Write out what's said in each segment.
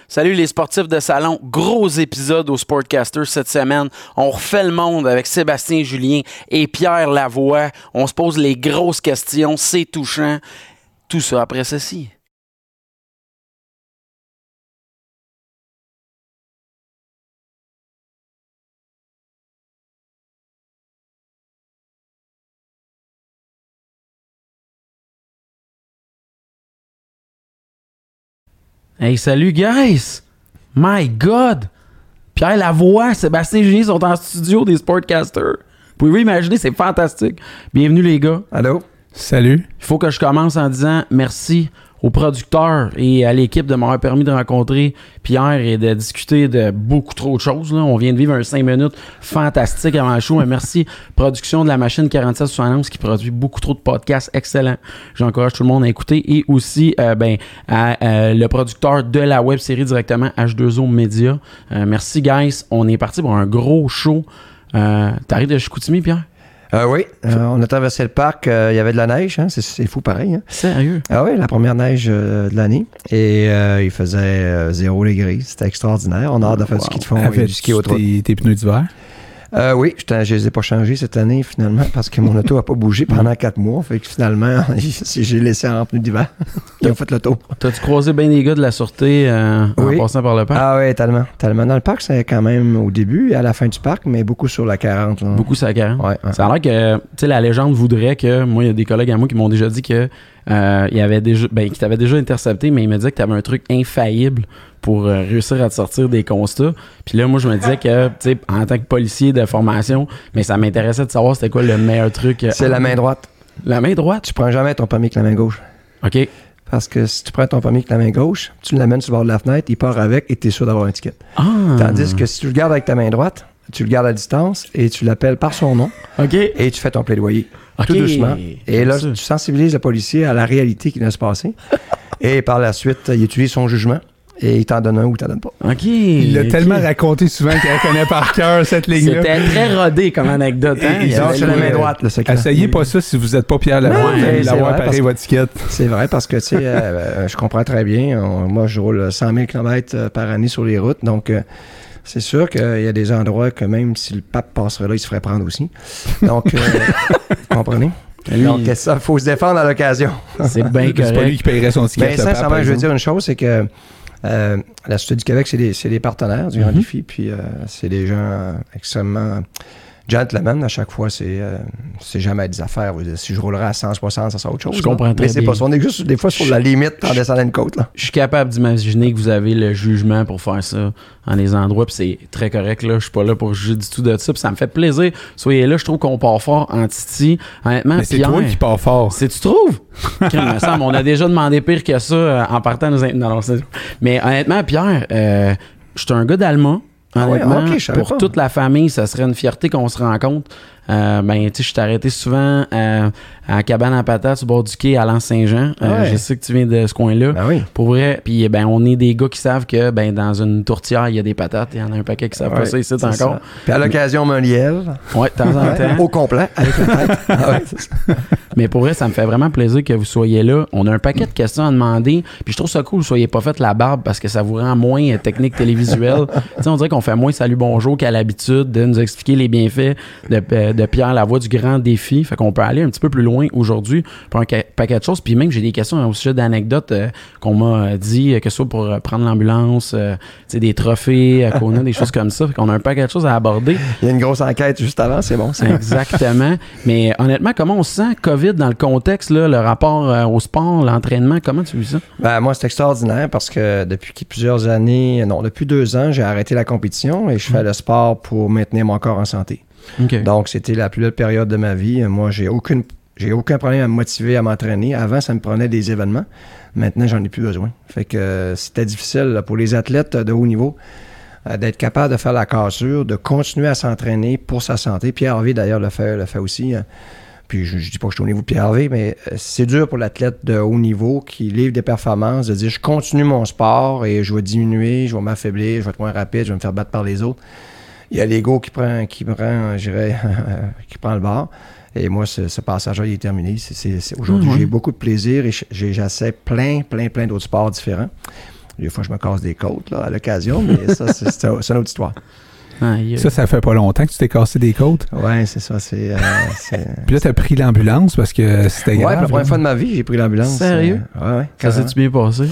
Salut les sportifs de salon, gros épisode au Sportcaster cette semaine. On refait le monde avec Sébastien Julien et Pierre Lavoie. On se pose les grosses questions, c'est touchant. Tout ça après ceci. Hey, salut guys! My God! Pierre Lavoie, Sébastien Julien sont en studio des Sportcasters. Pouvez-vous imaginer, c'est fantastique. Bienvenue les gars. Allô? Salut. Il faut que je commence en disant merci aux producteurs et à l'équipe de m'avoir permis de rencontrer Pierre et de discuter de beaucoup trop de choses. Là. On vient de vivre un 5 minutes fantastique avant le show. Mais merci, production de la machine 4771 qui produit beaucoup trop de podcasts excellents. J'encourage tout le monde à écouter. Et aussi le producteur de la web série directement, H2O Media. Merci, guys. On est parti pour un gros show. T'arrives de Chicoutimi, Pierre? Oui, on a traversé le parc, il y avait de la neige, hein? C'est fou pareil. Hein? Sérieux? Ah oui, la première neige de l'année. Et il faisait 0 degrés, c'était extraordinaire. On a hâte de faire du ski de fond et du ski au trot. Tes pneus d'hiver? Oui, je les ai pas changés cette année finalement parce que mon auto a pas bougé pendant 4 mois. Fait que finalement, j'ai laissé en pneus d'hiver. Ils ont fait le tour. T'as-tu croisé bien des gars de la sûreté en passant par le parc? Ah oui, tellement. Dans le parc, c'est quand même au début et à la fin du parc, mais beaucoup sur la 40. Là. Beaucoup sur la 40? Ouais. Ça a l'air que, tu sais, la légende voudrait que, moi, il y a des collègues à moi qui m'ont déjà dit que il y avait déjà, qui t'avait déjà intercepté, mais il me disait que t'avais un truc infaillible pour réussir à te sortir des constats. Puis là, moi, je me disais que, tu sais, en tant que policier de formation, mais ça m'intéressait de savoir c'était quoi le meilleur truc. C'est la main droite. La main droite? Tu prends jamais ton permis avec la main gauche. OK. Parce que si tu prends ton permis avec la main gauche, tu l'amènes sur le bord de la fenêtre, il part avec et tu es sûr d'avoir un ticket. Ah. Tandis que si tu le gardes avec ta main droite, tu le gardes à distance et tu l'appelles par son nom. OK. Et tu fais ton plaidoyer. OK. Tout doucement. Et là, ça. tu sensibilises le policier à la réalité qui vient se passer. Et par la suite, il utilise son jugement. Et il t'en donne un ou il t'en donne pas. OK. Il l'a tellement raconté souvent qu'il connaît par cœur cette ligne-là. C'était très rodé comme anecdote. Hein? Donc, c'est la main droite, le secret. Essayez pas ça si vous n'êtes pas Pierre Lavoie. L'avoir pareil votre ticket. C'est vrai parce que, tu sais, je comprends très bien. Moi, je roule 100 000 km par année sur les routes. Donc, c'est sûr qu'il y a des endroits que même si le pape passerait là, il se ferait prendre aussi. Donc, vous comprenez? Donc, ça, il faut se défendre à l'occasion. C'est bien correct. C'est pas lui qui paierait son ticket. Mais sincèrement, je veux dire une chose, c'est que la Sûreté du Québec, c'est des partenaires du Grand Défi, puis c'est des gens extrêmement gentlemen. À chaque fois, c'est jamais des affaires. Si je roulerais à 160, ça sera autre chose. Je comprends très bien. Mais c'est pas ça. On est juste des fois sur la limite en descendant une côte. Là. Je suis capable d'imaginer que vous avez le jugement pour faire ça en des endroits, puis c'est très correct. Là. Je suis pas là pour juger du tout de ça, puis ça me fait plaisir. Soyez là, je trouve qu'on part fort en Titi. Honnêtement, mais c'est Pierre, toi qui pars fort. Tu trouves? Il me semble, on a déjà demandé pire que ça en partant. Non, mais honnêtement, Pierre, je suis un gars d'Alma. Honnêtement, pour toute la famille, ça serait une fierté qu'on se rencontre. Tu sais, je suis arrêté souvent à la cabane à patates au bord du quai à l'Anse-Saint-Jean. Je sais que tu viens de ce coin-là. Ben oui. Pour vrai, puis on est des gars qui savent que dans une tourtière, il y a des patates. Il y en a un paquet qui savent pas ça ici encore. Ça. Puis à l'occasion, un lièvre. Oui, de temps en temps. Au complet, avec la tête. C'est ça. Mais pour vrai, ça me fait vraiment plaisir que vous soyez là. On a un paquet de questions à demander. Puis je trouve ça cool que vous soyez pas fait la barbe parce que ça vous rend moins technique télévisuelle. Tu sais, on dirait qu'on fait moins salut bonjour qu'à l'habitude de nous expliquer les bienfaits de Pierre Lavoie du Grand Défi. Fait qu'on peut aller un petit peu plus loin aujourd'hui pour un paquet de choses. Puis même, j'ai des questions au sujet d'anecdotes qu'on m'a dit, que ce soit pour prendre l'ambulance, tu sais, des trophées, qu'on a des choses comme ça. Fait qu'on a un paquet de choses à aborder. Il y a une grosse enquête juste avant, c'est bon. Exactement. Mais honnêtement, comment on se sent COVID dans le contexte, là, le rapport au sport, l'entraînement, comment tu vis ça? Ben, moi, c'est extraordinaire parce que depuis plusieurs années, depuis 2 ans, j'ai arrêté la compétition et je fais le sport pour maintenir mon corps en santé. Okay. Donc, c'était la plus belle période de ma vie. Moi, j'ai aucun problème à me motiver à m'entraîner. Avant, ça me prenait des événements. Maintenant, j'en ai plus besoin. Fait que c'était difficile là, pour les athlètes de haut niveau d'être capable de faire la cassure, de continuer à s'entraîner pour sa santé. Pierre Harvey, d'ailleurs, le fait aussi. Puis je dis pas que je suis au niveau de Pierre Harvey, mais c'est dur pour l'athlète de haut niveau qui livre des performances de dire je continue mon sport et je vais diminuer, je vais m'affaiblir, je vais être moins rapide, je vais me faire battre par les autres. Il y a l'ego qui prend le bord. Et moi, ce passage-là, il est terminé. Aujourd'hui, j'ai beaucoup de plaisir et j'essaie plein d'autres sports différents. Des fois, je me casse des côtes là, à l'occasion, mais ça, c'est une autre histoire. Ça fait pas longtemps que tu t'es cassé des côtes. Oui, c'est ça. Puis là, t'as pris l'ambulance parce que c'était grave. Oui, pour la première fois de ma vie, j'ai pris l'ambulance. Sérieux? Oui. Ça s'est-tu bien passé?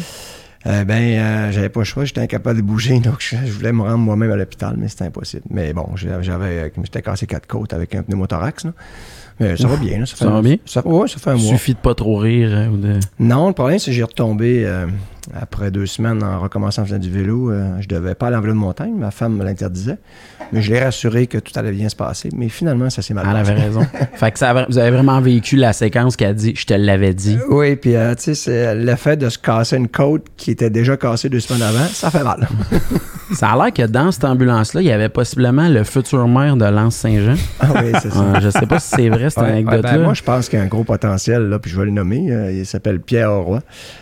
J'avais pas le choix, j'étais incapable de bouger, donc je voulais me rendre moi-même à l'hôpital, mais c'était impossible. Mais bon, j'étais cassé 4 côtes avec un pneumothorax, là. Mais ça va bien. Là, ça va bien? Ça fait un mois. Il suffit de pas trop rire. Ou de... Non, le problème, c'est que j'ai retombé après 2 semaines en recommençant à faire du vélo. Je devais pas aller en vélo de montagne, ma femme me l'interdisait. Mais je l'ai rassuré que tout allait bien se passer. Mais finalement, ça s'est mal passé. Elle avait raison. Fait que vous avez vraiment vécu la séquence qui a dit « Je te l'avais dit ». Oui, puis tu sais, le fait de se casser une côte qui était déjà cassée 2 semaines avant, ça fait mal. Ça a l'air que dans cette ambulance-là, il y avait possiblement le futur maire de Lens-Saint-Jean. Ah oui, c'est ça. Je sais pas si c'est vrai, cette anecdote-là. Moi, je pense qu'il y a un gros potentiel, là, puis je vais le nommer. Il s'appelle Pierre Auroy.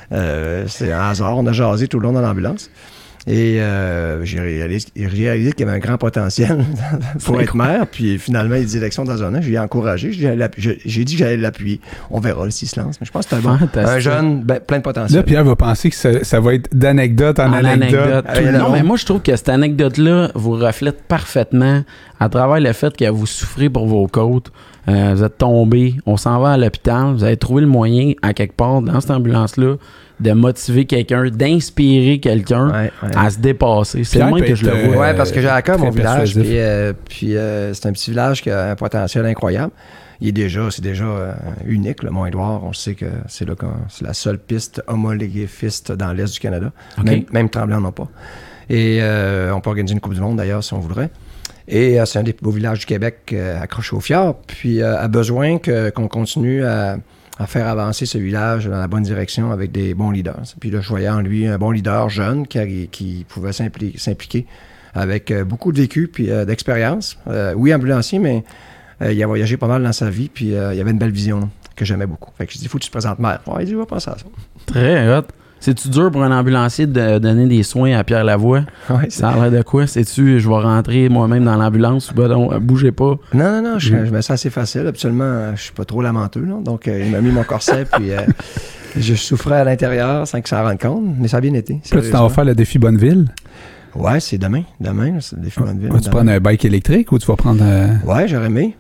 C'est un hasard. On a jasé tout le long de l'ambulance. Et j'ai réalisé qu'il y avait un grand potentiel pour être maire. Puis finalement, il dit élection dans un an. Je l'ai encouragé. J'ai dit que j'allais l'appuyer. On verra s'il se lance. Mais je pense que c'est un jeune plein de potentiel. Là, Pierre va penser que ça va être d'anecdote en anecdote. Non, mais moi, je trouve que cette anecdote-là vous reflète parfaitement à travers le fait que vous souffrez pour vos côtes. Vous êtes tombé. On s'en va à l'hôpital. Vous avez trouvé le moyen, à quelque part, dans cette ambulance-là, de motiver quelqu'un, d'inspirer quelqu'un à se dépasser. C'est le moins que je le vois. Oui, parce que j'ai à cœur mon village, puis c'est un petit village qui a un potentiel incroyable. C'est déjà unique, le Mont-Édouard. On sait que c'est la seule piste homologuée FIST dans l'Est du Canada. Okay. Même Tremblant n'en a pas. Et on peut organiser une Coupe du Monde, d'ailleurs, si on voudrait. Et c'est un des plus beaux villages du Québec accroché au fjord, puis a besoin qu'on continue à faire avancer ce village dans la bonne direction avec des bons leaders. Puis là, je voyais en lui un bon leader jeune qui pouvait s'impliquer avec beaucoup de vécu puis d'expérience. Oui, ambulancier, mais il a voyagé pas mal dans sa vie, puis il avait une belle vision que j'aimais beaucoup. Fait que je dis, il faut que tu te présentes maire. Ouais, il dit, on va penser à ça. Très hot. C'est-tu dur pour un ambulancier de donner des soins à Pierre Lavoie? Ouais, ça a l'air de quoi? C'est-tu, je vais rentrer moi-même dans l'ambulance ou bougez pas? Non, je me sens assez facile. Absolument, je suis pas trop lamenteux. Là. Donc, il m'a mis mon corset, puis je souffrais à l'intérieur sans que ça en rende compte, mais ça a bien été. Là, tu t'en vas faire le défi Bonneville? Ouais, c'est demain. Demain, c'est le défi Bonneville. Vas-tu prendre un bike électrique ou tu vas prendre... Ouais, j'aurais aimé,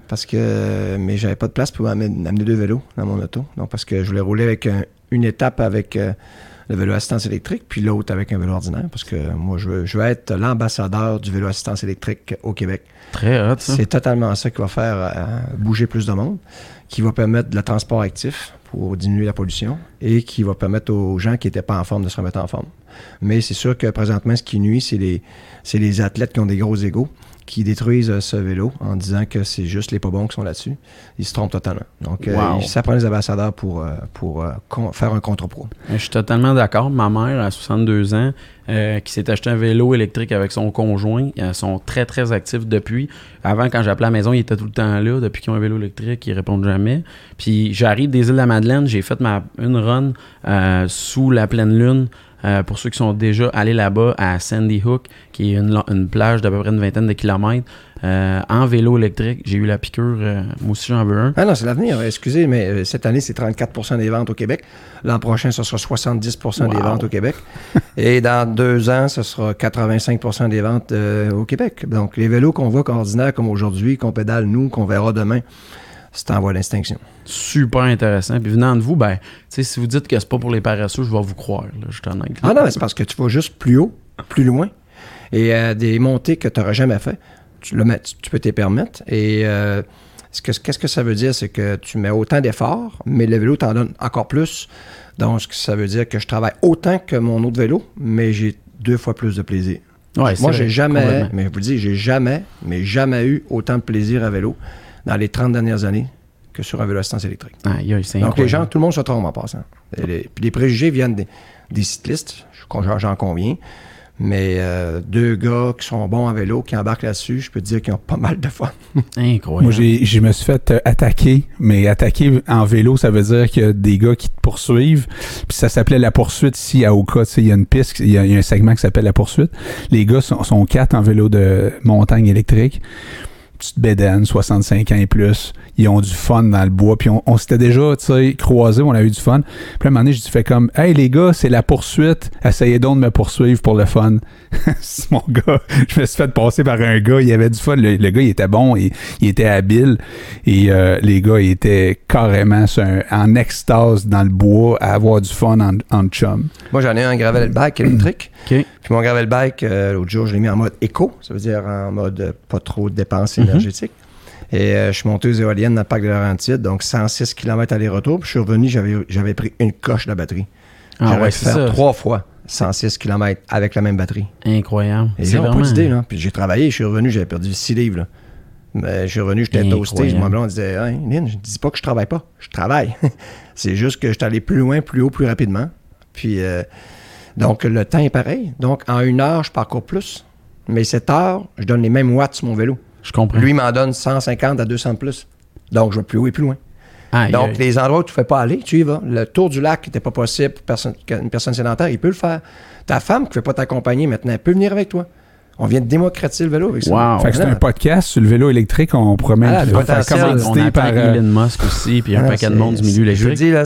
mais j'avais pas de place pour amener 2 vélos dans mon auto. Donc, parce que je voulais rouler avec une étape avec... le vélo assistance électrique, puis l'autre avec un vélo ordinaire, parce que moi, je veux être l'ambassadeur du vélo assistance électrique au Québec. Très hot, ça. C'est totalement ça qui va faire bouger plus de monde, qui va permettre le transport actif pour diminuer la pollution et qui va permettre aux gens qui n'étaient pas en forme de se remettre en forme. Mais c'est sûr que présentement, ce qui nuit, c'est les athlètes qui ont des gros égos, qui détruisent ce vélo en disant que c'est juste les pas bons qui sont là-dessus. Ils se trompent totalement. Donc, ça prend les ambassadeurs pour faire un contre-pro. Je suis totalement d'accord. Ma mère, à 62 ans, qui s'est acheté un vélo électrique avec son conjoint, ils sont très, très actifs depuis. Avant, quand j'appelais à la maison, ils étaient tout le temps là. Depuis qu'ils ont un vélo électrique, ils répondent jamais. Puis, j'arrive des Îles-de-la-Madeleine, j'ai fait une run sous la pleine lune. Pour ceux qui sont déjà allés là-bas à Sandy Hook, qui est une plage d'à peu près une vingtaine de kilomètres, en vélo électrique. J'ai eu la piqûre, moi aussi j'en veux un. Ah non, c'est l'avenir. Excusez, mais cette année, c'est 34% des ventes au Québec. L'an prochain, ce sera 70% des ventes au Québec. Et dans 2 ans, ce sera 85% des ventes au Québec. Donc, les vélos qu'on voit ordinaires comme aujourd'hui, qu'on pédale nous, qu'on verra demain, c'est en voie d'extinction. Super intéressant. Puis venant de vous, si vous dites que c'est pas pour les paresseux, je vais vous croire. Là, je t'en ai. Ah non, mais c'est parce que tu vas juste plus haut, plus loin. Et des montées que tu n'auras jamais fait, tu peux te permettre. Et qu'est-ce que ça veut dire? C'est que tu mets autant d'efforts, mais le vélo t'en donne encore plus. Donc, ça veut dire que je travaille autant que mon autre vélo, mais j'ai 2 fois plus de plaisir. Ouais, moi, j'ai jamais, mais je vous le dis, j'ai jamais eu autant de plaisir à vélo dans les 30 dernières années que sur un vélo assistance électrique. Donc, les gens, tout le monde se trompe en passant. Les préjugés viennent des cyclistes, j'en conviens, mais 2 gars qui sont bons en vélo, qui embarquent là-dessus, je peux te dire qu'ils ont pas mal de fun. Incroyable. Moi, je me suis fait attaquer, mais attaquer en vélo, ça veut dire qu'il y a des gars qui te poursuivent, puis ça s'appelait la poursuite ici à Oka. Il y a une piste, il y a un segment qui s'appelle la poursuite. Les gars sont 4 en vélo de montagne électrique. petite bédaine, 65 ans et plus. Ils ont du fun dans le bois. Puis on s'était déjà, tu sais, croisés, on a eu du fun. Puis à un moment donné, j'ai dit, fait comme, hey les gars, c'est la poursuite. Essayez donc de me poursuivre pour le fun. C'est mon gars. Je me suis fait passer par un gars. Il avait du fun. Le gars, il était bon. Il était habile. Et les gars, ils étaient carrément en extase dans le bois à avoir du fun en chum. Moi, j'en ai un gravel bike électrique. Okay. Puis mon gravel bike, l'autre jour, je l'ai mis en mode éco. Ça veut dire en mode pas trop de dépenses énergétiques. Et je suis monté aux éoliennes dans le parc de Laurentides, donc 106 km aller-retour. Puis je suis revenu, j'avais pris une coche de la batterie. J'aurais pu faire 3 fois 106 km avec la même batterie. Incroyable. Et j'ai pas d'idée, là. Puis j'ai travaillé, je suis revenu, j'avais perdu 6 livres, là. Mais je suis revenu, j'étais toasté. Mon blond disait, hey, Lynn, je dis pas que je travaille pas. Je travaille. C'est juste que je suis allé plus loin, plus haut, plus rapidement. Puis, donc, le temps est pareil. Donc, en 1 heure, je parcours plus. Mais 7 heures, je donne les mêmes watts sur mon vélo. Je comprends. Lui, il m'en donne 150 à 200 de plus. Donc, je vais plus haut et plus loin. Donc, les endroits où tu ne fais pas aller, tu y vas. Le tour du lac qui n'était pas possible pour une personne sédentaire, il peut le faire. Ta femme qui ne fait pas t'accompagner maintenant, elle peut venir avec toi. On vient de démocratiser le vélo avec ça. Wow. Fait que c'est un podcast sur le vélo électrique. On promet le potentiel. On attend Elon Musk aussi, puis un paquet de monde du milieu électrique. Je vous dis, là,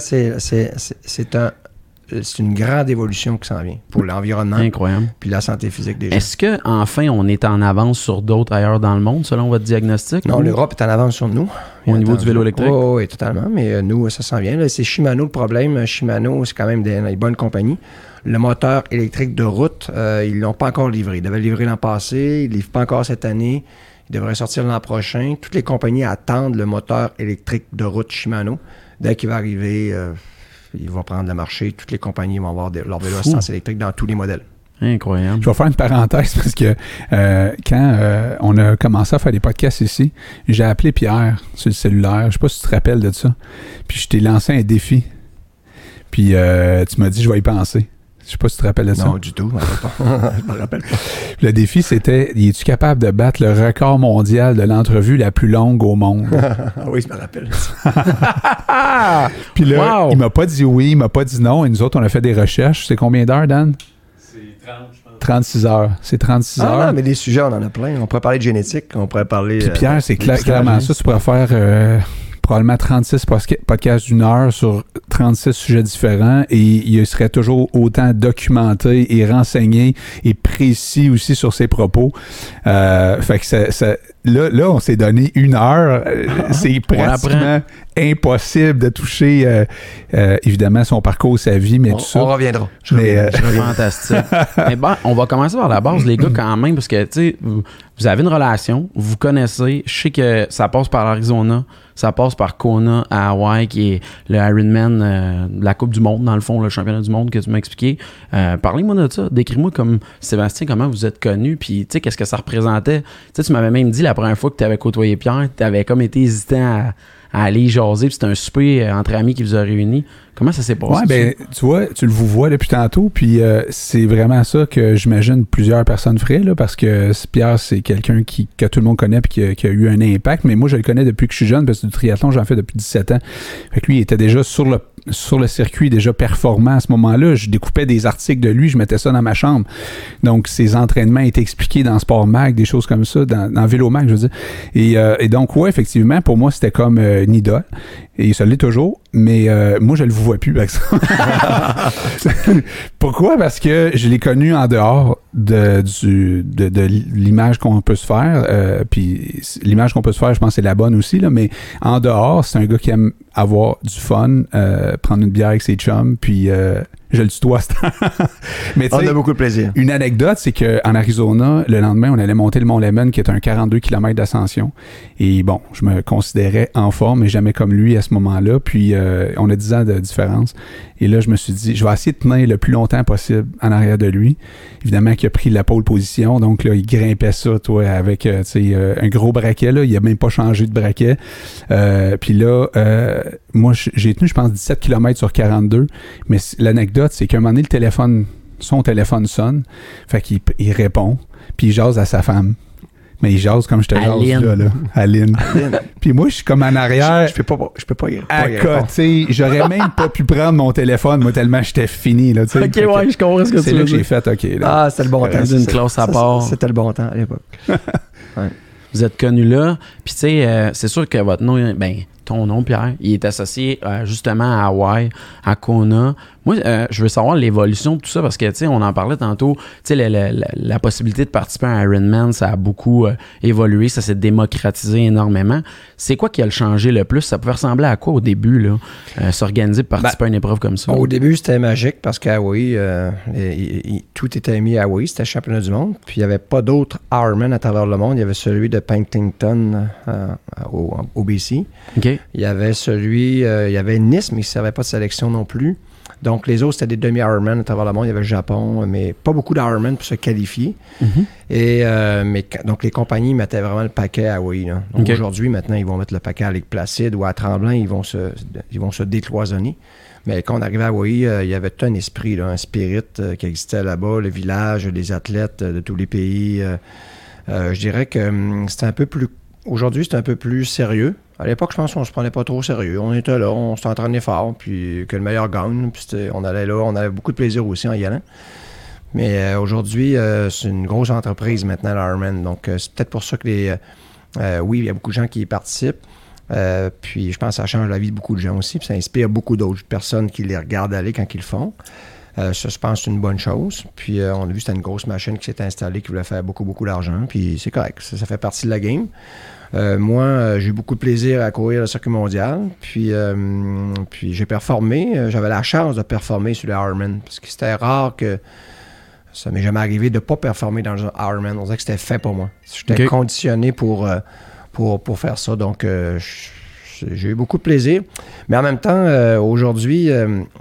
c'est une grande évolution qui s'en vient pour l'environnement. Incroyable. Puis la santé physique des gens. Est-ce qu'enfin, on est en avance sur d'autres ailleurs dans le monde, selon votre diagnostic? Non, l'Europe est en avance sur nous. Au niveau du vélo électrique? Oui, totalement. Mais nous, ça s'en vient. Là, c'est Shimano le problème. Shimano, c'est quand même des bonnes compagnies. Le moteur électrique de route, ils ne l'ont pas encore livré. Ils devaient le livrer l'an passé. Ils ne livrent pas encore cette année. Il devrait sortir l'an prochain. Toutes les compagnies attendent le moteur électrique de route Shimano. Dès qu'il va arriver, il va prendre le marché. Toutes les compagnies vont avoir leur vélo à assistance électrique dans tous les modèles. Incroyable. Je vais faire une parenthèse parce que quand on a commencé à faire des podcasts ici, j'ai appelé Pierre sur le cellulaire. Je sais pas si tu te rappelles de ça. Puis je t'ai lancé un défi. Puis tu m'as dit, je vais y penser. Je sais pas si tu te rappelles de ça. Non, du tout. Je me rappelle pas. Le défi, c'était, es-tu capable de battre le record mondial de l'entrevue la plus longue au monde? Oui, je me rappelle. Puis là, il m'a pas dit oui, il m'a pas dit non. Et nous autres, on a fait des recherches. C'est combien d'heures, Dan? C'est 30, je pense. 36 heures. C'est 36 heures. Ah, mais des sujets, on en a plein. On pourrait parler de génétique, on pourrait parler... Puis Pierre, c'est clairement ça. Tu pourrais faire... probablement 36 podcasts d'1 heure sur 36 sujets différents et il serait toujours autant documenté et renseigné et précis aussi sur ses propos. Fait que là, on s'est donné 1 heure. C'est pratiquement impossible de toucher, évidemment, son parcours, sa vie, mais tout ça. On reviendra. Fantastique. Mais bon, on va commencer par la base, les gars, quand même, parce que, tu sais, vous avez une relation, vous connaissez, je sais que ça passe par l'Arizona, ça passe par Kona à Hawaï, qui est le Ironman de la Coupe du Monde, dans le fond, le championnat du monde que tu m'as expliqué. Parlez-moi de ça. Décris-moi comme Sébastien, comment vous êtes connu, puis tu sais, qu'est-ce que ça représentait. Tu sais, tu m'avais même dit la première fois que tu avais côtoyé Pierre, tu avais comme été hésitant à aller jaser, puis c'était un souper entre amis qui vous a réunis. Comment ça s'est passé? Ouais, ben, tu vois, tu le vois depuis tantôt, puis c'est vraiment ça que j'imagine plusieurs personnes feraient, là, parce que Pierre, c'est quelqu'un que tout le monde connaît puis qui a eu un impact, mais moi, je le connais depuis que je suis jeune, parce que du triathlon, j'en fais depuis 17 ans. Fait que lui, il était déjà sur le circuit, déjà performant à ce moment-là. Je découpais des articles de lui, je mettais ça dans ma chambre. Donc, ses entraînements étaient expliqués dans Sport Mag, des choses comme ça, dans Vélo Mag, je veux dire. Et donc, ouais, effectivement, pour moi, c'était comme une idole. Et ça l'est toujours, mais moi, je le vois plus avec ça. Pourquoi? Parce que je l'ai connu en dehors de l'image qu'on peut se faire. Puis l'image qu'on peut se faire, je pense que c'est la bonne aussi, là, mais en dehors, c'est un gars qui aime avoir du fun, prendre une bière avec ses chums, puis je le tutoie. Mais on a beaucoup de plaisir. Une anecdote, c'est qu'en Arizona, le lendemain, on allait monter le Mont Lemmon, qui est un 42 km d'ascension. Et bon, je me considérais en forme, mais jamais comme lui à ce moment-là. Puis on a 10 ans de différence. Et là, je me suis dit, je vais essayer de tenir le plus longtemps possible en arrière de lui. Évidemment qu'il a pris la pole position. Donc là, il grimpait ça, toi, avec un gros braquet. Là. Il n'a même pas changé de braquet. Puis là, moi, j'ai tenu, je pense, 17 km sur 42. Mais l'anecdote, c'est qu'à un moment donné, son téléphone sonne. Fait qu'il répond. Puis il jase à sa femme. Mais il jase comme je te jase là. Aline. Puis moi, je suis comme en arrière. Je peux pas y à côté. J'aurais même pas pu prendre mon téléphone, moi, tellement j'étais fini. Là, ok, ouais, je comprends ce que tu veux dire. C'est là que j'ai fait, OK. Là, c'était le bon temps. Une classe à part. C'était le bon temps à l'époque. Ouais. vous êtes connu là. Puis, tu sais, c'est sûr que votre nom, ton nom, Pierre, il est associé justement à Hawaï, à Kona. Moi, je veux savoir l'évolution de tout ça parce que, tu sais, on en parlait tantôt, tu sais, la possibilité de participer à Ironman, ça a beaucoup évolué, ça s'est démocratisé énormément. C'est quoi qui a changé le plus? Ça pouvait ressembler à quoi au début, là, s'organiser pour participer à une épreuve comme ça? Au début, c'était magique parce qu'à Hawaï, tout était mis à Hawaï, c'était le championnat du monde. Puis il n'y avait pas d'autres Ironman à travers le monde. Il y avait celui de Penticton au BC. OK. Il y avait il y avait Nice, mais il ne servait pas de sélection non plus. Donc, les autres, c'était des demi-Ironman à travers le monde. Il y avait le Japon, mais pas beaucoup d'Ironman pour se qualifier. Mm-hmm. Donc, les compagnies mettaient vraiment le paquet à Hawaï. Là. Donc, aujourd'hui, maintenant, ils vont mettre le paquet à Lake Placide ou à Tremblant. Ils vont se décloisonner. Mais quand on arrivait à Hawaï, il y avait tout un esprit, là, un spirit qui existait là-bas. Le village, les athlètes de tous les pays. Je dirais que c'était un peu plus... Aujourd'hui, c'est un peu plus sérieux. À l'époque, je pense qu'on se prenait pas trop au sérieux. On était là, on s'entraînait fort, puis que le meilleur gagne. Puis on allait là, on avait beaucoup de plaisir aussi en y allant. Mais aujourd'hui, c'est une grosse entreprise maintenant, l'Ironman. Donc, c'est peut-être pour ça que oui, il y a beaucoup de gens qui y participent. Puis je pense que ça change la vie de beaucoup de gens aussi. Puis ça inspire beaucoup d'autres personnes qui les regardent aller quand ils le font. Ça, je pense, c'est une bonne chose. Puis on a vu que c'était une grosse machine qui s'est installée, qui voulait faire beaucoup, beaucoup d'argent. Puis c'est correct. Ça fait partie de la game. Moi, j'ai eu beaucoup de plaisir à courir le circuit mondial. Puis j'ai performé. J'avais la chance de performer sur le Ironman. Parce que c'était rare que ça m'est jamais arrivé de ne pas performer dans un Ironman. On dirait que c'était fait pour moi. J'étais conditionné pour faire ça. Donc, j'ai eu beaucoup de plaisir. Mais en même temps, aujourd'hui,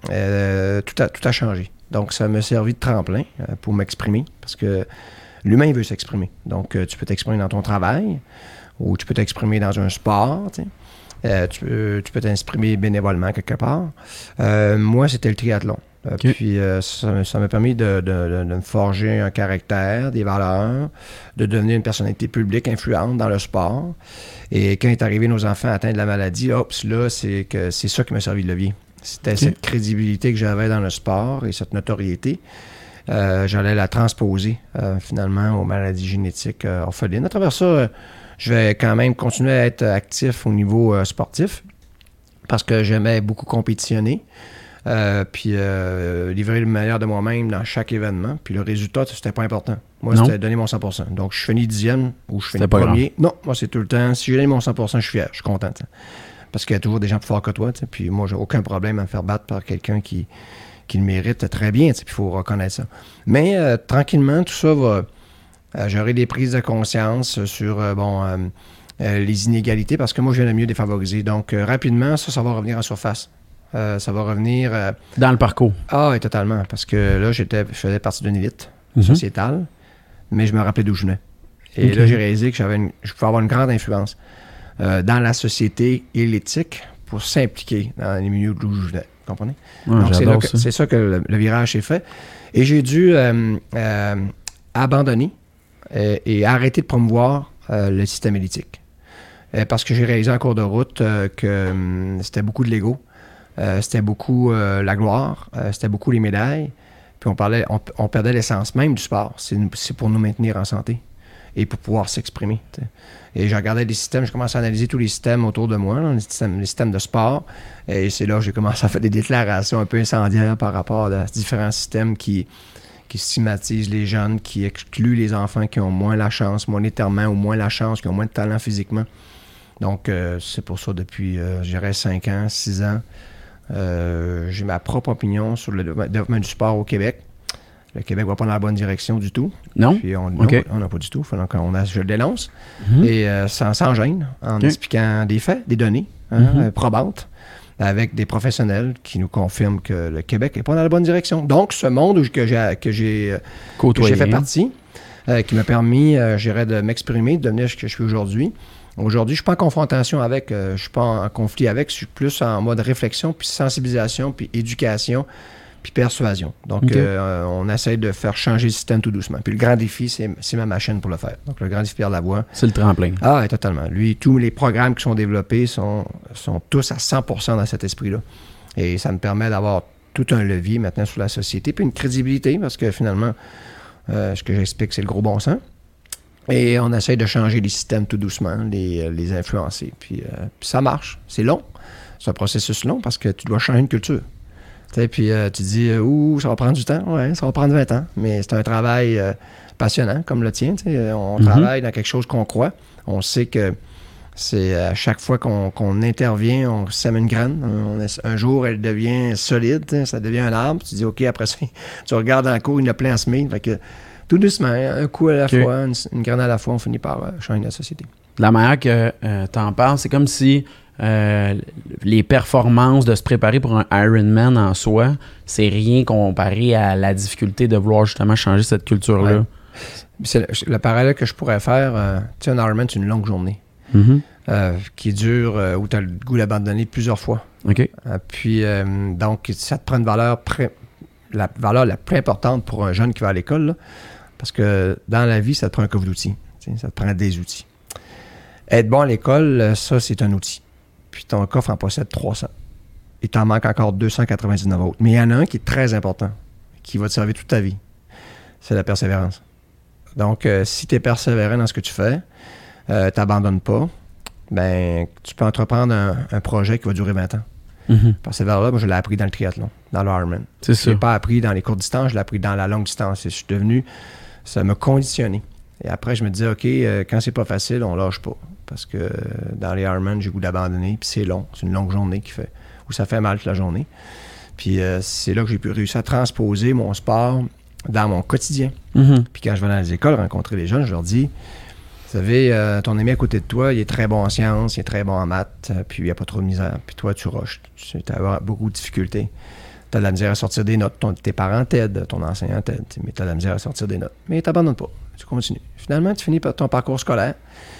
tout a changé. Donc, ça m'a servi de tremplin pour m'exprimer. Parce que l'humain veut s'exprimer. Donc, tu peux t'exprimer dans ton travail ou tu peux t'exprimer dans un sport. Tu peux t'exprimer bénévolement quelque part. Moi, c'était le triathlon. Puis ça m'a permis de me forger un caractère, des valeurs, de devenir une personnalité publique influente dans le sport. Et quand est arrivé nos enfants atteints de la maladie, là, c'est ça qui m'a servi de levier. C'était cette crédibilité que j'avais dans le sport et cette notoriété. J'allais la transposer finalement aux maladies génétiques orphelines. À travers ça, je vais quand même continuer à être actif au niveau sportif parce que j'aimais beaucoup compétitionner. Puis livrer le meilleur de moi-même dans chaque événement. Puis le résultat, c'était pas important. Moi, c'était donner mon 100%. Donc, je finis 10e ou je finis premier. Non, moi, c'est tout le temps. Si j'ai donné mon 100%, je suis fier, je suis content. T'sais. Parce qu'il y a toujours des gens plus forts que toi. T'sais. Puis moi, j'ai aucun problème à me faire battre par quelqu'un qui le mérite très bien. Puis il faut reconnaître ça. Mais tranquillement, tout ça va... j'aurai des prises de conscience sur les inégalités parce que moi, je viens de mieux défavoriser. Donc, rapidement, ça va revenir en surface. Ça va revenher... dans le parcours. Ah oui, totalement. Parce que là, je faisais partie d'une élite sociétale, mais je me rappelais d'où je venais. Et là, j'ai réalisé que je pouvais avoir une grande influence dans la société et l'éthique pour s'impliquer dans les milieux d'où je venais. Vous comprenez? Donc, c'est ça que le virage s'est fait. Et j'ai dû abandonner et arrêter de promouvoir le système éthique. Parce que j'ai réalisé en cours de route que c'était beaucoup de l'ego. C'était beaucoup la gloire, c'était beaucoup les médailles. Puis on perdait l'essence même du sport. C'est pour nous maintenir en santé et pour pouvoir s'exprimer. T'sais. Et je regardais les systèmes, je commençais à analyser tous les systèmes autour de moi, là, les systèmes de sport. Et c'est là que j'ai commencé à faire des déclarations un peu incendiaires par rapport à différents systèmes qui stigmatisent les jeunes, qui excluent les enfants qui ont moins la chance monétairement ou moins la chance, qui ont moins de talent physiquement. Donc, c'est pour ça depuis, je dirais, 5 ans, 6 ans, j'ai ma propre opinion sur le développement du sport au Québec. Le Québec ne va pas dans la bonne direction du tout. Non? Puis on n'a pas du tout. Je le dénonce. Et sans gêne, en expliquant des faits, des données probantes, avec des professionnels qui nous confirment que le Québec n'est pas dans la bonne direction. Donc, ce monde que j'ai fait partie, qui m'a permis, de m'exprimer, de devenir ce que je suis aujourd'hui. Aujourd'hui, je ne suis pas en confrontation avec, je ne suis pas en conflit avec, je suis plus en mode réflexion, puis sensibilisation, puis éducation, puis persuasion. Donc, on essaie de faire changer le système tout doucement. Puis le grand défi, c'est ma machine pour le faire. Donc, le grand défi Pierre Lavoie. C'est le tremplin. Ah, oui, totalement. Lui, tous les programmes qui sont développés sont tous à 100% dans cet esprit-là. Et ça me permet d'avoir tout un levier maintenant sur la société, puis une crédibilité, parce que finalement, ce que j'explique, c'est le gros bon sens. Et on essaie de changer les systèmes tout doucement, les influencer. Puis ça marche. C'est long. C'est un processus long parce que tu dois changer une culture. Puis tu dis, ça va prendre du temps. Ouais, ça va prendre 20 ans. Mais c'est un travail passionnant comme le tien. On travaille dans quelque chose qu'on croit. On sait que c'est à chaque fois qu'on intervient, on sème une graine. Un jour, elle devient solide. Ça devient un arbre. Tu dis, OK, après ça, tu regardes dans le cours, il y en a plein en semis. Fait que tout doucement, un coup à la fois, une graine à la fois, on finit par changer la société. De la manière que tu en parles, c'est comme si les performances de se préparer pour un Ironman en soi, c'est rien comparé à la difficulté de vouloir justement changer cette culture-là. Ouais. C'est le parallèle que je pourrais faire. Tu sais, un Ironman, c'est une longue journée qui dure, où tu as le goût d'abandonner plusieurs fois. OK. Puis, donc, ça te prend une valeur, la valeur la plus importante pour un jeune qui va à l'école, là, parce que dans la vie, ça te prend un coffre d'outils. Ça te prend des outils. Être bon à l'école, ça, c'est un outil. Puis ton coffre en possède 300. Il t'en manque encore 299 autres. Mais il y en a un qui est très important, qui va te servir toute ta vie. C'est la persévérance. Donc, si tu es persévérant dans ce que tu fais, tu n'abandonnes pas, ben tu peux entreprendre un projet qui va durer 20 ans. Persévérance, moi, je l'ai appris dans le triathlon, dans le Ironman. C'est ça. Je ne l'ai pas appris dans les courtes distances, je l'ai appris dans la longue distance. Et je suis devenu, ça m'a conditionné. Et après, je me disais, OK, quand c'est pas facile, on lâche pas. Parce que dans les Ironman, j'ai le goût d'abandonner, puis c'est long. C'est une longue journée où ça fait mal toute la journée. Puis c'est là que j'ai pu réussir à transposer mon sport dans mon quotidien. Puis quand je vais dans les écoles rencontrer les jeunes, je leur dis, vous savez, ton ami à côté de toi, il est très bon en sciences, il est très bon en maths, puis il n'y a pas trop de misère. Puis toi, tu rushes. Tu as beaucoup de difficultés. Tu as de la misère à sortir des notes. Tes parents t'aident, ton enseignant t'aide, mais tu as de la misère à sortir des notes. Mais tu n'abandonnes pas. Tu continues. Finalement, tu finis par ton parcours scolaire.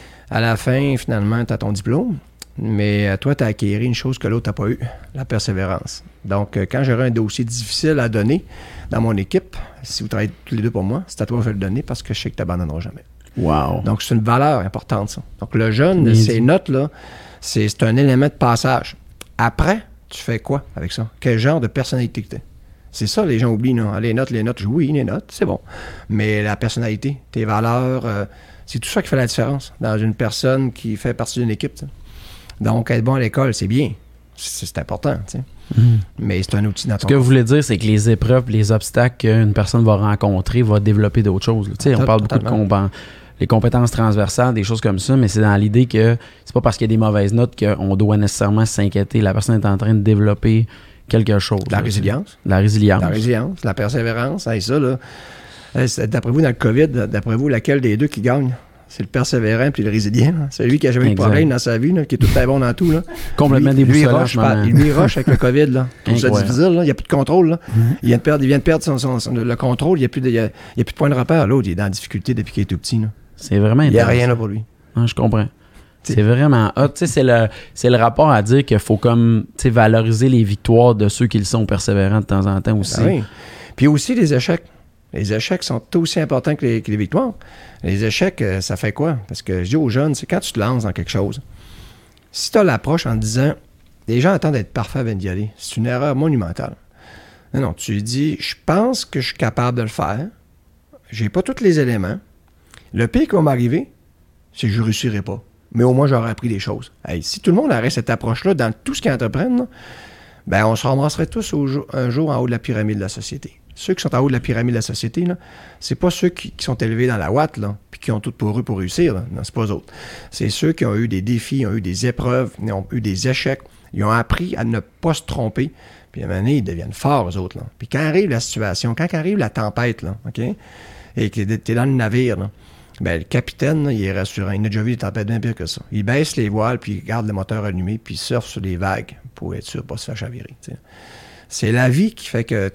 À la fin, finalement, tu as ton diplôme. Mais toi, tu as acquis une chose que l'autre n'a pas eue, la persévérance. Donc, quand j'aurai un dossier difficile à donner dans mon équipe, si vous travaillez tous les deux pour moi, c'est à toi que je vais le donner parce que je sais que tu n'abandonneras jamais. Wow. Donc, c'est une valeur importante, ça. Donc, le jeune, ces notes-là, c'est un élément de passage. Après, tu fais quoi avec ça? Quel genre de personnalité que tu es? C'est ça, les gens oublient. Non? Les notes, oui, les notes, c'est bon. Mais la personnalité, tes valeurs, c'est tout ça qui fait la différence dans une personne qui fait partie d'une équipe. T'sais. Donc, être bon à l'école, c'est bien. C'est important, tu sais. Mais c'est un outil dans ton... Ce que vous voulez dire, c'est que les épreuves, les obstacles qu'une personne va rencontrer va développer d'autres choses. Tu sais, on parle beaucoup de les compétences transversales, des choses comme ça, mais c'est dans l'idée que c'est pas parce qu'il y a des mauvaises notes qu'on doit nécessairement s'inquiéter. La personne est en train de développer quelque chose. La résilience. La résilience. La résilience, la persévérance. Et ça, là, d'après vous, dans le COVID, d'après vous, laquelle des deux qui gagne? C'est le persévérant puis le résilient. Hein. C'est lui qui a jamais eu de problème dans sa vie, là, qui est tout à bon dans tout. Là. Complètement déboussolé. Il rush avec le COVID. Là. Comme ça, difficile. Là. Il n'y a plus de contrôle. Là. Il vient de perdre le contrôle. Il n'y a plus de point de repère. L'autre, il est dans la difficulté depuis qu'il est tout petit. Là. C'est vraiment il n'y a rien là pour lui. Non, je comprends. C'est vraiment hot. C'est le rapport à dire qu'il faut comme valoriser les victoires de ceux qui sont persévérants de temps en temps aussi. Oui. Puis aussi les échecs. Les échecs sont aussi importants que les victoires. Les échecs, ça fait quoi? Parce que je dis aux jeunes, c'est quand tu te lances dans quelque chose, si tu as l'approche en disant, les gens attendent d'être parfaits avant d'y aller, c'est une erreur monumentale. Non, tu dis, je pense que je suis capable de le faire, j'ai pas tous les éléments. Le pire qui va m'arriver, c'est que je ne réussirai pas. Mais au moins, j'aurai appris des choses. Hey, si tout le monde aurait cette approche-là dans tout ce qu'ils entreprennent, ben on se ramasserait tous un jour en haut de la pyramide de la société. Ceux qui sont en haut de la pyramide de la société, là, c'est pas ceux qui sont élevés dans la ouate, là, puis qui ont tout pour eux pour réussir. Là. Non, c'est pas eux autres. C'est ceux qui ont eu des défis, ont eu des épreuves, ils ont eu des échecs. Ils ont appris à ne pas se tromper. Puis à un moment donné, ils deviennent forts, eux autres. Là. Puis quand arrive la situation, quand arrive la tempête, là, OK, et que tu es dans le navire, là, ben, le capitaine, là, il est rassurant. Il a déjà vu des tempêtes bien pires que ça. Il baisse les voiles, puis il garde le moteur allumé, puis il surfe sur les vagues pour être sûr de ne pas se faire chavirer. T'sais. C'est la vie qui fait que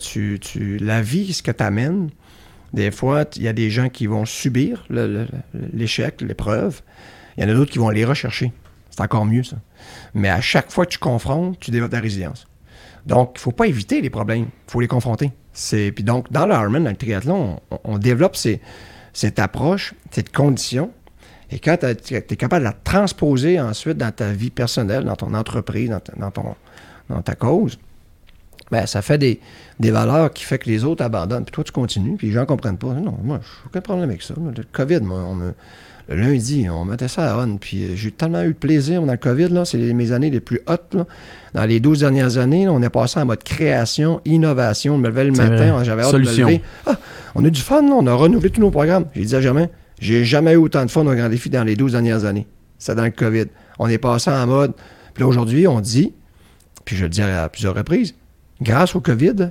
la vie, ce que tu amènes, des fois, il y a des gens qui vont subir l'échec, l'épreuve. Il y en a d'autres qui vont aller rechercher. C'est encore mieux, ça. Mais à chaque fois que tu confrontes, tu développes ta résilience. Donc, il ne faut pas éviter les problèmes. Il faut les confronter. Puis donc, dans l'Ironman, dans le triathlon, on développe cette approche, cette condition. Et quand tu es capable de la transposer ensuite dans ta vie personnelle, dans ton entreprise, dans ta cause, ben, ça fait des valeurs qui fait que les autres abandonnent. Puis toi, tu continues, puis les gens ne comprennent pas. Non, moi, je n'ai aucun problème avec ça. Le COVID, moi, le lundi, on mettait ça à on, puis j'ai tellement eu de plaisir dans le COVID, là, c'est mes années les plus hautes. Là. Dans les 12 dernières années, là, on est passé en mode création, innovation. On me levait le matin, j'avais hâte de me lever. Ah, on a eu du fun, là, on a renouvelé tous nos programmes. J'ai dit à Germain, j'ai jamais eu autant de fun au Grand Défi dans les 12 dernières années. C'est dans le COVID. On est passé en mode... Puis là, aujourd'hui, on dit, puis je le dis à plusieurs reprises, grâce au COVID,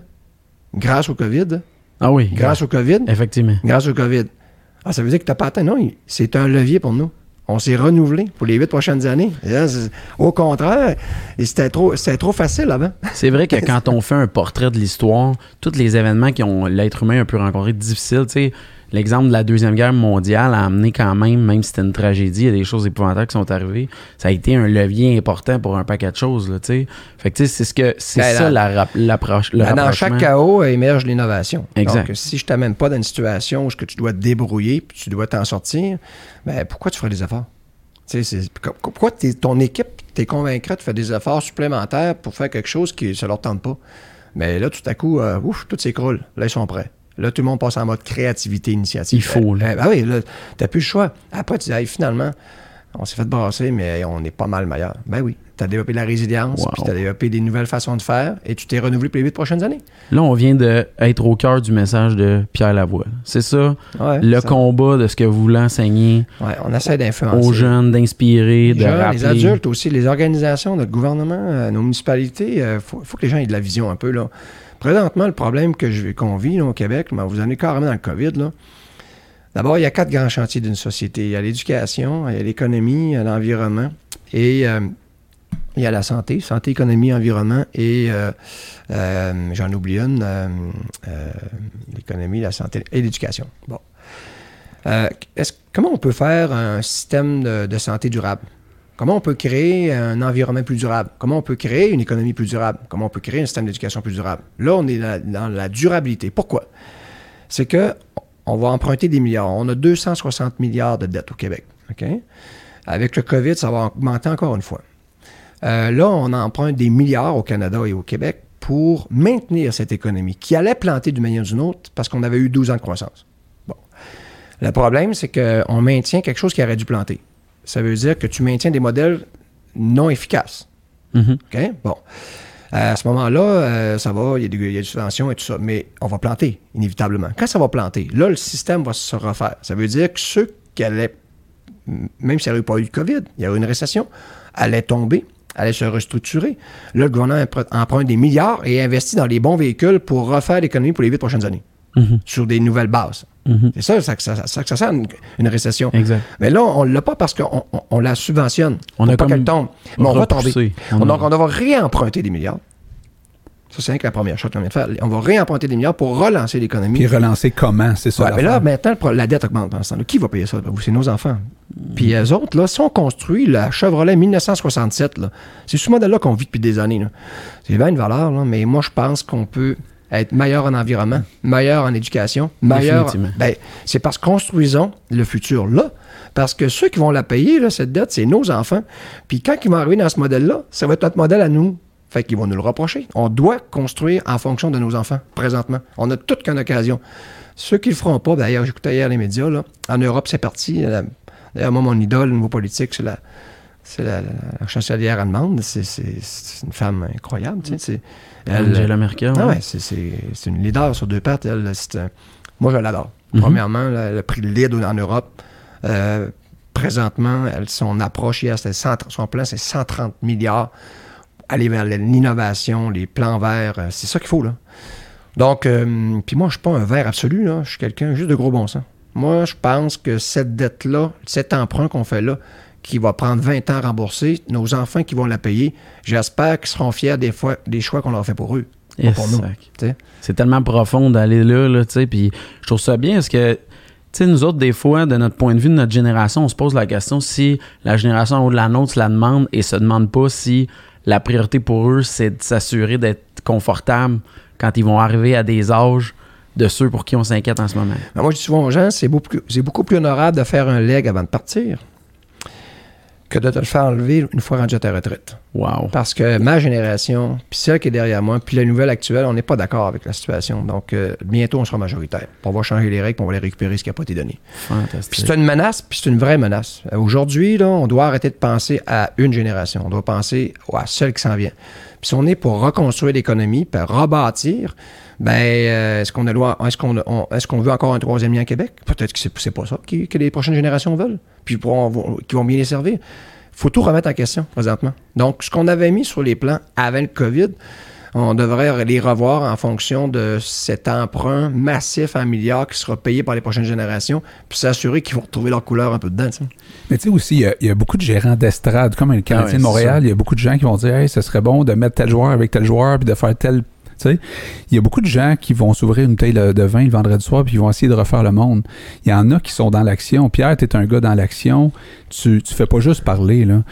Ah oui. grâce au COVID, Effectivement. grâce au COVID. Ah, ça veut dire que tu n'as pas atteint. Non, c'est un levier pour nous. On s'est renouvelé pour les 8 prochaines années. Et là, au contraire, et c'était trop facile avant. C'est vrai que quand on fait un portrait de l'histoire, tous les événements qui ont l'être humain un peu rencontré difficiles, tu sais, l'exemple de la Deuxième Guerre mondiale a amené quand même si c'était une tragédie, il y a des choses épouvantables qui sont arrivées. Ça a été un levier important pour un paquet de choses, là, tu sais. Fait que, tu sais, c'est ça l'approche. Dans chaque chaos émerge l'innovation. Exact. Donc, si je t'amène pas dans une situation où tu dois te débrouiller puis tu dois t'en sortir, ben pourquoi tu ferais des efforts? Tu sais, pourquoi ton équipe t'es convaincue de faire des efforts supplémentaires pour faire quelque chose qui ne leur tente pas? Mais là, tout à coup, tout s'écroule. Là, ils sont prêts. Là, tout le monde passe en mode créativité, initiative. Il faut, là. Ben oui, là, t'as plus le choix. Après, tu dis, hey, finalement, on s'est fait brasser, mais on est pas mal meilleur. Ben oui, t'as développé de la résilience, puis t'as développé des nouvelles façons de faire, et tu t'es renouvelé pour les 8 prochaines années. Là, on vient d'être au cœur du message de Pierre Lavoie. C'est ça, le combat de ce que vous voulez enseigner on essaie d'influencer. aux jeunes, d'inspirer, de rappeler. Les adultes aussi, les organisations, notre gouvernement, nos municipalités, faut que les gens aient de la vision un peu, là. Présentement, le problème qu'on vit là, au Québec, vous en êtes carrément dans le COVID. Là. D'abord, il y a 4 grands chantiers d'une société. Il y a l'éducation, il y a l'économie, il y a l'environnement et il y a la santé, économie, environnement et j'en oublie une, l'économie, la santé et l'éducation. Bon. Comment on peut faire un système de santé durable? Comment on peut créer un environnement plus durable? Comment on peut créer une économie plus durable? Comment on peut créer un système d'éducation plus durable? Là, on est dans la durabilité. Pourquoi? C'est qu'on va emprunter des milliards. On a 260 milliards de dettes au Québec. Okay? Avec le COVID, ça va augmenter encore une fois. Là, on emprunte des milliards au Canada et au Québec pour maintenir cette économie qui allait planter d'une manière ou d'une autre parce qu'on avait eu 12 ans de croissance. Bon. Le problème, c'est qu'on maintient quelque chose qui aurait dû planter. Ça veut dire que tu maintiens des modèles non efficaces. Mm-hmm. OK? Bon. À ce moment-là, ça va, il y a des subventions et tout ça, mais on va planter, inévitablement. Quand ça va planter, là, le système va se refaire. Ça veut dire que ceux qui allaient, même s'il n'y avait pas eu de COVID, il y a eu une récession, allaient tomber, allaient se restructurer. Là, le gouvernement emprunte des milliards et investit dans les bons véhicules pour refaire l'économie pour les 8 prochaines années, sur des nouvelles bases. C'est ça que ça sert une récession. Exact. Mais là, on ne l'a pas parce qu'on la subventionne. On a pas qu'elle tombe. Mais on va tomber. Donc, on va réemprunter des milliards. Ça, c'est rien que la première chose qu'on vient de faire. On va réemprunter des milliards pour relancer l'économie. Puis relancer comment, c'est ça? Mais là, maintenant, la dette augmente pendant ce temps-là. Qui va payer ça? C'est nos enfants. Puis eux autres, là, si on construit la Chevrolet 1967, là, c'est ce modèle-là qu'on vit depuis des années. Là. C'est bien une valeur, là, mais moi, je pense qu'on peut être meilleur en environnement, meilleur en éducation, meilleur... Ben, c'est parce que construisons le futur là, parce que ceux qui vont la payer, là, cette dette, c'est nos enfants. Puis quand ils vont arriver dans ce modèle-là, ça va être notre modèle à nous. Fait qu'ils vont nous le reprocher. On doit construire en fonction de nos enfants, présentement. On a toute qu'une occasion. Ceux qui le feront pas, d'ailleurs, j'écoutais hier les médias, là, en Europe, c'est parti. D'ailleurs, moi, mon idole au niveau politique, c'est la chancelière allemande. C'est une femme incroyable. Tu sais, Angela Merkel. Ah ouais, c'est une leader sur 2 pattes. Moi, je l'adore. Premièrement, elle a pris le lead en Europe. Présentement, son approche hier, son plan, c'est 130 milliards. Aller vers l'innovation, les plans verts, c'est ça qu'il faut, là. Donc, puis moi, je ne suis pas un vert absolu, là. Je suis quelqu'un juste de gros bon sens. Moi, je pense que cette dette-là, cet emprunt qu'on fait là, qui va prendre 20 ans à rembourser, nos enfants qui vont la payer, j'espère qu'ils seront fiers des choix qu'on leur fait pour eux, pas pour nous. C'est tellement profond d'aller là, tu sais, puis je trouve ça bien parce que, tu sais, nous autres, des fois, de notre point de vue, de notre génération, on se pose la question si la génération en haut de la nôtre se la demande et se demande pas si la priorité pour eux, c'est de s'assurer d'être confortable quand ils vont arriver à des âges de ceux pour qui on s'inquiète en ce moment. Moi, je dis souvent aux gens, c'est beaucoup plus honorable de faire un leg avant de partir que de te le faire enlever une fois rendu à ta retraite. Wow. Parce que ma génération, puis celle qui est derrière moi, puis la nouvelle actuelle, on n'est pas d'accord avec la situation. Donc, bientôt, on sera majoritaire. On va changer les règles, puis on va les récupérer ce qui n'a pas été donné. Fantastique. Puis c'est une menace, puis c'est une vraie menace. Aujourd'hui, là, on doit arrêter de penser à une génération. On doit penser à celle qui s'en vient. Puis si on est pour reconstruire l'économie, puis rebâtir, est-ce qu'on veut encore un troisième lien à Québec? Peut-être que c'est pas ça que les prochaines générations veulent, puis qui vont bien les servir. Il faut tout remettre en question présentement. Donc, ce qu'on avait mis sur les plans avant le COVID, on devrait les revoir en fonction de cet emprunt massif en milliards qui sera payé par les prochaines générations, puis s'assurer qu'ils vont retrouver leur couleur un peu dedans. T'sais. Mais tu sais aussi, il y a beaucoup de gérants d'estrade, comme le Canadien de Montréal, il y a beaucoup de gens qui vont dire « Hey, ce serait bon de mettre tel joueur avec tel joueur, puis de faire tel... » Il y a beaucoup de gens qui vont s'ouvrir une bouteille de vin le vendredi soir puis ils vont essayer de refaire le monde. Il y en a qui sont dans l'action. Pierre, tu es un gars dans l'action. Tu fais pas juste parler. Là.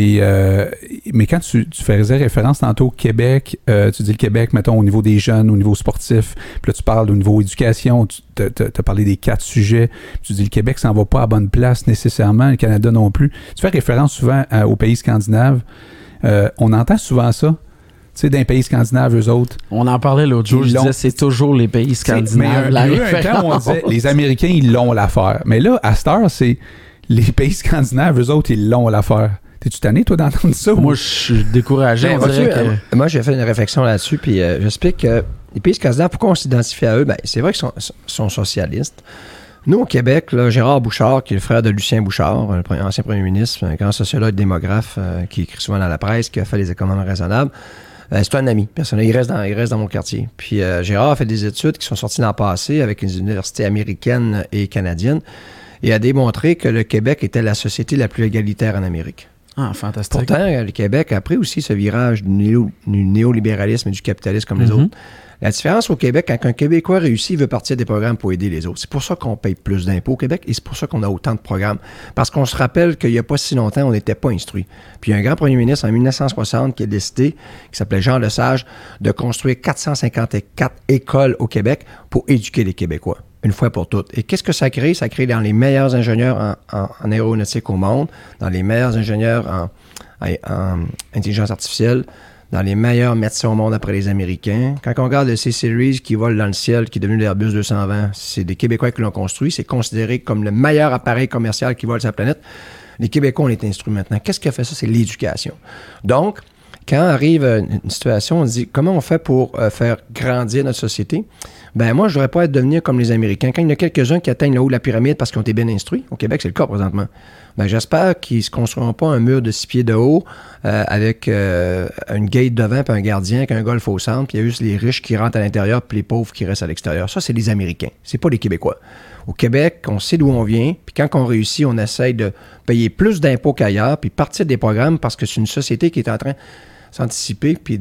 Mais quand tu faisais référence tantôt au Québec, tu dis le Québec, mettons, au niveau des jeunes, au niveau sportif, puis là, tu parles au niveau éducation, tu as parlé des 4 sujets, tu dis le Québec s'en va pas à la bonne place nécessairement, le Canada non plus. Tu fais référence souvent aux pays scandinaves. On entend souvent ça. Tu sais, d'un pays scandinave, eux autres. On en parlait l'autre jour, je disais c'est toujours les pays scandinaves. Mais il y a eu un temps où on disait les Américains, ils l'ont l'affaire. Mais là, à cette heure, c'est les pays scandinaves, eux autres, ils l'ont l'affaire. T'es-tu tanné, toi, d'entendre ça? Moi, je suis découragé. Moi, j'ai fait une réflexion là-dessus, puis j'explique que les pays scandinaves, pourquoi on s'identifie à eux? C'est vrai qu'ils sont socialistes. Nous, au Québec, là, Gérard Bouchard, qui est le frère de Lucien Bouchard, ancien premier ministre, un grand sociologue démographe qui écrit souvent dans la presse, qui a fait les économies raisonnables, c'est un ami, personnel. Il reste dans mon quartier. Puis Gérard a fait des études qui sont sorties l'an passé avec les universités américaines et canadiennes et a démontré que le Québec était la société la plus égalitaire en Amérique. Ah, fantastique. Pourtant, le Québec a pris aussi ce virage du néolibéralisme et du capitalisme comme les autres. La différence au Québec, quand un Québécois réussit, il veut partir des programmes pour aider les autres. C'est pour ça qu'on paye plus d'impôts au Québec et c'est pour ça qu'on a autant de programmes. Parce qu'on se rappelle qu'il n'y a pas si longtemps, on n'était pas instruits. Puis il y a un grand premier ministre en 1960 qui a décidé, qui s'appelait Jean Lesage, de construire 454 écoles au Québec pour éduquer les Québécois, une fois pour toutes. Et qu'est-ce que ça crée? Ça crée dans les meilleurs ingénieurs en aéronautique au monde, dans les meilleurs ingénieurs en intelligence artificielle, dans les meilleurs médecins au monde après les Américains. Quand on regarde le C-Series qui vole dans le ciel, qui est devenu l'Airbus 220, c'est des Québécois qui l'ont construit. C'est considéré comme le meilleur appareil commercial qui vole sur la planète. Les Québécois, on est instruits maintenant. Qu'est-ce qui a fait ça? C'est l'éducation. Donc, quand arrive une situation, on se dit, comment on fait pour faire grandir notre société? Moi, je ne voudrais pas devenir comme les Américains. Quand il y en a quelques-uns qui atteignent le haut de la pyramide parce qu'ils ont été bien instruits, au Québec, c'est le cas présentement. J'espère qu'ils ne se construiront pas un mur de 6 pieds de haut avec une gate devant puis un gardien avec un golf au centre, puis il y a juste les riches qui rentrent à l'intérieur puis les pauvres qui restent à l'extérieur. Ça, c'est les Américains. C'est pas les Québécois. Au Québec, on sait d'où on vient, puis quand on réussit, on essaye de payer plus d'impôts qu'ailleurs, puis partir des programmes parce que c'est une société qui est en train de s'anticiper puis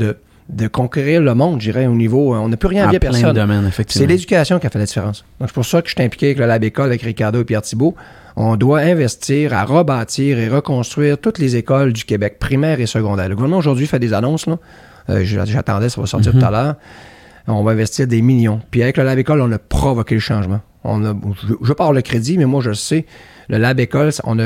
de conquérir le monde, je dirais, au niveau... On n'a plus rien à dire à personne. Domaines, c'est l'éducation qui a fait la différence. Donc, c'est pour ça que je suis impliqué avec le Lab École, avec Ricardo et Pierre Thibault. On doit investir à rebâtir et reconstruire toutes les écoles du Québec, primaires et secondaires. Le gouvernement, aujourd'hui, fait des annonces. Là. J'attendais, ça va sortir tout à l'heure. On va investir des millions. Puis avec le Lab École, on a provoqué le changement. Je parle le crédit, mais moi, je le sais. Le Lab École, on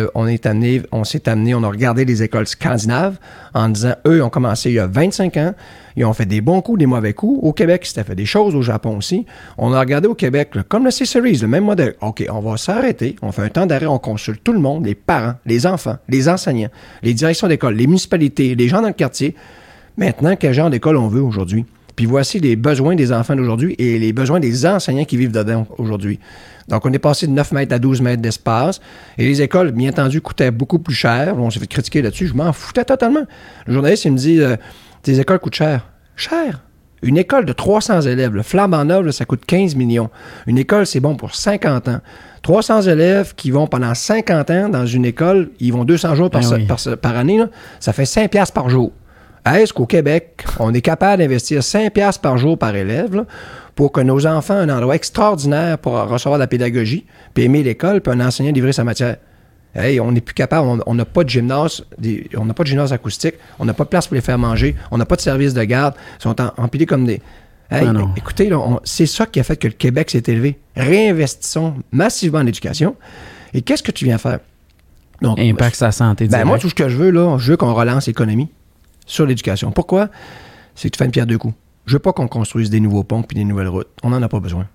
s'est amené, on a regardé les écoles scandinaves en disant, eux, ils ont commencé il y a 25 ans, ils ont fait des bons coups, des mauvais coups. Au Québec, c'était fait des choses, au Japon aussi. On a regardé au Québec, là, comme le C-Series, le même modèle. OK, on va s'arrêter, on fait un temps d'arrêt, on consulte tout le monde, les parents, les enfants, les enseignants, les directions d'école, les municipalités, les gens dans le quartier. Maintenant, quel genre d'école on veut aujourd'hui? Puis voici les besoins des enfants d'aujourd'hui et les besoins des enseignants qui vivent dedans aujourd'hui. Donc, on est passé de 9 mètres à 12 mètres d'espace. Et les écoles, bien entendu, coûtaient beaucoup plus cher. On s'est fait critiquer là-dessus. Je m'en foutais totalement. Le journaliste, il me dit, tes écoles coûtent cher. Cher! Une école de 300 élèves, le flambant neuf, là, ça coûte 15 millions. Une école, c'est bon pour 50 ans. 300 élèves qui vont pendant 50 ans dans une école, ils vont 200 jours par année, là, ça fait 5 piastres par jour. Est-ce qu'au Québec, on est capable d'investir 5 piastres par jour par élève là, pour que nos enfants aient un endroit extraordinaire pour recevoir de la pédagogie, puis aimer l'école, puis un enseignant livrer sa matière? Hey, on n'est plus capable, on n'a pas de gymnase, on n'a pas de gymnase acoustique, on n'a pas de place pour les faire manger, on n'a pas de service de garde, ils sont empilés comme des... Hey, écoutez, là, c'est ça qui a fait que le Québec s'est élevé. Réinvestissons massivement en éducation. Et qu'est-ce que tu viens faire? Donc, Impact sa santé direct. moi, tout ce que je veux, là, je veux qu'on relance l'économie sur l'éducation. Pourquoi? C'est que tu fais une pierre deux coups. Je veux pas qu'on construise des nouveaux ponts puis des nouvelles routes. On n'en a pas besoin.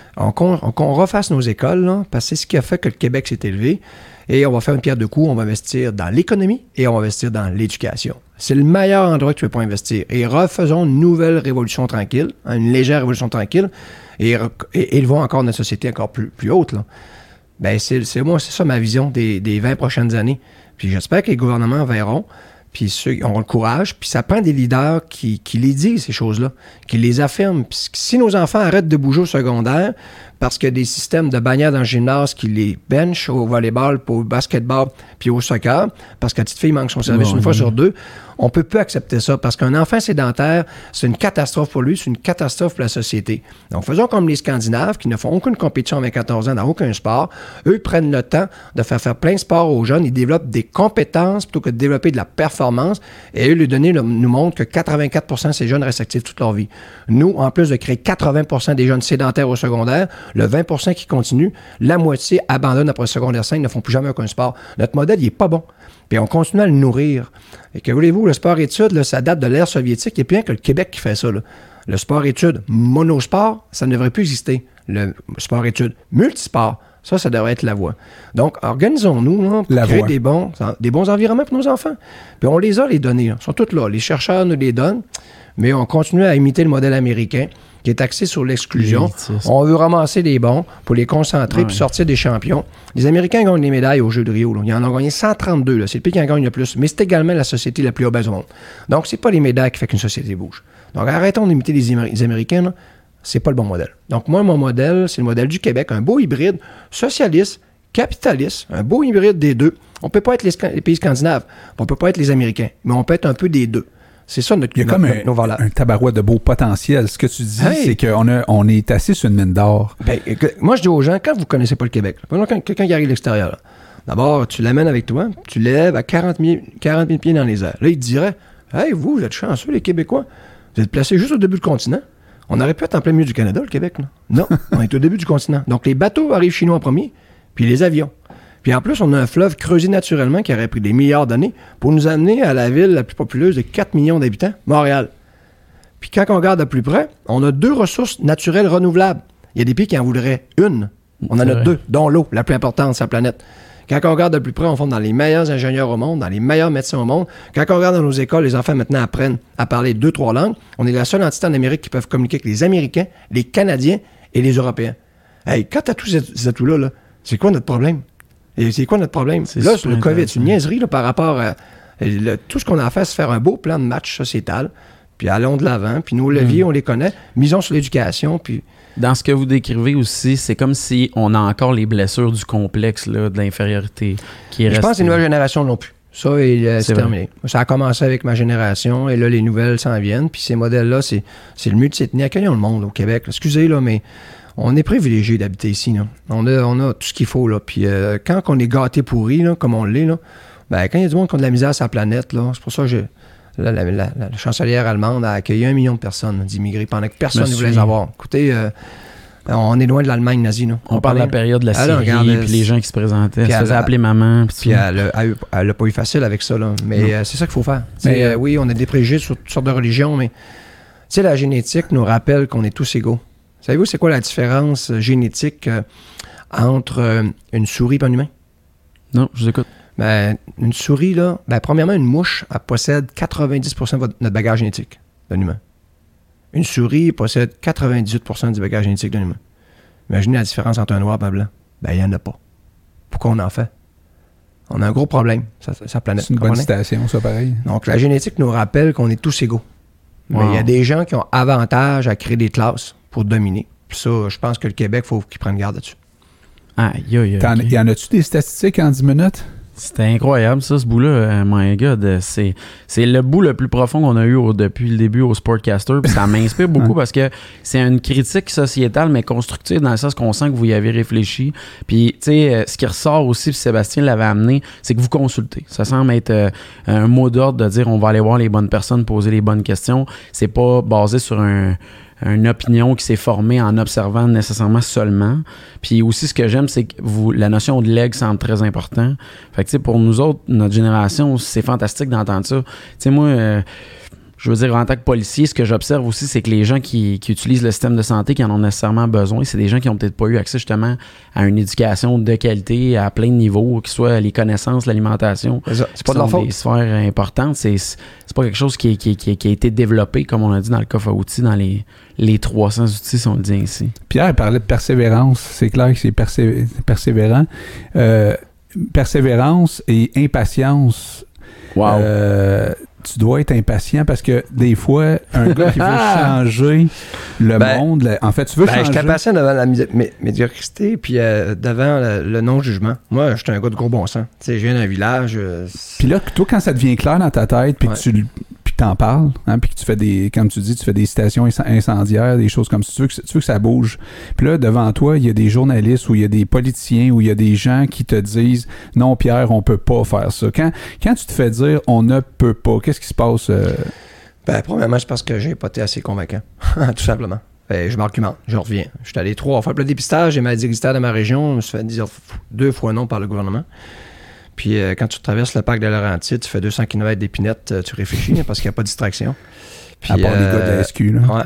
Qu'on refasse nos écoles, là, parce que c'est ce qui a fait que le Québec s'est élevé. Et on va faire une pierre deux coups. On va investir dans l'économie et on va investir dans l'éducation. C'est le meilleur endroit que tu peux pas investir. Et refaisons une nouvelle révolution tranquille, une légère révolution tranquille, et élevons encore notre société encore plus haute, là. Ben, c'est ça ma vision des 20 prochaines années. Puis j'espère que les gouvernements verront, puis ceux qui auront le courage, puis ça prend des leaders qui les disent, ces choses-là, qui les affirment. Puis si nos enfants arrêtent de bouger au secondaire parce qu'il y a des systèmes de bannières dans le gymnase qui les benchent au volleyball, au basketball, puis au soccer, parce que la petite fille manque son service une fois sur deux, on peut plus accepter ça, parce qu'un enfant sédentaire, c'est une catastrophe pour lui, c'est une catastrophe pour la société. Donc, faisons comme les Scandinaves, qui ne font aucune compétition avec 14 ans dans aucun sport. Eux prennent le temps de faire plein de sports aux jeunes, ils développent des compétences plutôt que de développer de la performance, et eux, les données nous montrent que 84% de ces jeunes restent actifs toute leur vie. Nous, en plus de créer 80% des jeunes sédentaires au secondaire, le 20% qui continuent, la moitié abandonnent après le secondaire 5, ne font plus jamais aucun sport. Notre modèle, il n'est pas bon. Puis on continue à le nourrir. Et que voulez-vous, le sport-études, là, ça date de l'ère soviétique. Il n'y a plus rien que le Québec qui fait ça, là. Le sport-études monosport, ça ne devrait plus exister. Le sport-études multisport, ça devrait être la voie. Donc, organisons-nous là, pour créer des bons environnements pour nos enfants. Puis on les a, les données. Là. Ils sont toutes là. Les chercheurs nous les donnent, mais on continue à imiter le modèle américain qui est axé sur l'exclusion. On veut ramasser des bons pour les concentrer puis sortir des champions. Les Américains gagnent des médailles aux Jeux de Rio. Là. Ils en ont gagné 132. Là. C'est le pays qui en gagne le plus. Mais c'est également la société la plus obèse au monde. Donc, c'est pas les médailles qui fait qu'une société bouge. Donc, arrêtons d'imiter les Américains. Là. C'est pas le bon modèle. Donc, moi, mon modèle, c'est le modèle du Québec. Un beau hybride socialiste, capitaliste, un beau hybride des deux. On peut pas être les pays scandinaves. On peut pas être les Américains. Mais on peut être un peu des deux. C'est ça notre Il y a comme un tabarouet de beau potentiel. Ce que tu dis, c'est qu'on est assis sur une mine d'or. Ben, moi, je dis aux gens, quand vous ne connaissez pas le Québec, quelqu'un qui arrive de l'extérieur, là, d'abord, tu l'amènes avec toi, tu l'élèves à 40 000 pieds dans les airs. Là, il te dirait, « Hey, vous êtes chanceux, les Québécois. Vous êtes placés juste au début du continent. On aurait pu être en plein milieu du Canada, le Québec. Là. Non, on est au début du continent. Donc, les bateaux arrivent chez nous en premier, puis les avions. Puis en plus, on a un fleuve creusé naturellement qui aurait pris des milliards d'années pour nous amener à la ville la plus populeuse de 4 millions d'habitants, Montréal. Puis quand on regarde de plus près, on a 2 ressources naturelles renouvelables. Il y a des pays qui en voudraient une. On en a 2, dont l'eau, la plus importante sur la planète. Quand on regarde de plus près, on forme dans les meilleurs ingénieurs au monde, dans les meilleurs médecins au monde. Quand on regarde dans nos écoles, les enfants maintenant apprennent à parler 2-3 langues. On est la seule entité en Amérique qui peuvent communiquer avec les Américains, les Canadiens et les Européens. Hey, quand tu as tous ces atouts-là, là, c'est quoi notre problème? Et c'est quoi notre problème? Là, le COVID, c'est une niaiserie là, par rapport à tout ce qu'on a à faire, c'est faire un beau plan de match sociétal, puis allons de l'avant, puis nos leviers, on les connaît, misons sur l'éducation, puis... Dans ce que vous décrivez aussi, c'est comme si on a encore les blessures du complexe là, de l'infériorité qui reste. Je pense que les nouvelles générations non plus. Ça, c'est terminé. Ça a commencé avec ma génération, et là, les nouvelles s'en viennent, puis ces modèles-là, c'est le multi-ethnie. Accueillons le monde au Québec. Excusez, là, mais... On est privilégié d'habiter ici. Là. On a tout ce qu'il faut. Là. Puis quand on est gâté pourri, là, comme on l'est, là, ben, quand il y a du monde qui a de la misère sur la planète, là, c'est pour ça que la chancelière allemande a accueilli 1 million de personnes d'immigrés pendant que personne ne voulait les avoir. Écoutez, on est loin de l'Allemagne nazie. Là. On parle de la période de la Syrie, puis les gens qui se présentaient, se faisaient appeler maman. Puis elle n'a pas eu facile avec ça. Là. Mais c'est ça qu'il faut faire. Mais, oui, on a des préjugés sur toutes sortes de religions, mais la génétique nous rappelle qu'on est tous égaux. Savez-vous, c'est quoi la différence génétique entre une souris et un humain? Non, je vous écoute. Ben, une souris, là, premièrement, une mouche, elle possède 90% de notre bagage génétique d'un humain. Une souris possède 98% du bagage génétique d'un humain. Imaginez la différence entre un noir et un blanc. Ben, il n'y en a pas. Pourquoi on en fait? On a un gros problème, sa planète. C'est une bonne citation, ça, pareil. Donc, la génétique nous rappelle qu'on est tous égaux. Wow. Mais il y a des gens qui ont avantage à créer des classes pour dominer. Puis ça, je pense que le Québec, il faut qu'il prenne garde là-dessus. Y en a-tu des statistiques en 10 minutes? C'était incroyable, ça, ce bout-là. My God, c'est le bout le plus profond qu'on a eu depuis le début au Sportcaster. Puis ça m'inspire beaucoup parce que c'est une critique sociétale, mais constructive, dans le sens qu'on sent que vous y avez réfléchi. Puis, tu sais, ce qui ressort aussi, puis Sébastien l'avait amené, c'est que vous consultez. Ça semble être un mot d'ordre de dire on va aller voir les bonnes personnes, poser les bonnes questions. C'est pas basé sur une opinion qui s'est formée en observant nécessairement seulement. Puis aussi, ce que j'aime, c'est que la notion de leg semble très important. Fait que, tu sais, pour nous autres, notre génération, c'est fantastique d'entendre ça. Tu sais, moi, je veux dire, en tant que policier, ce que j'observe aussi, c'est que les gens qui utilisent le système de santé, qui en ont nécessairement besoin, c'est des gens qui n'ont peut-être pas eu accès justement à une éducation de qualité à plein de niveaux, que ce soit les connaissances, l'alimentation. C'est pas de leur faute. Des sphères importantes. C'est pas quelque chose qui a été développé, comme on a dit dans le coffre à outils, dans les 300 outils, si on le dit ainsi. Pierre parlait de persévérance. C'est clair que c'est persévérant. Persévérance et impatience. Wow. Tu dois être impatient parce que des fois, un gars qui veut changer le monde, en fait, tu veux changer... J'étais impatient devant la médiocrité puis devant le non-jugement. Moi, j'étais un gars de gros bon sens. Tu sais, je viens d'un village... Puis là, toi, quand ça devient clair dans ta tête, puis que tu t'en parles, hein, puis que tu fais comme tu dis, tu fais des citations incendiaires, des choses comme ça, tu veux que ça bouge. Puis là, devant toi, il y a des journalistes ou il y a des politiciens ou il y a des gens qui te disent « Non, Pierre, on peut pas faire ça ». Quand tu te fais dire « On ne peut pas », qu'est-ce qui se passe? Premièrement, c'est parce que j'ai pas été assez convaincant, tout simplement. Je m'argumente, je reviens. Je suis allé 3 fois. Le dépistage, j'ai maladie héréditaire de ma région, je me suis fait dire 2 fois non par le gouvernement. Puis quand tu traverses le parc de Laurentides, tu fais 200 km d'épinette, tu réfléchis parce qu'il n'y a pas de distraction. Puis, à part les gars de la SQ, là.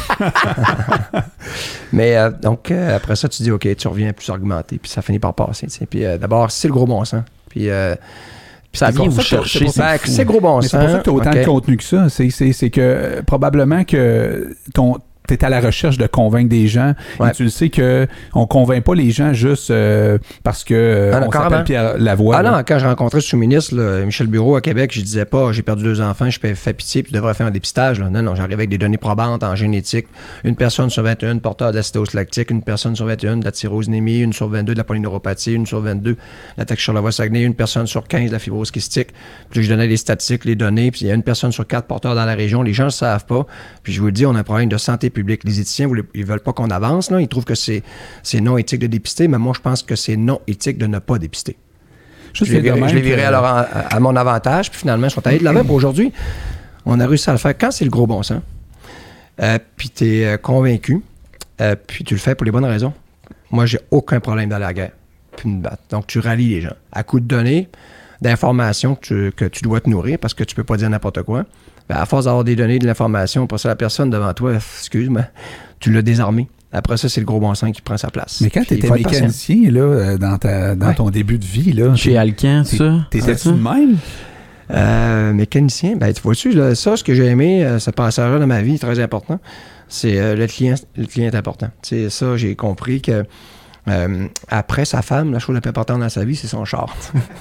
Ouais. Mais donc, après ça, tu dis, OK, tu reviens plus argumenté, puis ça finit par passer. T'sais. Puis d'abord, c'est le gros bon sens. Puis ça vient vous chercher. C'est gros bon sens. C'est pour ça que tu as autant de contenu que ça. C'est que probablement que tu es à la recherche de convaincre des gens. Ouais. Et tu le sais qu'on ne convainc pas les gens juste parce que on s'appelle Pierre Lavoie. Ah non, quand je rencontrais le sous-ministre Michel Bureau à Québec, je disais pas j'ai perdu 2 enfants, je fais pitié puis je devrais faire un dépistage. Là. Non, j'arrive avec des données probantes en génétique. Une personne sur 21 porteur d'acétose lactique, une personne sur 21 de la tyrosinémie, une sur 22 de la polyneuropathie, une sur 22 de la Charlevoix-Saguenay, une personne sur 15 de la fibrose kystique. Puis je donnais les statistiques, les données, puis il y a une personne sur 4 porteurs dans la région. Les gens ne le savent pas. Puis je vous le dis, on a un problème de santé publique. Les éthiciens, ils veulent pas qu'on avance. Là. Ils trouvent que c'est non éthique de dépister, mais moi, je pense que c'est non éthique de ne pas dépister. Je les virais à mon avantage, puis finalement, ils sont allés de l'avant. Aujourd'hui, on a réussi à le faire quand c'est le gros bon sens. Puis tu es convaincu, puis tu le fais pour les bonnes raisons. Moi, j'ai aucun problème d'aller à la guerre, puis me battre. Donc, tu rallies les gens. À coup de données, d'informations que tu dois te nourrir, parce que tu peux pas dire n'importe quoi. À force d'avoir des données, de l'information, après ça, la personne devant toi, excuse-moi, tu l'as désarmé. Après ça, c'est le gros bon sens qui prend sa place. Mais quand tu étais mécanicien, là, dans ton début de vie, là, chez Alcan, ça? T'étais-tu de même? Mécanicien, ben tu vois-tu, là, ça, ce que j'ai aimé, ce passage-là dans ma vie, très important, c'est le client est important. C'est ça, j'ai compris que après sa femme, la chose la plus importante dans sa vie, c'est son char.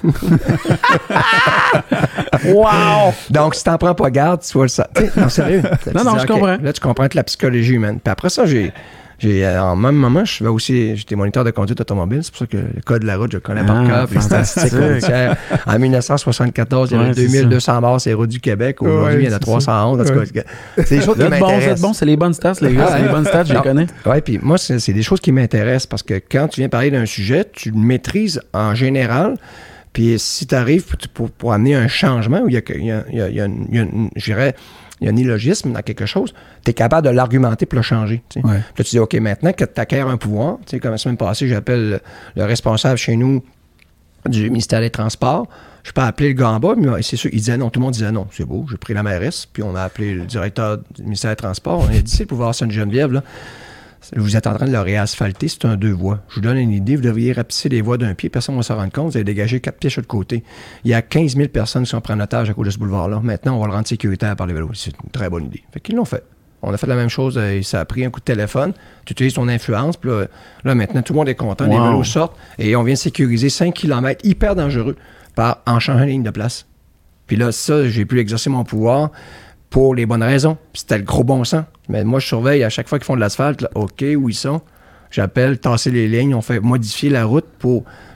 Wow! Donc, si t'en prends pas garde, tu vois le ça. Non, sérieux. Non, je comprends. Là, tu comprends la psychologie humaine. Puis après ça, en même moment, j'étais moniteur de conduite automobile. C'est pour ça que le code de la route, je le connais par cœur. Puis les statistiques routières. En 1974, il y avait 2200 morts sur les routes du Québec. Aujourd'hui, il y en a 311. En tout cas, c'est des choses qui m'intéressent. C'est les bonnes stats, les gars. C'est les bonnes stats, je les connais. Oui, puis moi, c'est des choses qui m'intéressent parce que quand tu viens parler d'un sujet, tu le maîtrises en général. Puis si tu arrives pour amener un changement où il y a un illogisme dans quelque chose, tu es capable de l'argumenter pour le changer. Ouais. Puis là, tu dis, OK, maintenant que tu acquiers un pouvoir, comme la semaine passée, j'appelle le responsable chez nous du ministère des Transports, je peux appeler le gars en bas, mais c'est sûr, il disait non, tout le monde disait non, c'est beau, j'ai pris la mairesse, puis on a appelé le directeur du ministère des Transports, on a dit, c'est le pouvoir Sainte-Geneviève, là. Vous êtes en train de le réasphalter, c'est un 2 voies. Je vous donne une idée, vous devriez rapetisser les voies d'un pied, personne ne va s'en rendre compte, vous allez dégager 4 pieds sur le côté. Il y a 15 000 personnes qui sont prises en otage à cause de ce boulevard-là. Maintenant, on va le rendre sécuritaire par les vélos. C'est une très bonne idée. Fait qu'ils l'ont fait. On a fait la même chose, ça a pris un coup de téléphone, tu utilises ton influence, puis là maintenant, tout le monde est content, les vélos sortent, et on vient de sécuriser 5 km hyper dangereux en changeant la ligne de place. Puis là, ça, j'ai pu exercer mon pouvoir pour les bonnes raisons. Puis c'était le gros bon sens. Mais moi, je surveille à chaque fois qu'ils font de l'asphalte, là, OK, où ils sont. J'appelle, tasser les lignes, on fait modifier la route pour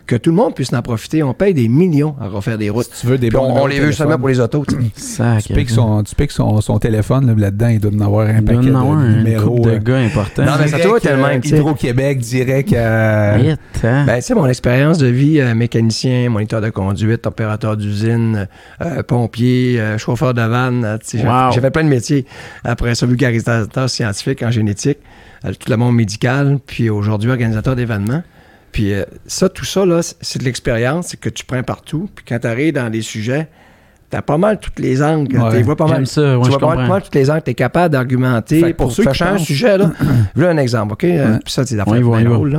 que tout le monde puisse en profiter. On paye des millions à refaire des routes. Si tu veux des Puis bons on les veut seulement pour les autos. Tu piques son téléphone là-dedans, il doit en avoir un paquet de numéros. De gars importants. Non, mais ça doit être le même. Hydro-Québec, direct à... Ben, tu sais, mon expérience de vie, mécanicien, moniteur de conduite, opérateur d'usine, pompier, chauffeur de van, j'ai fait plein de métiers. Après ça, vulgarisateur scientifique en génétique, tout le monde médical, puis aujourd'hui, organisateur d'événements. Puis tout ça, là, c'est de l'expérience, c'est que tu prends partout. Puis quand tu arrives dans des sujets, tu as pas mal tous les angles. Ouais, tu vois pas mal, ça, tu vois pas mal tous les angles. Tu es capable d'argumenter pour changer un sujet. Là. Voilà un exemple, OK? Puis ça, c'est des affaires bien drôles.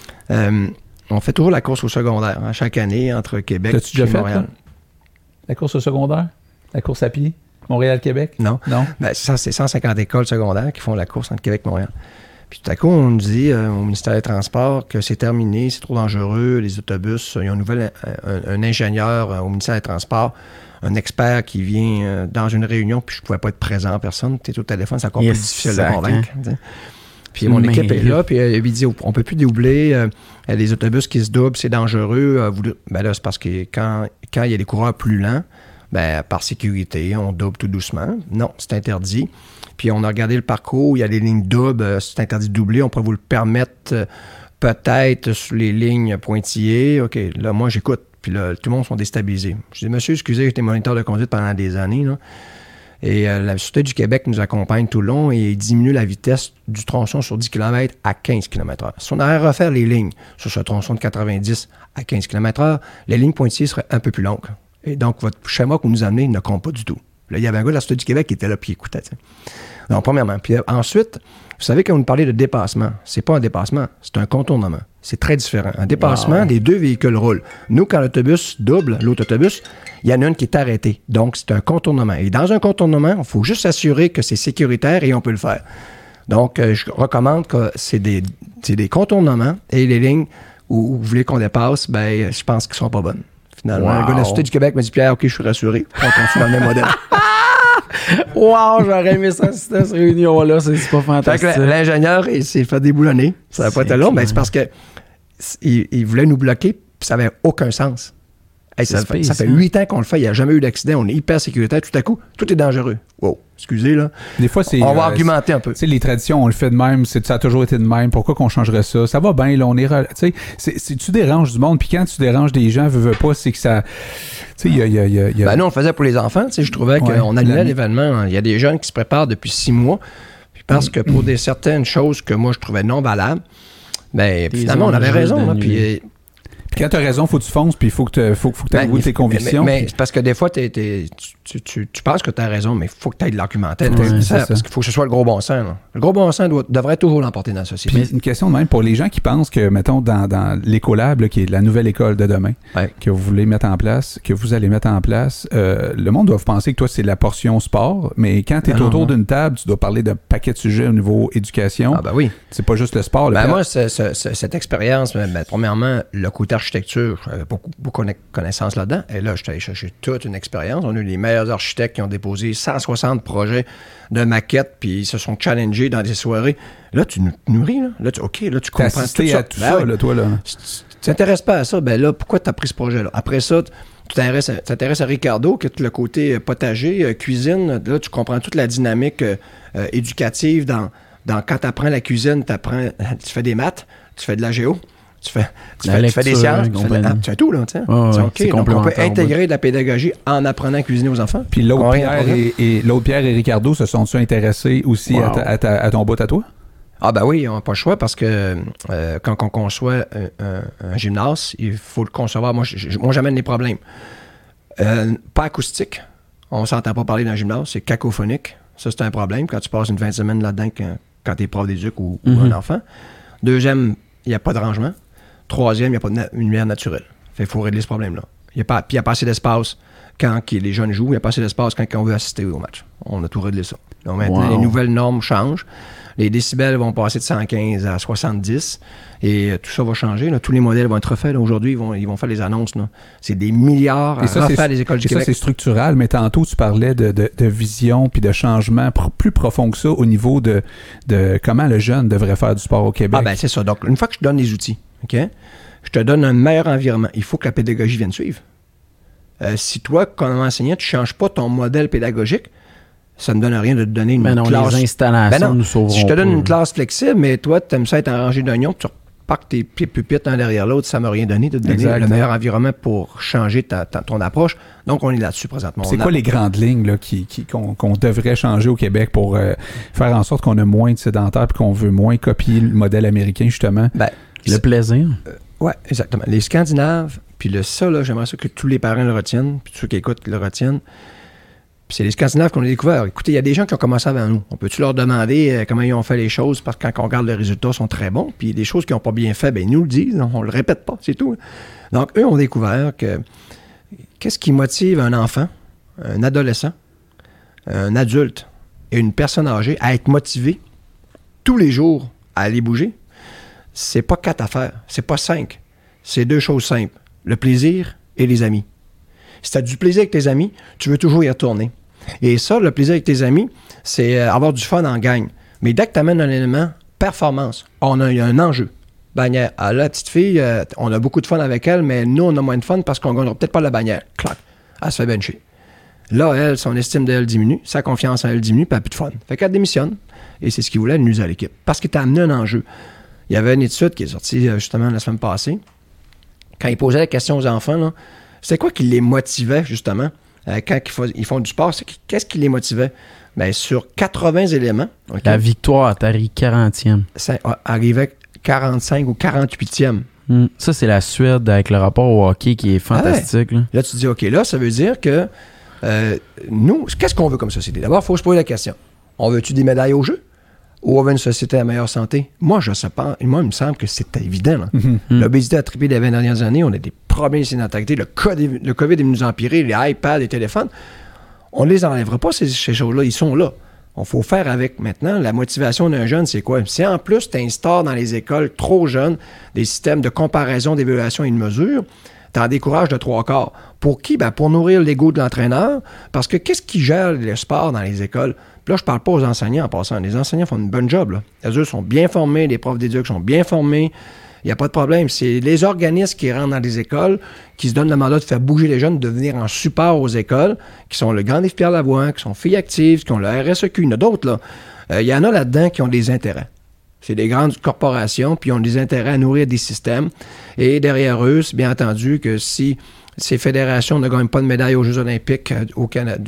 On fait toujours la course au secondaire, chaque année, entre Québec et Montréal. La course au secondaire? La course à pied? Montréal-Québec? Non. Ben, ça, c'est 150 écoles secondaires qui font la course entre Québec et Montréal. Puis tout à coup, on nous dit au ministère des Transports que c'est terminé, c'est trop dangereux, les autobus. Il y a un ingénieur au ministère des Transports, un expert qui vient dans une réunion, puis je ne pouvais pas être présent en personne. Tu es au téléphone, c'est encore plus difficile de convaincre. Puis mon équipe est là, puis il dit on ne peut plus doubler les autobus qui se doublent, c'est dangereux. Ben là, c'est parce que quand il y a des coureurs plus lents, ben, par sécurité, on double tout doucement. Non, c'est interdit. Puis on a regardé le parcours, il y a des lignes doubles, c'est interdit de doubler, on pourrait vous le permettre peut-être sur les lignes pointillées. OK, là, moi, j'écoute. Puis là, tout le monde sont déstabilisés. Je dis, monsieur, excusez, j'étais moniteur de conduite pendant des années, là. Et la Sûreté du Québec nous accompagne tout le long et il diminue la vitesse du tronçon sur 10 km à 15 km/h. Si on allait refaire les lignes sur ce tronçon de 90 à 15 km/h, les lignes pointillées seraient un peu plus longues. Et donc, votre schéma que vous nous amenez ne compte pas du tout. Là, il y avait un gars de la Sûreté du Québec qui était là puis il écoutait. T'sais. Donc, premièrement. Puis ensuite, vous savez, quand vous nous parlez de dépassement, c'est pas un dépassement, c'est un contournement. C'est très différent. Un dépassement, les deux véhicules roulent. Nous, quand l'autobus double, l'autre autobus, il y en a une qui est arrêtée. Donc, c'est un contournement. Et dans un contournement, il faut juste s'assurer que c'est sécuritaire et on peut le faire. Donc, je recommande que c'est des contournements et les lignes où vous voulez qu'on dépasse, ben, je pense qu'ils sont pas bonnes. Finalement, le gars de la Sûreté du Québec m'a dit « Pierre, OK, je suis rassuré. On continue dans le même modèle. » Wow, j'aurais aimé ça assister à cette réunion-là. C'est pas fantastique. Fait que l'ingénieur, il s'est fait déboulonner. Ça n'a pas été long, mais c'est parce que il voulait nous bloquer, puis ça n'avait aucun sens. Hey, ça fait 8 ans qu'on le fait, il n'y a jamais eu d'accident, on est hyper sécuritaire. Tout à coup, tout est dangereux. Wow, excusez, là. Des fois, c'est... On va argumenter un peu. Tu sais, les traditions, on le fait de même, ça a toujours été de même. Pourquoi qu'on changerait ça? Ça va bien, là, on est... Tu sais, tu déranges du monde, puis quand tu déranges des gens, veux pas, c'est que ça... Tu sais, il y a... Ben nous, on le faisait pour les enfants, tu sais, je trouvais qu'on annulait l'événement. Il y a des jeunes qui se préparent depuis 6 mois, puis parce que pour certaines choses que moi, je trouvais non valables, ben finalement, on avait raison, là, puis... Puis quand tu as raison, il faut que tu fonces, puis il faut que tu avoues tes convictions. Mais c'est parce que des fois, tu penses que tu as raison, mais il faut que tu aies de l'argumentaire. Parce qu'il faut que ce soit le gros bon sens. Là. Le gros bon sens devrait toujours l'emporter dans la société. Puis une question de même pour les gens qui pensent que, mettons, dans l'Écolab, là, qui est la nouvelle école de demain, que vous voulez mettre en place, que vous allez mettre en place, le monde doit penser que toi, c'est la portion sport, mais quand tu es autour d'une table, tu dois parler d'un paquet de sujets au niveau éducation. Ah ben oui. C'est pas juste le sport. Moi, cette expérience, premièrement, le côté architecture, j'avais beaucoup de connaissances là-dedans. Et là, je suis allé chercher toute une expérience. On a eu les meilleurs architectes qui ont déposé 160 projets de maquettes, puis ils se sont challengés dans des soirées. Là, tu nourris, là. Là, tu comprends tout ça. À tout ça, là, toi, là. Tu t'intéresses pas à ça, ben là, pourquoi tu as pris ce projet-là? Après ça, tu t'intéresses à Ricardo, qui a tout le côté potager, cuisine. Là, tu comprends toute la dynamique éducative quand tu apprends la cuisine, tu fais des maths, tu fais de la géo. Tu fais des sciences, tu fais tout, là, tu sais. Okay, donc on peut intégrer de la pédagogie en apprenant à cuisiner aux enfants. Puis l'autre Pierre et Ricardo se sont-ils intéressés aussi à ton bout à toi? Ah ben oui, on n'a pas le choix parce que quand on conçoit un gymnase, il faut le concevoir. Moi, j'amène des problèmes. Pas acoustique. On ne s'entend pas parler dans un gymnase, c'est cacophonique. Ça, c'est un problème quand tu passes une fin de semaine là-dedans quand tu es prof d'éduc ou un enfant. Deuxième, il n'y a pas de rangement. Troisième, il n'y a pas de lumière naturelle. Il faut régler ce problème-là. Puis il n'y a pas assez d'espace quand les jeunes jouent. Il n'y a pas assez d'espace quand on veut assister au match. On a tout réglé ça. Donc maintenant, les nouvelles normes changent. Les décibels vont passer de 115 à 70 et tout ça va changer. Là. Tous les modèles vont être refaits. Là. Aujourd'hui, ils vont faire les annonces. Là. C'est des milliards à refaire les écoles du Québec. Ça, c'est structural, mais tantôt, tu parlais de vision puis de changement plus profond que ça au niveau de comment le jeune devrait faire du sport au Québec. Ah ben c'est ça. Donc, une fois que je donne les outils, OK? Je te donne un meilleur environnement. Il faut que la pédagogie vienne suivre. Si toi, comme enseignant, tu ne changes pas ton modèle pédagogique, ça ne donne rien de te donner une classe. Les installations nous sauveront. Si je te donne une classe flexible, mais toi, tu aimes ça être en rangée d'oignons, puis tu reparques tes pupitres un derrière l'autre, ça ne m'a rien donné de te donner le meilleur environnement pour changer ton approche. Donc, on est là-dessus présentement. C'est quoi les grandes lignes là, qu'on devrait changer au Québec pour faire en sorte qu'on a moins de sédentaires et qu'on veut moins copier le modèle américain, justement? Le plaisir. Oui, exactement. Les Scandinaves, puis ça, là, j'aimerais ça que tous les parents le retiennent, puis ceux qui écoutent le retiennent. Puis c'est les Scandinaves qu'on a découvert. Écoutez, il y a des gens qui ont commencé avant nous. On peut-tu leur demander comment ils ont fait les choses? Parce que quand on regarde les résultats, ils sont très bons. Puis des choses qu'ils n'ont pas bien fait, bien, ils nous le disent. On ne le répète pas, c'est tout. Donc, eux ont découvert que qu'est-ce qui motive un enfant, un adolescent, un adulte et une personne âgée à être motivé tous les jours à aller bouger? C'est pas 4 affaires, c'est pas 5. C'est 2 choses simples. Le plaisir et les amis. Si tu as du plaisir avec tes amis, tu veux toujours y retourner. Et ça, le plaisir avec tes amis, c'est avoir du fun en gang. Mais dès que tu amènes un élément performance, il y a un enjeu. Bannière. Ah, la petite fille, on a beaucoup de fun avec elle, mais nous, on a moins de fun parce qu'on ne gagnera peut-être pas la bannière. Clac. Elle se fait bencher. Là, elle, son estime d'elle diminue, sa confiance en elle diminue, puis elle n'a plus de fun. Fait qu'elle démissionne. Et c'est ce qu'il voulait, elle nuise à l'équipe. Parce qu'il t'a amené un enjeu. Il y avait une étude qui est sortie justement la semaine passée. Quand ils posaient la question aux enfants, là, c'était quoi qui les motivait justement quand ils font du sport? Qu'est-ce qui les motivait? Bien, sur 80 éléments... Okay, la victoire, t'arrives 40e. Ça arrivait 45 ou 48e. Ça, c'est la Suède avec le rapport au hockey qui est fantastique. Ah ouais. Là, tu te dis, OK, là, ça veut dire que nous, qu'est-ce qu'on veut comme société? D'abord, il faut se poser la question. On veut-tu des médailles au jeu? Ou on veut une société à meilleure santé? Moi, je sais pas. Moi, il me semble que c'est évident. Là. L'obésité a triplé les 20 dernières années. On a des problèmes de sédentarité. Le COVID est venu nous empirer. Les iPads, les téléphones. On ne les enlèvera pas, ces choses-là. Ils sont là. Il faut faire avec maintenant. La motivation d'un jeune, c'est quoi? Si en plus, tu instaures dans les écoles trop jeunes des systèmes de comparaison, d'évaluation et de mesure, tu en décourages de 3/4. Pour qui? Ben, pour nourrir l'ego de l'entraîneur. Parce que qu'est-ce qui gère le sport dans les écoles? Puis là, je parle pas aux enseignants en passant. Les enseignants font une bonne job. Là. Les eux sont bien formés, les profs d'éduc sont bien formés. Il n'y a pas de problème. C'est les organismes qui rentrent dans les écoles, qui se donnent le mandat de faire bouger les jeunes, de venir en support aux écoles, qui sont le Grand Livre Pierre Lavoie, qui sont Filles Actives, qui ont le RSEQ. Il y en a d'autres, là. Il y en a là-dedans qui ont des intérêts. C'est des grandes corporations, puis ils ont des intérêts à nourrir des systèmes. Et derrière eux, c'est bien entendu que si ces fédérations ne gagnent pas de médaille aux Jeux olympiques au Canada,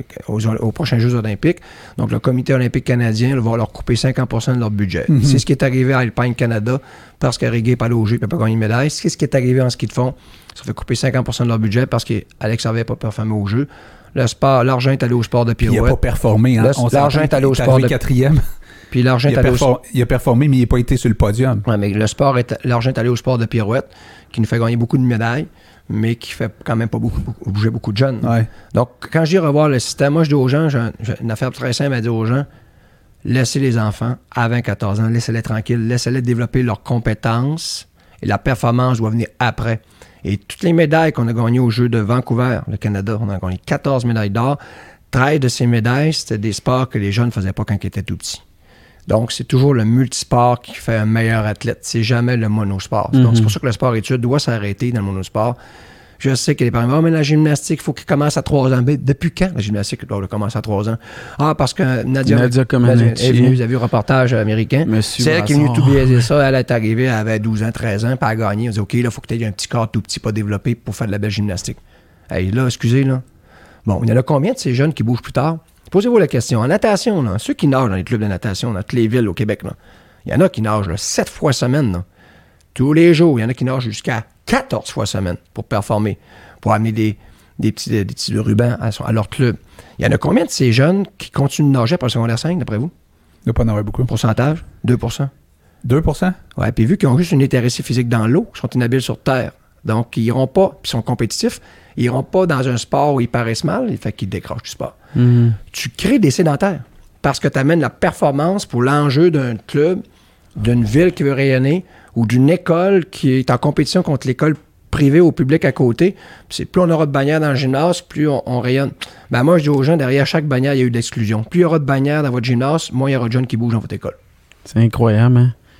aux prochains Jeux olympiques, donc le Comité olympique canadien va leur couper 50% de leur budget. C'est ce qui est arrivé à Alpine Canada, parce qu'Arrigué n'est pas allé aux Jeux et n'a pas gagné de médaille. C'est ce qui est arrivé en ski de fond. Ça fait couper 50% de leur budget parce qu'Alex Harvey n'a pas performé aux Jeux. Le sport, l'argent est allé au sport de pirouette. Il n'a pas performé. Hein? L'argent est allé au sport de quatrième. Puis l'argent est allé il a performé, mais il n'a pas été sur le podium. Oui, mais l'argent est allé au sport de pirouette, qui nous fait gagner beaucoup de médailles, mais qui fait quand même pas bouger beaucoup de jeunes. Ouais. Donc, quand je dis revoir le système, moi, je dis aux gens, j'ai une affaire très simple à dire aux gens, laissez les enfants à 20-14 ans, laissez-les tranquilles, laissez-les développer leurs compétences, et la performance doit venir après. Et toutes les médailles qu'on a gagnées aux Jeux de Vancouver, le Canada, on a gagné 14 médailles d'or. 13 de ces médailles, c'était des sports que les jeunes ne faisaient pas quand ils étaient tout petits. Donc, c'est toujours le multisport qui fait un meilleur athlète. C'est jamais le monosport. Donc, c'est pour ça que le sport-études doit s'arrêter dans le monosport. Je sais que les parents disent « mais la gymnastique, il faut qu'il commence à 3 ans. » Mais depuis quand la gymnastique doit commencer à 3 ans? Ah, parce que Nadia Comaneci est venue, vous avez vu le reportage américain. C'est elle qui est venue tout biaiser ça. Elle est arrivée, elle avait 12 ans, 13 ans, puis elle a gagné. On dit « OK, là, il faut que tu aies un petit corps tout petit, pas développé pour faire de la belle gymnastique. » Hey, là, excusez, là. Bon, il y en a combien de ces jeunes qui bougent plus tard? Posez-vous la question. En natation, là, ceux qui nagent dans les clubs de natation, dans toutes les villes au Québec, là, il y en a qui nagent là, 7 fois semaine. Là, tous les jours. Il y en a qui nagent jusqu'à 14 fois semaine pour performer, pour amener des petits rubans à leur club. Il y en a combien de ces jeunes qui continuent de nager après le secondaire 5, d'après vous? Il ne doit pas en avoir beaucoup. Pourcentage? 2%. 2%? Oui, puis vu qu'ils ont juste une littératie physique dans l'eau, ils sont inhabiles sur terre. Donc, ils n'iront pas, puis ils sont compétitifs, ils n'iront pas dans un sport où ils paraissent mal, fait qu'ils décrochent du sport. Tu crées des sédentaires parce que tu amènes la performance pour l'enjeu d'un club, d'une ville qui veut rayonner ou d'une école qui est en compétition contre l'école privée ou publique à côté. Puis plus on aura de bannières dans le gymnase, plus on rayonne. Ben moi, je dis aux gens, derrière chaque bannière, il y a eu de l'exclusion. Plus il y aura de bannières dans votre gymnase, moins il y aura de jeunes qui bougent dans votre école. C'est incroyable, hein?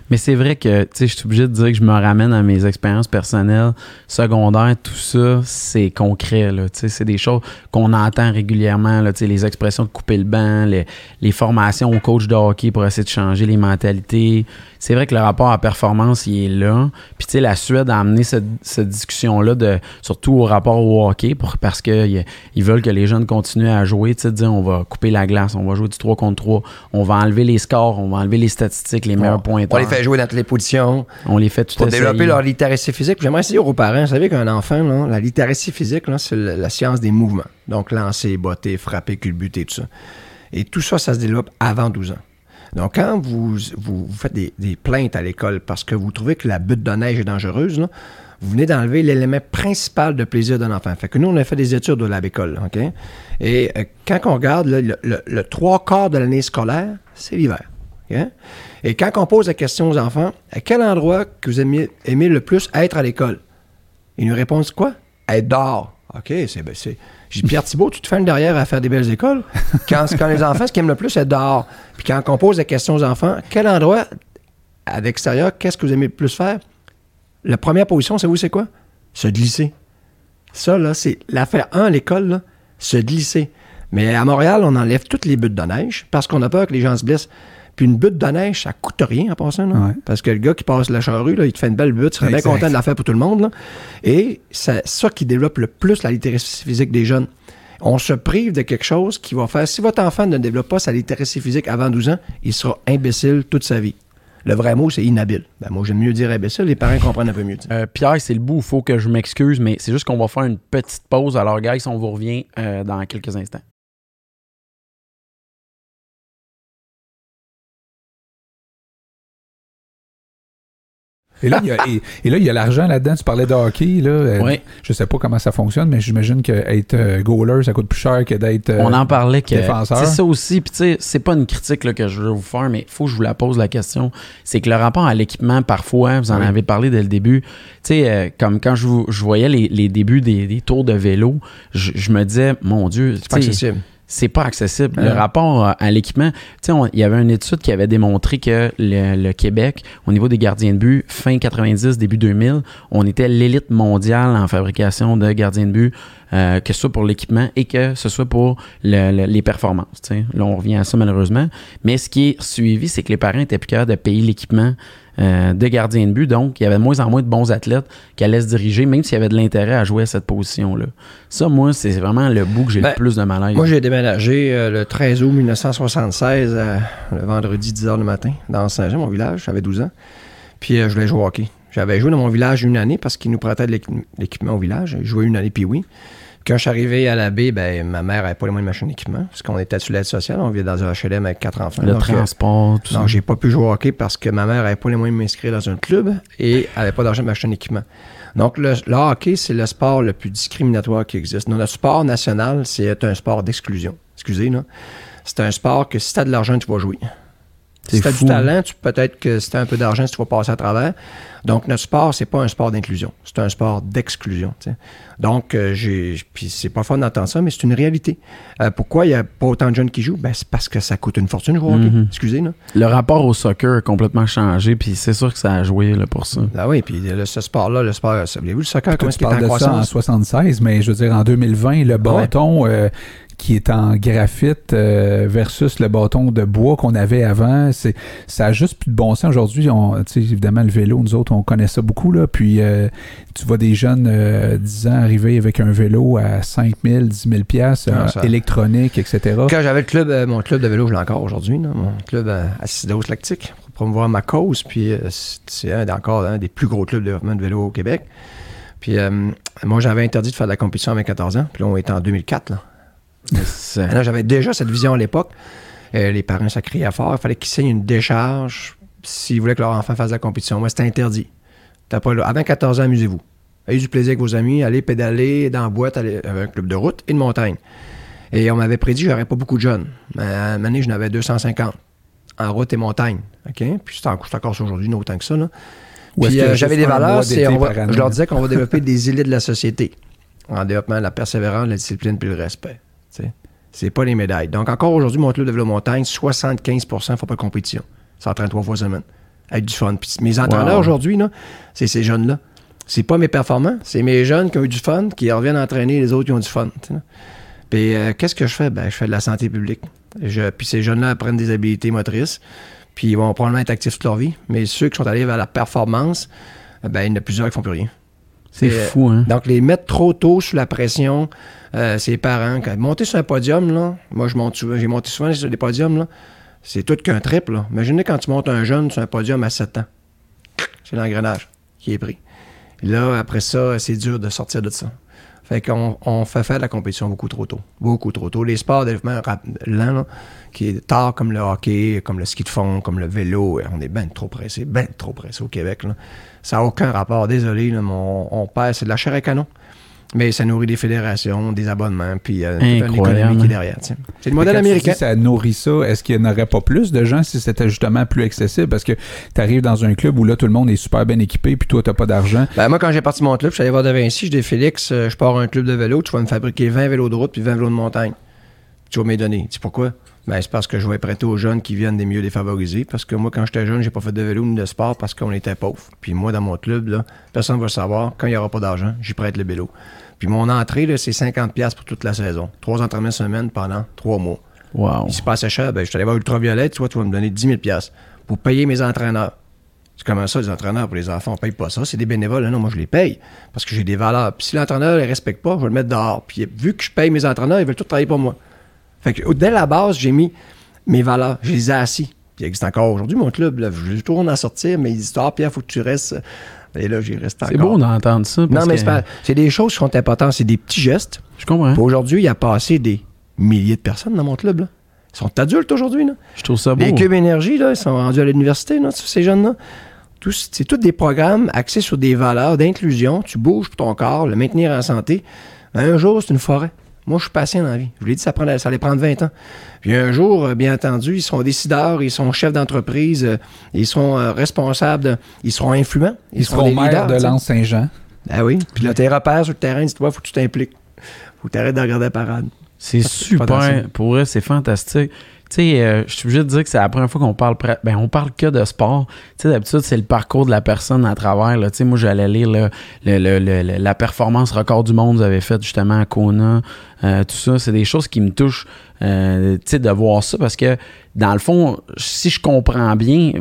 Mais c'est vrai que, tu sais, je suis obligé de dire que je me ramène à mes expériences personnelles, secondaires, tout ça, c'est concret, là. Tu sais, c'est des choses qu'on entend régulièrement, là. Tu sais, les expressions de couper le banc, les formations au coach de hockey pour essayer de changer les mentalités. C'est vrai que le rapport à performance, il est là. Puis, tu sais, la Suède a amené cette discussion-là, surtout au rapport au hockey, parce qu'ils veulent que les jeunes continuent à jouer. Tu sais, dire on va couper la glace, on va jouer du 3 contre 3, on va enlever les scores, on va enlever les statistiques, les meilleurs pointeurs. On les fait jouer dans toutes les positions. On les fait tout pour développer leur littératie physique. J'aimerais essayer aux parents, vous savez qu'un enfant, là, la littératie physique, là, c'est la science des mouvements. Donc, lancer, botter, frapper, culbuter, tout ça. Et tout ça, ça se développe avant 12 ans. Donc, quand vous faites des plaintes à l'école parce que vous trouvez que la butte de neige est dangereuse, là, vous venez d'enlever l'élément principal de plaisir d'un enfant. Fait que nous, on a fait des études au lab école, OK? Et quand on regarde là, le 3/4 de l'année scolaire, c'est l'hiver. Okay? Et quand on pose la question aux enfants, à quel endroit que vous aimez le plus être à l'école? Ils nous répondent quoi? Être dehors. OK, j'ai dit, Pierre Thibault, tu te fais une derrière à faire des belles écoles. Quand les enfants, ce qu'ils aiment le plus, c'est être dehors. Puis quand on pose la question aux enfants, quel endroit à l'extérieur, qu'est-ce que vous aimez le plus faire? La première position, c'est quoi? Se glisser. Ça, là, c'est l'affaire 1 à l'école, là, se glisser. Mais à Montréal, on enlève toutes les buttes de neige parce qu'on a peur que les gens se blessent. Puis une butte de neige, ça coûte rien en passant. Là. Ouais. Parce que le gars qui passe la charrue, là, il te fait une belle butte, il serait bien content de la faire pour tout le monde. Là. Et c'est ça qui développe le plus la littératie physique des jeunes. On se prive de quelque chose qui va faire... Si votre enfant ne développe pas sa littératie physique avant 12 ans, il sera imbécile toute sa vie. Le vrai mot, c'est inhabile. Ben, moi, j'aime mieux dire imbécile. Les parents comprennent un peu mieux. Pierre, c'est le bout. Il faut que je m'excuse, mais c'est juste qu'on va faire une petite pause. Alors, guys, on vous revient dans quelques instants. Et là, il y a l'argent là-dedans. Tu parlais de hockey. Là, oui. Je sais pas comment ça fonctionne, mais j'imagine qu'être goaler, ça coûte plus cher que d'être on en parlait que défenseur. C'est ça aussi. Puis tu sais, c'est pas une critique là, que je veux vous faire, mais il faut que je vous la pose la question. C'est que le rapport à l'équipement, parfois, vous en avez parlé dès le début. Tu sais, comme quand je voyais les débuts des tours de vélo, je me disais, mon Dieu, c'est pas accessible. C'est pas accessible. Le rapport à l'équipement, tu sais, il y avait une étude qui avait démontré que le Québec, au niveau des gardiens de but, fin 90, début 2000, on était l'élite mondiale en fabrication de gardiens de but, que ce soit pour l'équipement et que ce soit pour les performances. Tu sais. Là, on revient à ça malheureusement. Mais ce qui est suivi, c'est que les parents étaient plus capables de payer l'équipement de gardien de but. Donc, il y avait de moins en moins de bons athlètes qui allaient se diriger, même s'il y avait de l'intérêt à jouer à cette position-là. Ça, moi, c'est vraiment le bout que j'ai le plus de malaise. Moi, j'ai déménagé le 13 août 1976, le vendredi 10h du matin, dans Saint-Jean, mon village. J'avais 12 ans. Puis, je voulais jouer au hockey. J'avais joué dans mon village une année parce qu'ils nous prêtaient de l'équipement au village. J'ai joué une année, puis oui. Quand je suis arrivé à la baie, ma mère n'avait pas les moyens de m'acheter un équipement parce qu'on était sur l'aide sociale. On vivait dans un HLM avec 4 enfants. Le transport, tout ça. Donc, j'ai pas pu jouer au hockey parce que ma mère n'avait pas les moyens de m'inscrire dans un club et elle n'avait pas d'argent de m'acheter un équipement. Donc, le hockey, c'est le sport le plus discriminatoire qui existe. Notre sport national, c'est un sport d'exclusion. Excusez, là. C'est un sport que si tu as de l'argent, tu vas jouer. Si tu as du talent, peut-être que si tu as un peu d'argent, tu vas passer à travers. Donc, notre sport, c'est pas un sport d'inclusion. C'est un sport d'exclusion. T'sais. Donc, puis c'est pas fun d'entendre ça, mais c'est une réalité. Pourquoi il n'y a pas autant de jeunes qui jouent? Ben, c'est parce que ça coûte une fortune jouer au hockey. Excusez, là. Le rapport au soccer a complètement changé, puis c'est sûr que ça a joué là, pour ça. Ah oui, puis ce sport-là, vous avez vu le soccer, comment est-ce qu'il est en croissance? Tu parles de ça en 76, mais je veux dire, en 2020, le bâton... qui est en graphite versus le bâton de bois qu'on avait avant. Ça a juste plus de bon sens aujourd'hui. Évidemment, le vélo, nous autres, on connaît ça beaucoup. Là. Puis, tu vois des jeunes 10 ans arriver avec un vélo à 5 000, 10 000 $, électronique, etc. Quand j'avais mon club de vélo, je l'ai encore aujourd'hui, là, mon club Acidose Lactique, pour promouvoir ma cause. Puis, c'est encore un des plus gros clubs de développement de vélo au Québec. Puis, moi, j'avais interdit de faire de la compétition avec 14 ans. Puis là, on est en 2004, là. Là, j'avais déjà cette vision à l'époque. Les parents, ça criait fort. Il fallait qu'ils signent une décharge s'ils voulaient que leur enfant fasse de la compétition. Moi, c'était interdit. Avant 14 ans, amusez-vous. Ayez du plaisir avec vos amis, allez pédaler dans la boîte, aller avec un club de route et de montagne. Et on m'avait prédit que j'aurais pas beaucoup de jeunes. Mais à un moment donné, j'en avais 250 en route et montagne. Okay? Puis c'est encore ça aujourd'hui, autant que ça. Là. Puis j'avais des valeurs. Je leur disais qu'on va développer des élites de la société en développant la persévérance, la discipline puis le respect. T'sais. C'est pas les médailles. Donc, encore aujourd'hui, mon club de vélo montagne, 75% ne font pas de compétition. Ça entraîne 3 fois semaine. avec du fun. Puis mes entraîneurs aujourd'hui, là, c'est ces jeunes-là. C'est pas mes performants, c'est mes jeunes qui ont eu du fun, qui reviennent entraîner les autres qui ont du fun. Puis qu'est-ce que je fais? Je fais de la santé publique. Puis ces jeunes-là apprennent des habiletés motrices, puis ils vont probablement être actifs toute leur vie. Mais ceux qui sont allés vers la performance, il y en a plusieurs qui font plus rien. C'est fou, hein? Donc, les mettre trop tôt sous la pression, ces parents, monter sur un podium, là, moi, j'ai monté souvent sur des podiums, là, c'est tout qu'un triple. Là. Imaginez quand tu montes un jeune sur un podium à 7 ans. C'est l'engrenage qui est pris. Et là, après ça, c'est dur de sortir de ça. Fait qu'on fait faire de la compétition beaucoup trop tôt. Beaucoup trop tôt. Les sports de développement lent, là, qui est tard comme le hockey, comme le ski de fond, comme le vélo, on est bien trop pressé au Québec. Là. Ça n'a aucun rapport. Désolé, là, on perd, c'est de la chair à canon. Mais ça nourrit des fédérations, des abonnements, puis toute une économie qui est derrière. T'sais. C'est le modèle américain. Si ça nourrit ça, est-ce qu'il n'y en aurait pas plus de gens si c'était justement plus accessible? Parce que tu arrives dans un club où là, tout le monde est super bien équipé, puis toi, tu n'as pas d'argent. Moi, quand j'ai parti mon club, je suis allé voir de Vinci, je dis Félix, je pars un club de vélo, tu vas me fabriquer 20 vélos de route puis 20 vélos de montagne. Tu vas me les donner. Tu sais pourquoi? C'est parce que je vais prêter aux jeunes qui viennent des milieux défavorisés. Parce que moi, quand j'étais jeune, j'ai pas fait de vélo ni de sport parce qu'on était pauvres. Puis moi, dans mon club, là, personne ne va le savoir. Quand il n'y aura pas d'argent, j'y prête le vélo. Puis mon entrée, là, c'est 50$ pour toute la saison. 3 entraînements semaine pendant 3 mois. Wow. Si c'est pas assez cher, je suis allé voir Ultraviolet, tu vas me donner 10 000$ pour payer mes entraîneurs. C'est comment ça, les entraîneurs pour les enfants, on paye pas ça. C'est des bénévoles. Non, moi, je les paye parce que j'ai des valeurs. Puis si l'entraîneur ne les respecte pas, je vais le mettre dehors. Puis vu que je paye mes entraîneurs, ils veulent tous travailler pour moi. Fait que dès la base, j'ai mis mes valeurs. Je les ai assis. Puis il existe encore aujourd'hui, mon club. Là, je tourne à sortir, mais ils disent Pierre, il faut que tu restes. Et là, j'y reste encore. C'est beau d'entendre ça. Non, mais c'est des choses qui sont importantes. C'est des petits gestes. Je comprends. Puis aujourd'hui, il y a passé des milliers de personnes dans mon club. Là. Ils sont adultes aujourd'hui. Là. Je trouve ça beau. Les clubs énergie, là, ils sont rendus à l'université, là, ces jeunes-là. C'est tous des programmes axés sur des valeurs d'inclusion. Tu bouges pour ton corps, le maintenir en santé. Un jour, c'est une forêt. Moi, je suis patient dans la vie. Je vous l'ai dit, ça allait prendre 20 ans. Puis un jour, bien entendu, ils sont décideurs, ils sont chefs d'entreprise, ils sont responsables, ils seront influents. Ils seront maires de Lens-Saint-Jean. Ah oui. Puis là, tes repères sur le terrain, dis-toi, il faut que tu t'impliques. Faut que tu arrêtes de regarder la parade. C'est super. Pour eux, c'est fantastique. Tu sais, je suis obligé de dire que c'est la première fois qu'on parle on parle que de sport. Tu sais, d'habitude, c'est le parcours de la personne à travers. Tu sais, moi, j'allais lire la performance record du monde que vous avez faite justement à Kona. Tout ça, c'est des choses qui me touchent, tu sais, de voir ça. Parce que, dans le fond, si je comprends bien,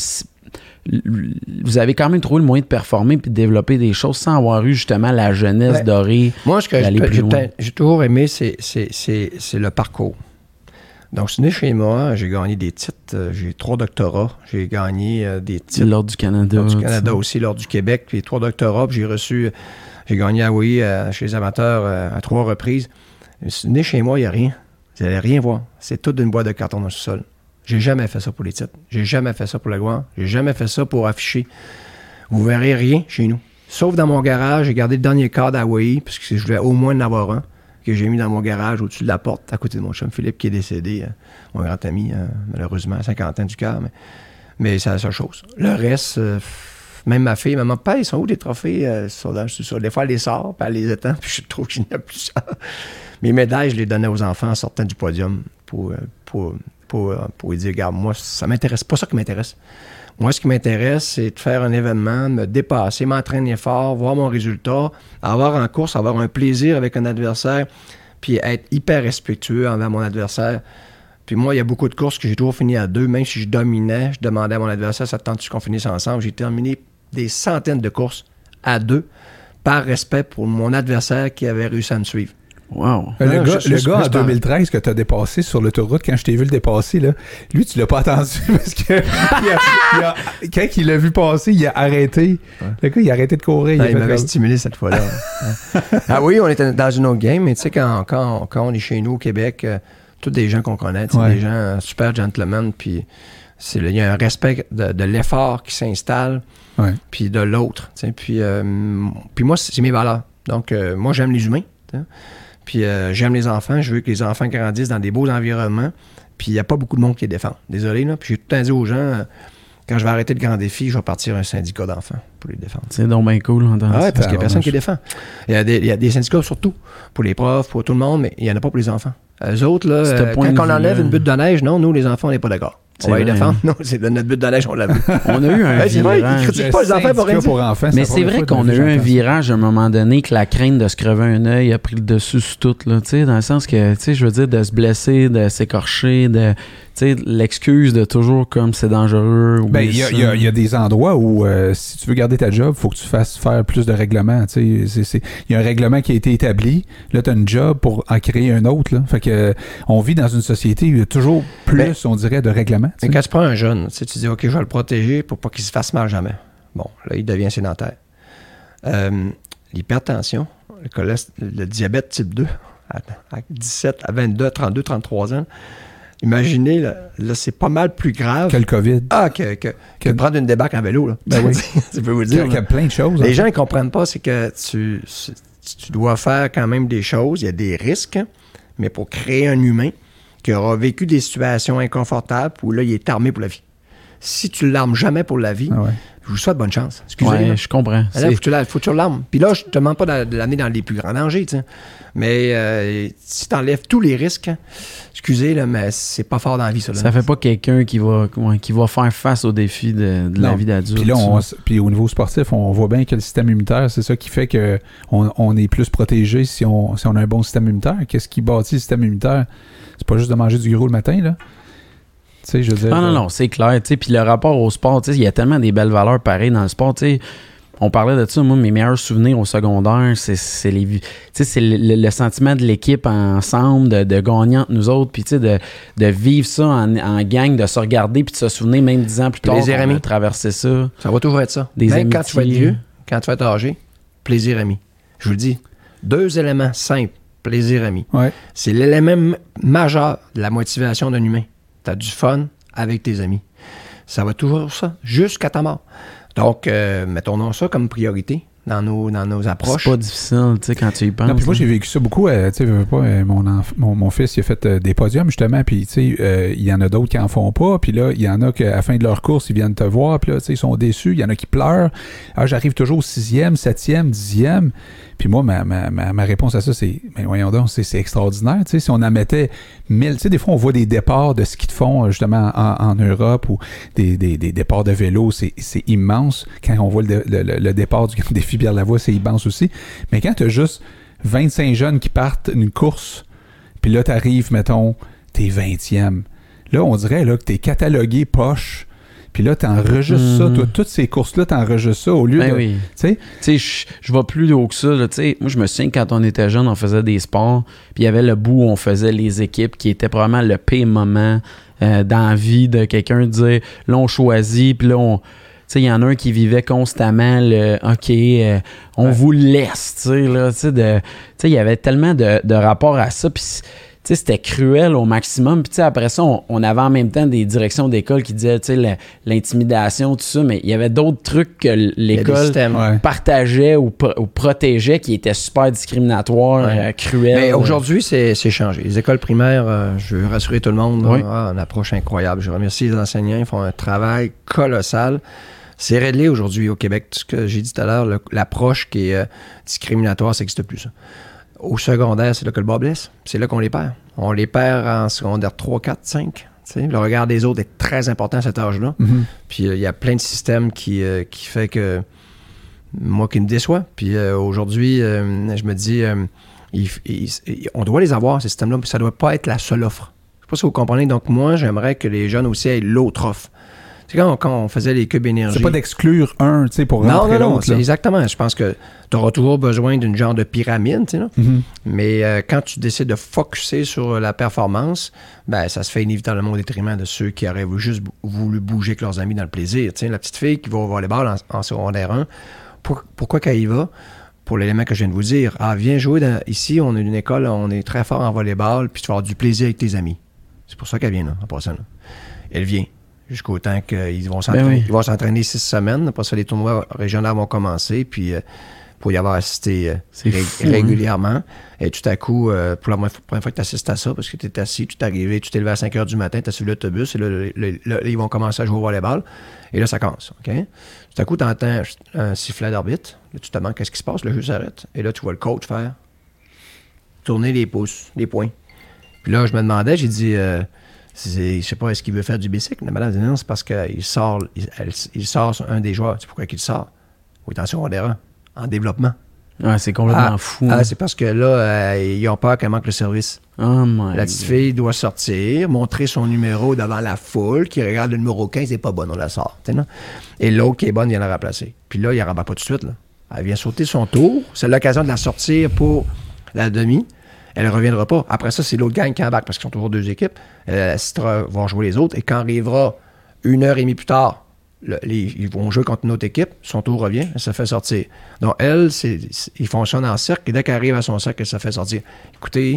vous avez quand même trouvé le moyen de performer puis de développer des choses sans avoir eu justement la jeunesse dorée. Moi, ce que j'ai toujours aimé, c'est le parcours. Donc, je suis né chez moi, j'ai gagné des titres, j'ai 3 doctorats, j'ai gagné des titres. L'Ordre du Canada. L'Ordre du Canada aussi, l'Ordre du Québec, puis 3 doctorats, puis j'ai gagné à Hawaii chez les amateurs à 3 reprises. Je suis né chez moi, il n'y a rien. Vous n'allez rien voir. C'est tout d'une boîte de carton dans le sous-sol. J'ai jamais fait ça pour les titres. J'ai jamais fait ça pour la gloire. J'ai jamais fait ça pour afficher. Vous verrez rien chez nous. Sauf dans mon garage, j'ai gardé le dernier cadre à Hawaii, parce que je voulais au moins en avoir un, que j'ai mis dans mon garage au-dessus de la porte, à côté de mon chum Philippe, qui est décédé, mon grand ami, malheureusement, à 50 ans du cœur. Mais c'est la seule chose. Le reste, même ma fille, maman, papa, ils sont où les trophées? Des fois, elle les sort, puis elle les étend, puis je trouve qu'il n'y a plus ça. Mes médailles, je les donnais aux enfants en sortant du podium pour lui dire, regarde, moi, ça m'intéresse pas ça qui m'intéresse. Moi, ce qui m'intéresse, c'est de faire un événement, me dépasser, m'entraîner fort, voir mon résultat, avoir en course, avoir un plaisir avec un adversaire, puis être hyper respectueux envers mon adversaire. Puis moi, il y a beaucoup de courses que j'ai toujours fini à 2. Même si je dominais, je demandais à mon adversaire, ça te tente-tu qu'on finisse ensemble? J'ai terminé des centaines de courses à 2 par respect pour mon adversaire qui avait réussi à me suivre. Wow. Le gars en 2013 que tu as dépassé sur l'autoroute, quand je t'ai vu le dépasser, là, lui, tu l'as pas attendu parce que quand il l'a vu passer, il a arrêté. Ouais. Le gars, il a arrêté de courir. Il m'avait stimulé cette fois-là. Ah oui, on était dans une autre game, mais tu sais, quand on est chez nous au Québec, tous des gens qu'on connaît, des gens super gentlemen, puis il y a un respect de l'effort qui s'installe, puis de l'autre. Puis moi, c'est mes valeurs. Donc, moi, j'aime les humains. Puis j'aime les enfants, je veux que les enfants grandissent dans des beaux environnements. Puis il n'y a pas beaucoup de monde qui les défend. Désolé, là. Puis j'ai tout le temps dit aux gens, quand je vais arrêter le grand défi, je vais partir un syndicat d'enfants pour les défendre. C'est donc bien cool. Oui, parce qu'il n'y a personne qui les défend. Il y a des syndicats surtout, pour les profs, pour tout le monde, mais il n'y en a pas pour les enfants. Eux autres, là, quand on enlève une butte de neige, non, nous, les enfants, on n'est pas d'accord. On va les défendre. Non, c'est notre but de neige, on l'a vu. On a eu un C'est vrai, ils virage. critiquent pas les enfants pour rien dire. enfants, Mais c'est vrai qu'on a eu un virage à un moment donné que la crainte de se crever un œil a pris le dessus sur tout, là, tu sais, dans le sens que, tu sais, je veux dire, de se blesser, de s'écorcher, de, tu sais, l'excuse de toujours comme c'est dangereux. Il y a des endroits où, si tu veux garder ta job, il faut que tu fasses faire plus de règlements. Il y a un règlement qui a été établi. Là, tu as une job pour en créer un autre. Là. Fait que, on vit dans une société où il y a toujours plus, on dirait, de règlements. Mais quand tu prends un jeune, tu dis, OK, je vais le protéger pour pas qu'il se fasse mal jamais. Bon, là, il devient sédentaire. L'hypertension, le diabète type 2, à 17, à 22, 32, 33 ans, imaginez, là, c'est pas mal plus grave. Que le COVID. Que prendre une débâcle en vélo. Là. Ben oui. Tu peux vous dire. Il y a plein de choses. Les gens ne comprennent pas, c'est que tu dois faire quand même des choses, il y a des risques, mais pour créer un humain qui aura vécu des situations inconfortables où là, il est armé pour la vie. Si tu ne l'armes jamais pour la vie, je vous souhaite bonne chance. Excusez-moi. Ouais, je comprends. Là, faut que tu l'armes. Puis là, je ne te demande pas de l'amener dans les plus grands dangers, tu sais. Mais si tu enlèves tous les risques, excusez, là, mais c'est pas fort dans la vie, ça. Là. Ça fait pas quelqu'un qui va faire face aux défis de la vie d'adulte. Puis là, puis au niveau sportif, on voit bien que le système immunitaire, c'est ça qui fait qu'on est plus protégé si on a un bon système immunitaire. Qu'est-ce qui bâtit le système immunitaire? C'est pas juste de manger du gros le matin, là. Tu sais, je veux dire, non, c'est clair. Puis le rapport au sport, il y a tellement des belles valeurs pareilles dans le sport. T'sais. On parlait de ça, moi, mes meilleurs souvenirs au secondaire, c'est le sentiment de l'équipe ensemble, de gagner entre nous autres, puis de vivre ça en gang, de se regarder, puis de se souvenir, même 10 ans plus tard, plaisir, qu'on a traversé ça. Ça va toujours être ça. Même quand tu vas être vieux, quand tu vas être âgé, plaisir ami. Je vous le dis, 2 éléments simples, plaisir ami. Ouais. C'est l'élément majeur de la motivation d'un humain. Tu as du fun avec tes amis. Ça va toujours ça, jusqu'à ta mort. Donc, mettons ça comme priorité dans nos approches. C'est pas difficile, tu sais, quand tu y penses. Non, puis moi, j'ai vécu ça beaucoup. Tu sais, mon fils, il a fait des podiums, justement, puis, tu sais, il y en a d'autres qui en font pas, puis là, il y en a qu'à la fin de leur course, ils viennent te voir, puis là, tu sais, ils sont déçus, il y en a qui pleurent. Alors, j'arrive toujours au 6e, 7e, 10e, puis moi, ma réponse à ça, c'est, mais voyons donc, c'est extraordinaire, tu sais, si on en mettait 1000, tu sais, des fois, on voit des départs de ski de fond, justement, en Europe, ou des départs de vélo, c'est immense. Quand on voit le départ du Grand Défi Pierre-Lavoie, c'est immense aussi. Mais quand tu as juste 25 jeunes qui partent une course, puis là, tu arrives, mettons, t'es 20e. Là, on dirait là, que t'es catalogué poche. Puis là, t'enregistres ça. Toi, toutes ces courses-là, t'enregistres ça au lieu de... Oui. Tu sais, je vais plus haut que ça. Là, moi, je me souviens que quand on était jeune, on faisait des sports. Puis il y avait le bout où on faisait les équipes qui était probablement le pire moment dans la vie de quelqu'un de dire, là, on choisit, puis là, on... Tu sais, il y en a un qui vivait constamment le « OK, on vous laisse », tu sais, là, tu sais, il y avait tellement de rapports à ça, puis tu sais, c'était cruel au maximum, puis tu sais, après ça, on avait en même temps des directions d'école qui disaient, tu sais, l'intimidation, tout ça, mais il y avait d'autres trucs que l'école partageait ou protégeait qui étaient super discriminatoires, cruels. Mais aujourd'hui, c'est changé. Les écoles primaires, je veux rassurer tout le monde, une approche incroyable. Je remercie les enseignants, ils font un travail colossal. C'est réglé aujourd'hui au Québec. Ce que j'ai dit tout à l'heure, l'approche qui est discriminatoire, ça n'existe plus, ça. Au secondaire, c'est là que le bas blesse. C'est là qu'on les perd. On les perd en secondaire 3, 4, 5. T'sais. Le regard des autres est très important à cet âge-là. Mm-hmm. Puis il y a plein de systèmes qui fait que... Moi, qui me déçoit. Puis aujourd'hui, je me dis... on doit les avoir, ces systèmes-là, puis ça ne doit pas être la seule offre. Je ne sais pas si vous comprenez. Donc moi, j'aimerais que les jeunes aussi aient l'autre offre. C'est quand on faisait les cubes énergie. C'est pas d'exclure un, tu sais, pour rentrer l'autre. Non, exactement. Je pense que tu auras toujours besoin d'une genre de pyramide, tu sais, là. Mm-hmm. Mais quand tu décides de focusser sur la performance, ben ça se fait inévitablement au détriment de ceux qui auraient juste voulu bouger avec leurs amis dans le plaisir. Tu sais, la petite fille qui va au volleyball en secondaire 1, pourquoi qu'elle y va? Pour l'élément que je viens de vous dire. Ah, viens jouer ici, on est une école, on est très fort en volleyball, puis tu vas avoir du plaisir avec tes amis. C'est pour ça qu'elle vient, là, en passant. Là. Elle vient. Jusqu'au temps qu'ils vont s'entraîner. Ils vont s'entraîner 6 semaines. Après ça, les tournois régionaux vont commencer. Puis, pour y avoir assisté régulièrement. Et tout à coup, pour la première fois que tu assistes à ça, parce que tu es assis, tu t'es arrivé, tu t'es levé à 5 h du matin, tu as suivi l'autobus, et là, ils vont commencer à jouer au volleyball. Et là, ça commence. Okay? Tout à coup, tu entends un sifflet d'arbitre. Là, tu te demandes qu'est-ce qui se passe. Le jeu s'arrête. Et là, tu vois le coach faire tourner les pouces, les poings. Puis là, je me demandais, j'ai dit... Je sais pas, est-ce qu'il veut faire du bicycle? La madame dit non, c'est parce qu'il sort un des joueurs. Tu sais pourquoi il sort? Oui, attention, on secondaire 1, en développement. Ah, c'est complètement fou. C'est parce que là, ils ont peur qu'elle manque le service. Oh my La petite fille doit sortir, montrer son numéro devant la foule, qui regarde le numéro 15, c'est pas bonne, on la sort. Non? Et l'autre qui est bonne vient la remplacer. Puis là, il ne rabat pas tout de suite. Là. Elle vient sauter son tour. C'est l'occasion de la sortir pour la demi. Elle ne reviendra pas. Après ça, c'est l'autre gang qui embarque parce qu'ils sont toujours 2 équipes. Elle vont jouer les autres. Et quand arrivera 1h30 plus tard, ils vont jouer contre une autre équipe. Son tour revient. Elle se fait sortir. Donc, elle, ils fonctionnent en cercle. Et dès qu'elle arrive à son cercle, elle se fait sortir. Écoutez,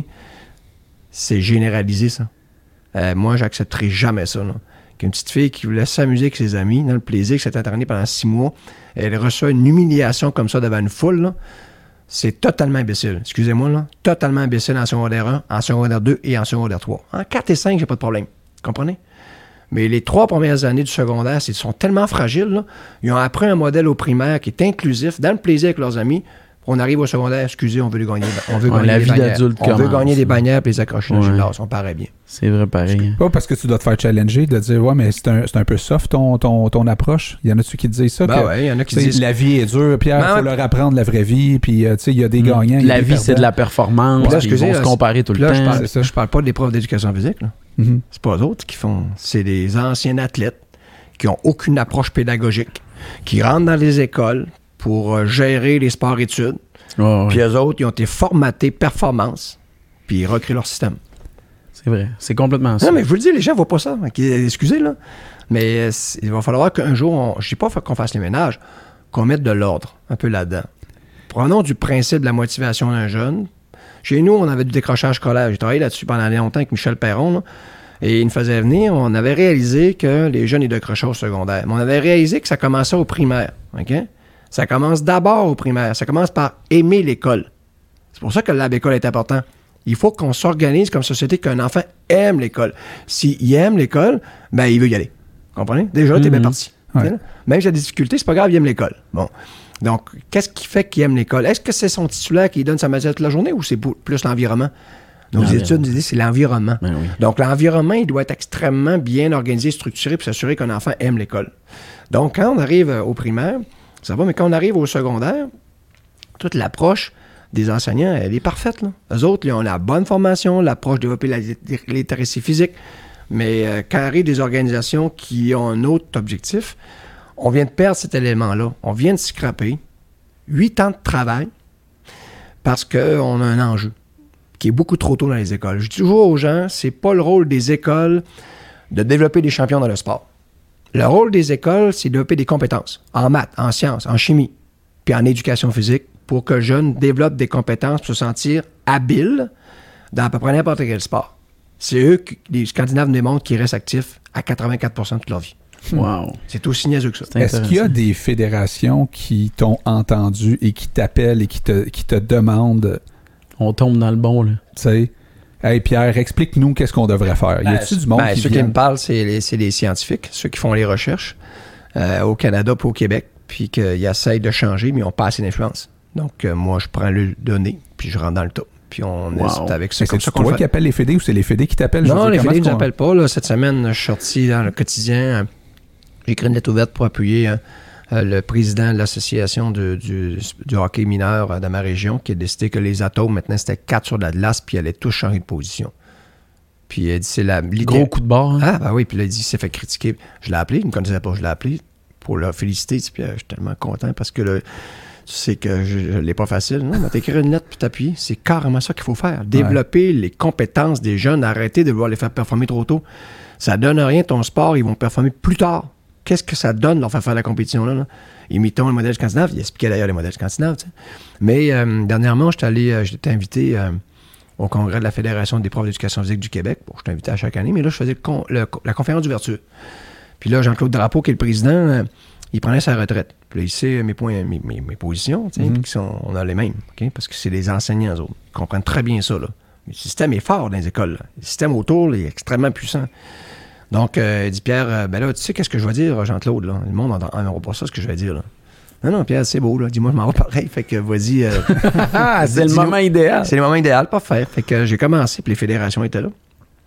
c'est généralisé, ça. Moi, j'accepterai jamais ça. Là. Qu'une petite fille qui voulait s'amuser avec ses amis, dans le plaisir, qui s'est entraînée pendant 6 mois, elle reçoit une humiliation comme ça devant une foule, là. C'est totalement imbécile. Excusez-moi, là. Totalement imbécile en secondaire 1, en secondaire 2 et en secondaire 3. En 4 et 5, j'ai pas de problème. Vous comprenez? Mais les 3 premières années du secondaire, ils sont tellement fragiles, là. Ils ont appris un modèle au primaire qui est inclusif, dans le plaisir avec leurs amis. On arrive au secondaire, excusez, on veut les gagner. On veut gagner la des vie bannières. d'adulte On veut commence. gagner des bannières et les accrocher dans le gymnase. On paraît bien. C'est vrai, pareil. Pas parce que tu dois te faire challenger, de dire, ouais, mais c'est un peu soft ton approche. Il y en a-tu qui te disent ça? Ben ouais, il y en a qui disent. La vie est dure, Pierre, il faut leur apprendre la vraie vie, puis tu sais, il y a des gagnants. La vie, c'est de la performance, Là, puis ils vont se comparer tout le là, temps. Je parle pas des profs d'éducation physique. Là. Mm-hmm. C'est pas eux autres qui font. C'est des anciens athlètes qui ont aucune approche pédagogique, qui rentrent dans les écoles pour gérer les sports-études. Oh, Puis eux autres, ils ont été formatés performance, puis ils recréent leur système. c'est vrai. C'est complètement ça. Non, mais je vous le dis, les gens ne voient pas ça. Excusez, là. Mais il va falloir qu'un jour, je ne dis pas qu'on fasse les ménages, qu'on mette de l'ordre un peu là-dedans. Prenons du principe de la motivation d'un jeune. Chez nous, on avait du décrochage scolaire. J'ai travaillé là-dessus pendant longtemps avec Michel Perron, là, et il nous faisait venir. On avait réalisé que les jeunes, ils décrochaient au secondaire. Mais on avait réalisé que ça commençait au primaire. OK? Ça commence d'abord au primaire. Ça commence par aimer l'école. C'est pour ça que le lab école est important. Il faut qu'on s'organise comme société, qu'un enfant aime l'école. S'il aime l'école, ben il veut y aller. Vous comprenez? Déjà, t'es bien parti. Ouais. Même si j'ai des difficultés, c'est pas grave, il aime l'école. Bon. Donc, qu'est-ce qui fait qu'il aime l'école? Est-ce que c'est son titulaire qui donne sa matière toute la journée ou c'est plus l'environnement? Nos études nous disent que c'est l'environnement. Ben oui. Donc, l'environnement, il doit être extrêmement bien organisé, structuré pour s'assurer qu'un enfant aime l'école. Donc, quand on arrive au primaire, ça va, mais quand on arrive au secondaire, toute l'approche des enseignants, elle est parfaite. Là. Eux autres, ils ont la bonne formation, l'approche développer la littératie physique. Mais quand arrivent des organisations qui ont un autre objectif, on vient de perdre cet élément-là. On vient de scraper 8 ans de travail parce qu'on a un enjeu qui est beaucoup trop tôt dans les écoles. Je dis toujours aux gens, c'est pas le rôle des écoles de développer des champions dans le sport. Le rôle des écoles, c'est de développer des compétences en maths, en sciences, en chimie, puis en éducation physique pour que le jeune développe des compétences pour se sentir habile dans à peu près n'importe quel sport. C'est eux, les Scandinaves nous démontrent qu'ils restent actifs à 84% de toute leur vie. Wow. C'est aussi niaiseux que ça. C'est Est-ce qu'il y a des fédérations qui t'ont entendu et qui t'appellent et qui te demandent, On tombe dans le bon, là. tu sais, hey Pierre, explique-nous qu'est-ce qu'on devrait faire. Y a-tu du monde qui ceux vient? qui me parlent, c'est les scientifiques, ceux qui font les recherches au Canada et au Québec, puis qu'ils essayent de changer, mais ils n'ont pas assez d'influence. Donc, moi, je prends le donné, puis je rentre dans le tas. Puis on est avec ça. Mais Comme c'est ça qu'on toi le qui fait. appelles les fédés ou c'est les fédés qui t'appellent? Je Non, veux les dire, fédés ne comment nous est-ce qu'on- appellent pas. Là. Cette semaine, je suis sorti dans le quotidien. J'ai écrit une lettre ouverte pour appuyer le président de l'association du hockey mineur de ma région qui a décidé que les atomes, maintenant, c'était 4 sur de la glace, puis ils allaient tous changer de position. Puis il a dit, c'est l'idée. Gros coup de barre. Hein? Ah, ben oui, puis là, il dit, il s'est fait critiquer. Je l'ai appelé, il ne me connaissait pas, je l'ai appelé pour le féliciter. Puis je suis tellement content parce que tu sais que je l'ai pas facile. Non, mais t'écrire une lettre puis t'appuyer, c'est carrément ça qu'il faut faire. Développer les compétences des jeunes, arrêter de vouloir les faire performer trop tôt. Ça donne rien ton sport, ils vont performer plus tard. Qu'est-ce que ça donne de leur faire la compétition là? Imitons le modèle scandinave. Il expliquait d'ailleurs les modèles scandinaves. T'sais. Mais dernièrement, j'étais invité au congrès de la Fédération des profs d'éducation physique du Québec. Bon, je suis invité à chaque année, mais là, je faisais la conférence d'ouverture. Puis là, Jean-Claude Drapeau, qui est le président, il prenait sa retraite. Puis là, il sait mes positions, on a les mêmes, okay? Parce que c'est les enseignants, eux autres. Ils comprennent très bien ça, là. Le système est fort dans les écoles. Là. Le système autour là, est extrêmement puissant. Donc, il dit, Pierre, ben là, tu sais qu'est-ce que je vais dire, Jean-Claude, là? Le monde n'entendra pas ça, ce que je vais dire, là. Non, Pierre, c'est beau, là. Dis-moi, je m'en vais pareil. Fait que, vas-y. C'est le moment idéal. C'est le moment idéal, parfait. Fait que j'ai commencé, puis les fédérations étaient là.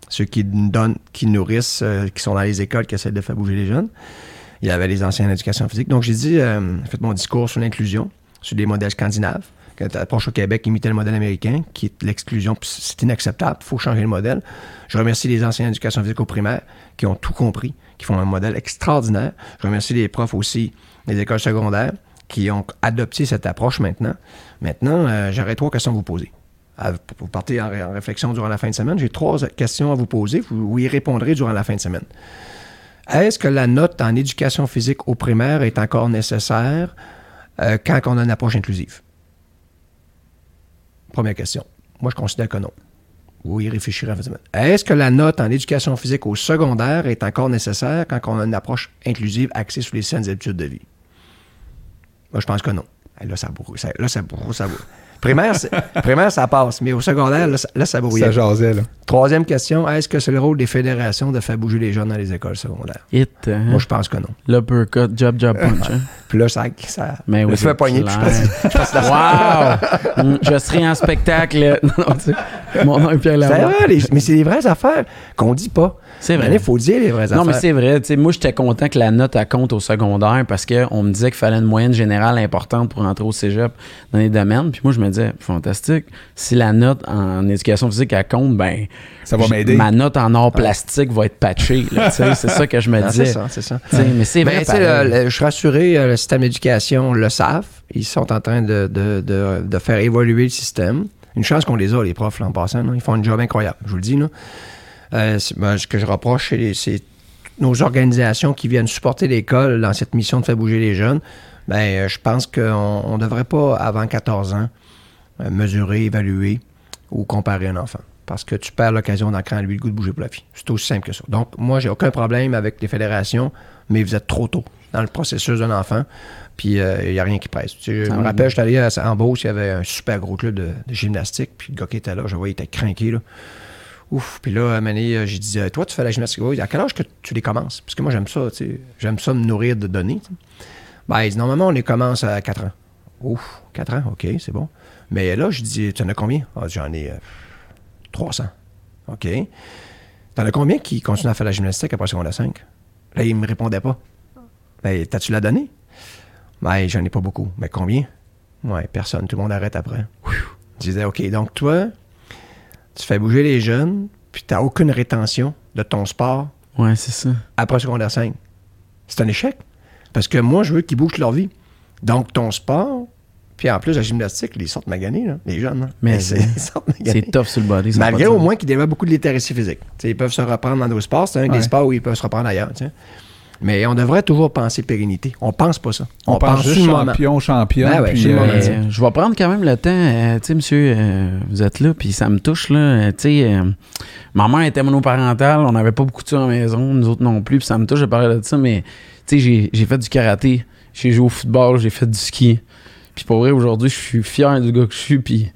ceux qui nous donnent, qui nourrissent, qui sont dans les écoles, qui essaient de faire bouger les jeunes. Il y avait les anciens en éducation physique. Donc, j'ai dit, fait mon discours sur l'inclusion, sur des modèles scandinaves. Quand tu approches au Québec, imiter le modèle américain, qui est l'exclusion, puis c'est inacceptable, il faut changer le modèle. Je remercie les anciens en éducation physique au primaire, qui ont tout compris, qui font un modèle extraordinaire. Je remercie les profs aussi des écoles secondaires, qui ont adopté cette approche maintenant. Maintenant, j'aurais 3 questions à vous poser. Vous partez en réflexion durant la fin de semaine. J'ai 3 questions à vous poser. Vous y répondrez durant la fin de semaine. Est-ce que la note en éducation physique au primaire est encore nécessaire quand on a une approche inclusive? Première question. Moi, je considère que non. Vous y réfléchirez en fin de semaine. Est-ce que la note en éducation physique au secondaire est encore nécessaire quand on a une approche inclusive axée sur les saines habitudes de vie? Moi, je pense que non. Là, ça brouille. Ça brouille. Primaire, ça passe. Mais au secondaire, là, ça brouillait. Ça jasait, là. 3e question. Est-ce que c'est le rôle des fédérations de faire bouger les jeunes dans les écoles secondaires? Moi, je pense que non. L'uppercut, job, punch. Hein? Puis là, ça mais oui, me fait pogner. Puis je passe wow! Je serai en spectacle. Mon nom est Pierre Lavoie. C'est vrai, mais c'est des vraies affaires qu'on dit pas. C'est vrai. Il faut dire les vraies affaires. Non, mais c'est vrai. T'sais, moi, j'étais content que la note elle compte au secondaire parce qu'on me disait qu'il fallait une moyenne générale importante pour entrer au cégep dans les domaines. Puis moi, je me disais, fantastique. Si la note en éducation physique elle compte, ben ça va m'aider. Ma note en or plastique va être patchée. Là, c'est ça que je me disais. C'est ça. Mais c'est vrai. Je suis rassuré, le système d'éducation le savent. Ils sont en train de faire évoluer le système. Une chance qu'on les a, les profs, là, en passant. Là. Ils font un job incroyable, je vous le dis. Là. Ce que je reproche, c'est nos organisations qui viennent supporter l'école dans cette mission de faire bouger les jeunes. Ben, je pense qu'on ne devrait pas, avant 14 ans, mesurer, évaluer ou comparer un enfant. Parce que tu perds l'occasion d'en créer en lui le goût de bouger pour la vie. C'est aussi simple que ça. Donc, moi, j'ai aucun problème avec les fédérations, mais vous êtes trop tôt dans le processus d'un enfant, puis il n'y a rien qui presse. Je me rappelle, j'étais allé en Beauce, il y avait un super gros club de gymnastique, puis le gars qui était là, je voyais, il était craqué, là. Ouf, puis là, à un moment donné, j'ai dit, toi, tu fais la gymnastique. Oui, à quel âge que tu les commences? Parce que moi, j'aime ça, tu sais. J'aime ça me nourrir de données. T'sais. Ben, il dit, normalement, on les commence à 4 ans. Ouf, 4 ans, OK, c'est bon. Mais là, je dis, tu en as combien? Ah, j'en ai 300. OK. T'en as combien qui continuent à faire la gymnastique après secondaire 5? Là, il me répondait pas. Ben, t'as-tu la donnée? Ben, j'en ai pas beaucoup. Mais combien? Ouais, personne. Tout le monde arrête après. Je disais, OK, donc toi, tu fais bouger les jeunes, puis tu n'as aucune rétention de ton sport. Ouais, c'est ça. Après secondaire 5. C'est un échec. Parce que moi, je veux qu'ils bougent leur vie. Donc, ton sport, puis en plus, la gymnastique, ils sortent maganés, là, les jeunes. Là. Mais ils sortent maganés. C'est tough sur le body. Malgré au moins qu'ils développent beaucoup de littératie physique. T'sais, ils peuvent se reprendre dans nos sports. C'est un des sports où ils peuvent se reprendre ailleurs. T'sais. Mais on devrait toujours penser pérennité. On pense pas ça. On pense juste champion. Ben ouais, puis, je vais prendre quand même le temps. Tu sais, monsieur, vous êtes là, puis ça me touche. Là. Ma mère était monoparentale. On n'avait pas beaucoup de ça à la maison. Nous autres non plus. Puis ça me touche de parler de ça. Mais j'ai fait du karaté. J'ai joué au football. J'ai fait du ski. Puis pour vrai, aujourd'hui, je suis fier du gars que je suis. Puis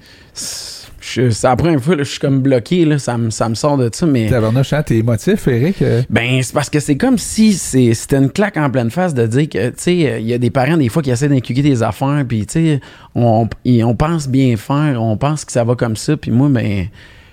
c'est la première fois, là, je suis comme bloqué, là, ça me sort de ça, mais... Tabarnouche, t'es émotif, Eric? Ben, c'est parce que c'est comme si c'était une claque en pleine face de dire que, tu sais, il y a des parents, des fois, qui essaient d'inculquer des affaires, puis, tu sais, on pense bien faire, on pense que ça va comme ça, puis moi, ben...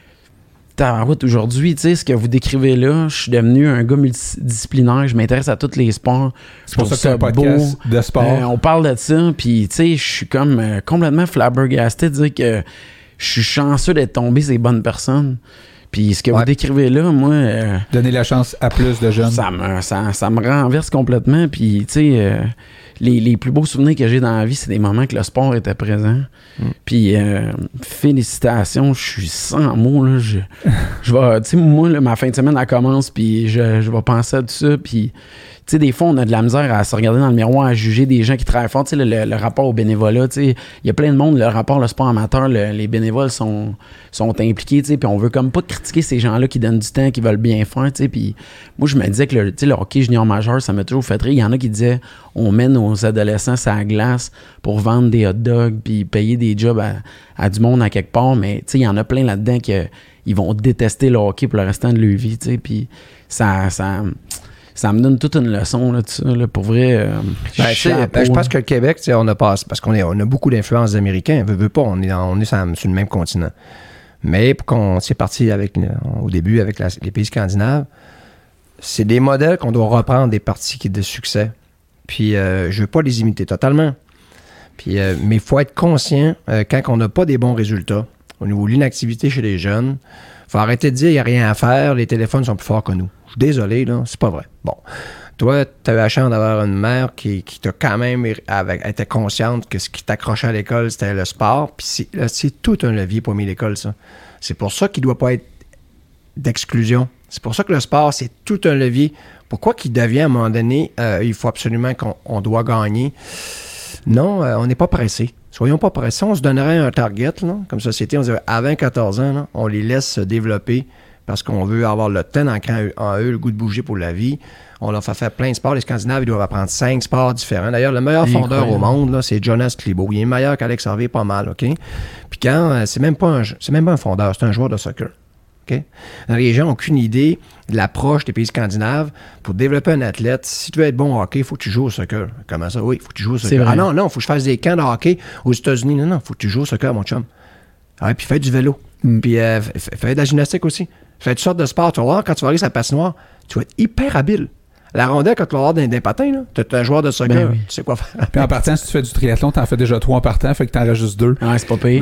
Aujourd'hui, tu sais, ce que vous décrivez là, je suis devenu un gars multidisciplinaire, je m'intéresse à tous les sports. C'est pour ça que c'est un podcast de sport. On parle de ça, puis, tu sais, je suis comme complètement flabbergasté de dire que je suis chanceux d'être tombé ces bonnes personnes. Puis ce que vous décrivez là, moi... donner la chance à plus de jeunes. Ça me renverse complètement. Puis, tu sais, les plus beaux souvenirs que j'ai dans la vie, c'est des moments que le sport était présent. Puis, félicitations, je suis sans mots. Là, je vais... Tu sais, moi, là, ma fin de semaine, elle commence, puis je vais penser à tout ça. Puis, tu sais, des fois, on a de la misère à se regarder dans le miroir, à juger des gens qui travaillent fort. Tu sais, le rapport au bénévolat, tu sais, il y a plein de monde, le rapport, le sport amateur, les bénévoles sont impliqués, tu sais, puis on veut comme pas critiquer ces gens-là qui donnent du temps, qui veulent bien faire, tu sais, puis moi, je me disais que le hockey junior majeur, ça m'a toujours fait rire. Il y en a qui disaient, on met nos adolescents à la glace pour vendre des hot dogs, puis payer des jobs à du monde à quelque part, mais tu sais, il y en a plein là-dedans qui ils vont détester le hockey pour le restant de leur vie, tu sais, puis ça me donne toute une leçon là, de ça, là, pour vrai. Je pense que le Québec, on a passé, parce qu'on a beaucoup d'influences américaines, veut pas, on est sur le même continent. Mais c'est parti au début avec les pays scandinaves, c'est des modèles qu'on doit reprendre des parties de succès. Puis je ne veux pas les imiter totalement. Puis, mais il faut être conscient quand on n'a pas des bons résultats au niveau de l'inactivité chez les jeunes. Il faut arrêter de dire qu'il n'y a rien à faire, les téléphones sont plus forts que nous. Je suis désolé, là, c'est pas vrai. Bon. Toi, tu as eu la chance d'avoir une mère qui t'a quand même était consciente que ce qui t'accrochait à l'école, c'était le sport. Puis c'est tout un levier pour aimer l'école, ça. C'est pour ça qu'il ne doit pas être d'exclusion. C'est pour ça que le sport, c'est tout un levier. Pourquoi qu'il devient, à un moment donné, il faut absolument qu'on doit gagner? Non, on n'est pas pressé. Soyons pas pressés. On se donnerait un target, là, comme société. On dirait, à 20-14 ans, là, on les laisse se développer parce qu'on veut avoir le temps d'ancrer en eux le goût de bouger pour la vie. On leur fait faire plein de sports. Les Scandinaves, ils doivent apprendre 5 sports différents. D'ailleurs, le meilleur fondeur au monde, là, c'est Jonas Klibo. Il est meilleur qu'Alex Harvey, pas mal, OK? Puis quand, c'est même pas un fondeur, c'est un joueur de soccer. Okay? Les gens n'ont aucune idée de l'approche des pays scandinaves. Pour développer un athlète, si tu veux être bon au hockey, il faut que tu joues au soccer. Comment ça? Oui, il faut que tu joues au soccer. Ah non, il faut que je fasse des camps de hockey aux États-Unis. Non, il faut que tu joues au soccer, mon chum. Ah, puis fais du vélo. Puis fais de la gymnastique aussi. Fais toutes sortes de sports. Tu vas voir, quand tu vas aller sur la patinoire, tu vas être hyper habile. La rondelle, quand tu vas avoir des patins, tu es un joueur de soccer, tu sais quoi faire. Puis en partant, si tu fais du triathlon, tu en fais déjà 3 en partant, fait que tu en restes juste 2. Ouais, c'est pas pire.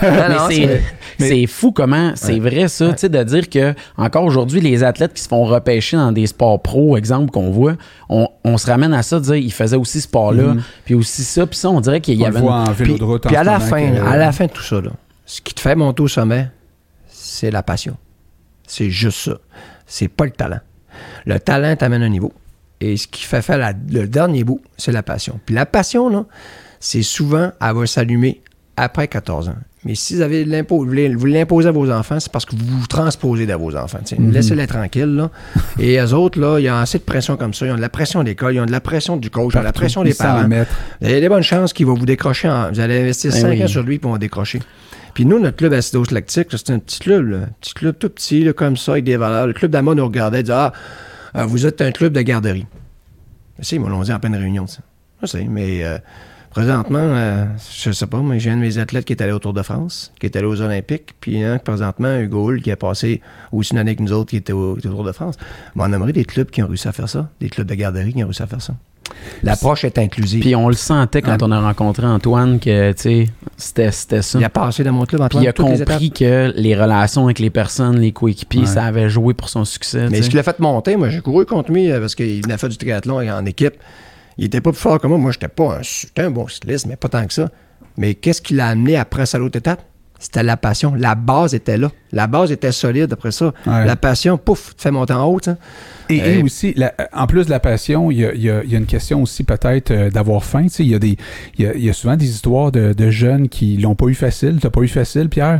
C'est fou comment, c'est vrai ça, tu sais, de dire que encore aujourd'hui, les athlètes qui se font repêcher dans des sports pro, exemple qu'on voit, on se ramène à ça, de dire ils faisaient aussi ce sport-là, puis aussi ça, puis ça, on dirait qu'il y avait... en vélo de route. Puis à la fin de tout ça, là, ce qui te fait monter au sommet, c'est la passion. C'est juste ça. C'est pas le talent. Le talent t'amène un niveau. Et ce qui fait faire le dernier bout, c'est la passion. Puis la passion, là, c'est souvent, elle va s'allumer après 14 ans. Mais si vous vous l'imposez à vos enfants, c'est parce que vous vous transposez dans vos enfants. Laissez-les tranquilles, là. Et eux autres, là, ils ont assez de pression comme ça. Ils ont de la pression d'école, ils ont de la pression du coach, ils ont de la pression des parents. Vous avez des bonnes chances qu'ils vont vous décrocher. Vous allez investir 5 ans sur lui, puis ils vont décrocher. Puis nous, notre club acidose lactique, c'est un petit club, là, tout petit, là, comme ça, avec des valeurs. Le club d'Ama nous regardait et disait vous êtes un club de garderie. Ils me l'ont dit en pleine réunion, ça. Je sais, mais présentement, je sais pas, mais j'ai un de mes athlètes qui est allé au Tour de France, qui est allé aux Olympiques, puis présentement, Hugo Hull, qui a passé aussi une année avec nous autres, qui était au Tour de France. Mais on aimerait des clubs qui ont réussi à faire ça, des clubs de garderie qui ont réussi à faire ça. L'approche est inclusive. Puis on le sentait quand on a rencontré Antoine que, tu sais, c'était ça. Il a passé dans mon club, Antoine. Puis il a compris que les relations avec les personnes, les coéquipiers, ça avait joué pour son succès. Mais ce qui l'a fait monter, moi, j'ai couru contre lui parce qu'il venait faire du triathlon en équipe. Il était pas plus fort que moi. Moi, j'étais un bon cycliste, mais pas tant que ça. Mais qu'est-ce qui l'a amené après à l'autre étape? C'était la passion. La base était là. La base était solide après ça. Ouais. La passion, pouf, te fait monter en haut. Et aussi, en plus de la passion, il y a une question aussi peut-être d'avoir faim. Il y a souvent des histoires de jeunes qui l'ont pas eu facile. T'as pas eu facile, Pierre.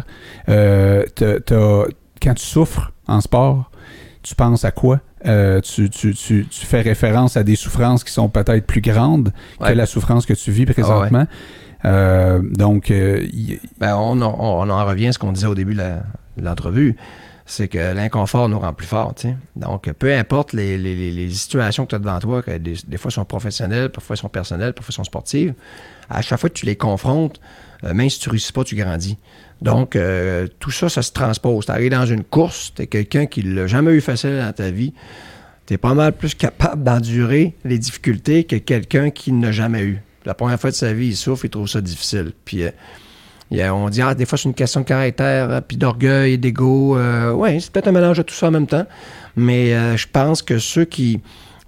Quand tu souffres en sport, tu penses à quoi? Tu fais référence à des souffrances qui sont peut-être plus grandes que la souffrance que tu vis présentement. Donc, on en revient à ce qu'on disait au début de l'entrevue, c'est que l'inconfort nous rend plus forts. T'sais. Donc, peu importe les situations que tu as devant toi, que des fois sont professionnelles, parfois sont personnelles, parfois sont sportives, à chaque fois que tu les confrontes, même si tu ne réussis pas, tu grandis. Donc, tout ça, ça se transpose. Tu arrives dans une course, tu es quelqu'un qui ne l'a jamais eu facile dans ta vie, tu es pas mal plus capable d'endurer les difficultés que quelqu'un qui ne l'a jamais eu. La première fois de sa vie, il souffre, il trouve ça difficile. Puis on dit, des fois, c'est une question de caractère, puis d'orgueil et d'ego. Oui, c'est peut-être un mélange de tout ça en même temps. Mais je pense que ceux qui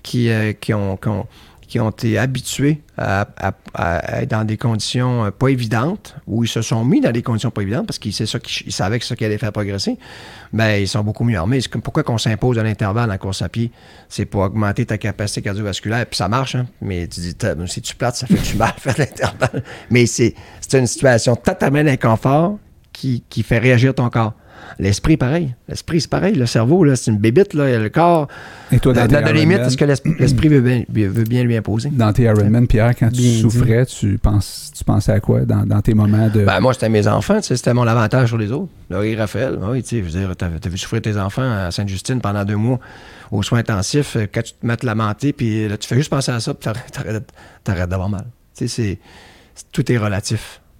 ont été habitués à être dans des conditions pas évidentes, ou ils se sont mis dans des conditions pas évidentes parce qu'ils savaient que c'est ça qui allait faire progresser, bien, ils sont beaucoup mieux armés. C'est comme pourquoi qu'on s'impose à l'intervalle en course à pied. C'est pour augmenter ta capacité cardiovasculaire. Puis ça marche, hein? Mais tu dis, si tu plates, ça fait du mal faire l'intervalle. Mais c'est une situation totalement d'inconfort qui fait réagir ton corps. L'esprit, pareil. L'esprit, c'est pareil. Le cerveau, là, c'est une bébite. Là. Le corps, et toi, dans la limite, est-ce que l'esprit veut bien lui imposer? Dans tes Ironman, Pierre, quand tu souffrais, tu pensais à quoi dans tes moments de... Ben, moi, c'était mes enfants. C'était mon avantage sur les autres. Laurie Raphaël, oui, tu sais, je veux dire, t'as vu souffrir tes enfants à Sainte-Justine pendant 2 mois aux soins intensifs. Quand tu te mets lamenter, puis là, tu fais juste penser à ça, puis t'arrêtes d'avoir mal. Tu sais, tout est relatif.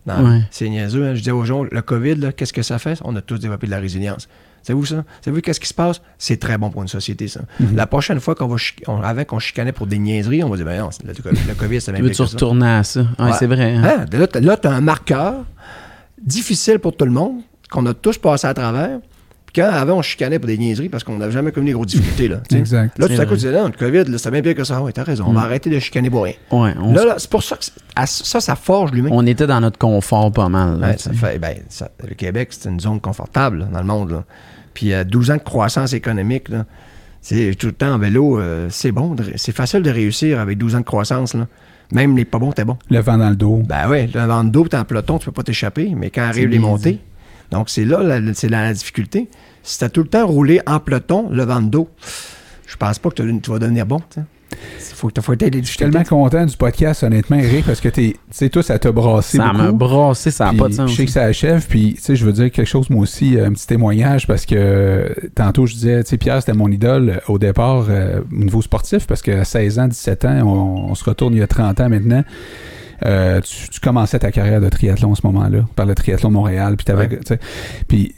C'est niaiseux. Hein? Je disais aux gens, le COVID, là, qu'est-ce que ça fait? On a tous développé de la résilience. Savez-vous ça? Savez-vous qu'est-ce qui se passe? C'est très bon pour une société, ça. La prochaine fois avant qu'on chicanait pour des niaiseries, on va dire, ben non, le COVID, c'est même veux-tu retourner à ça? Ouais. C'est vrai. Hein? Là, tu as un marqueur difficile pour tout le monde, qu'on a tous passé à travers. Puis quand avant, on chicanait pour des niaiseries parce qu'on n'avait jamais connu des grosses difficultés. Là, exact. Là, tout à coup, tu disais, non, le COVID, là, c'est bien pire que ça. Oui, t'as raison. On va arrêter de chicaner pour rien. Ouais, là, c'est pour ça que ça forge l'humain. On était dans notre confort pas mal. Là, le Québec, c'est une zone confortable là, dans le monde. Là. Puis 12 ans de croissance économique, là, c'est tout le temps en vélo, c'est bon. C'est facile de réussir avec 12 ans de croissance. Là. Même les pas bons, t'es bon. Le vent dans le dos. Ben oui, le vent dans le dos, t'es en peloton, tu peux pas t'échapper. Mais quand arrivent les montées, donc c'est là, c'est la difficulté. Si t'as tout le temps roulé en peloton, le vent de dos, je pense pas que tu vas devenir bon. Je suis tellement content du podcast, honnêtement, Eric, parce que tu sais, toi, ça t'a brassé ça beaucoup. Ça m'a brassé, ça n'a pas de sens. Je sais que ça achève, puis tu sais, je veux dire quelque chose, moi aussi, un petit témoignage, parce que tantôt, je disais, tu sais, Pierre, c'était mon idole au départ au niveau sportif, parce qu'à 16 ans, 17 ans, on se retourne il y a 30 ans maintenant. Tu commençais ta carrière de triathlon à ce moment-là, par le triathlon Montréal, puis t'avais, tu sais, puis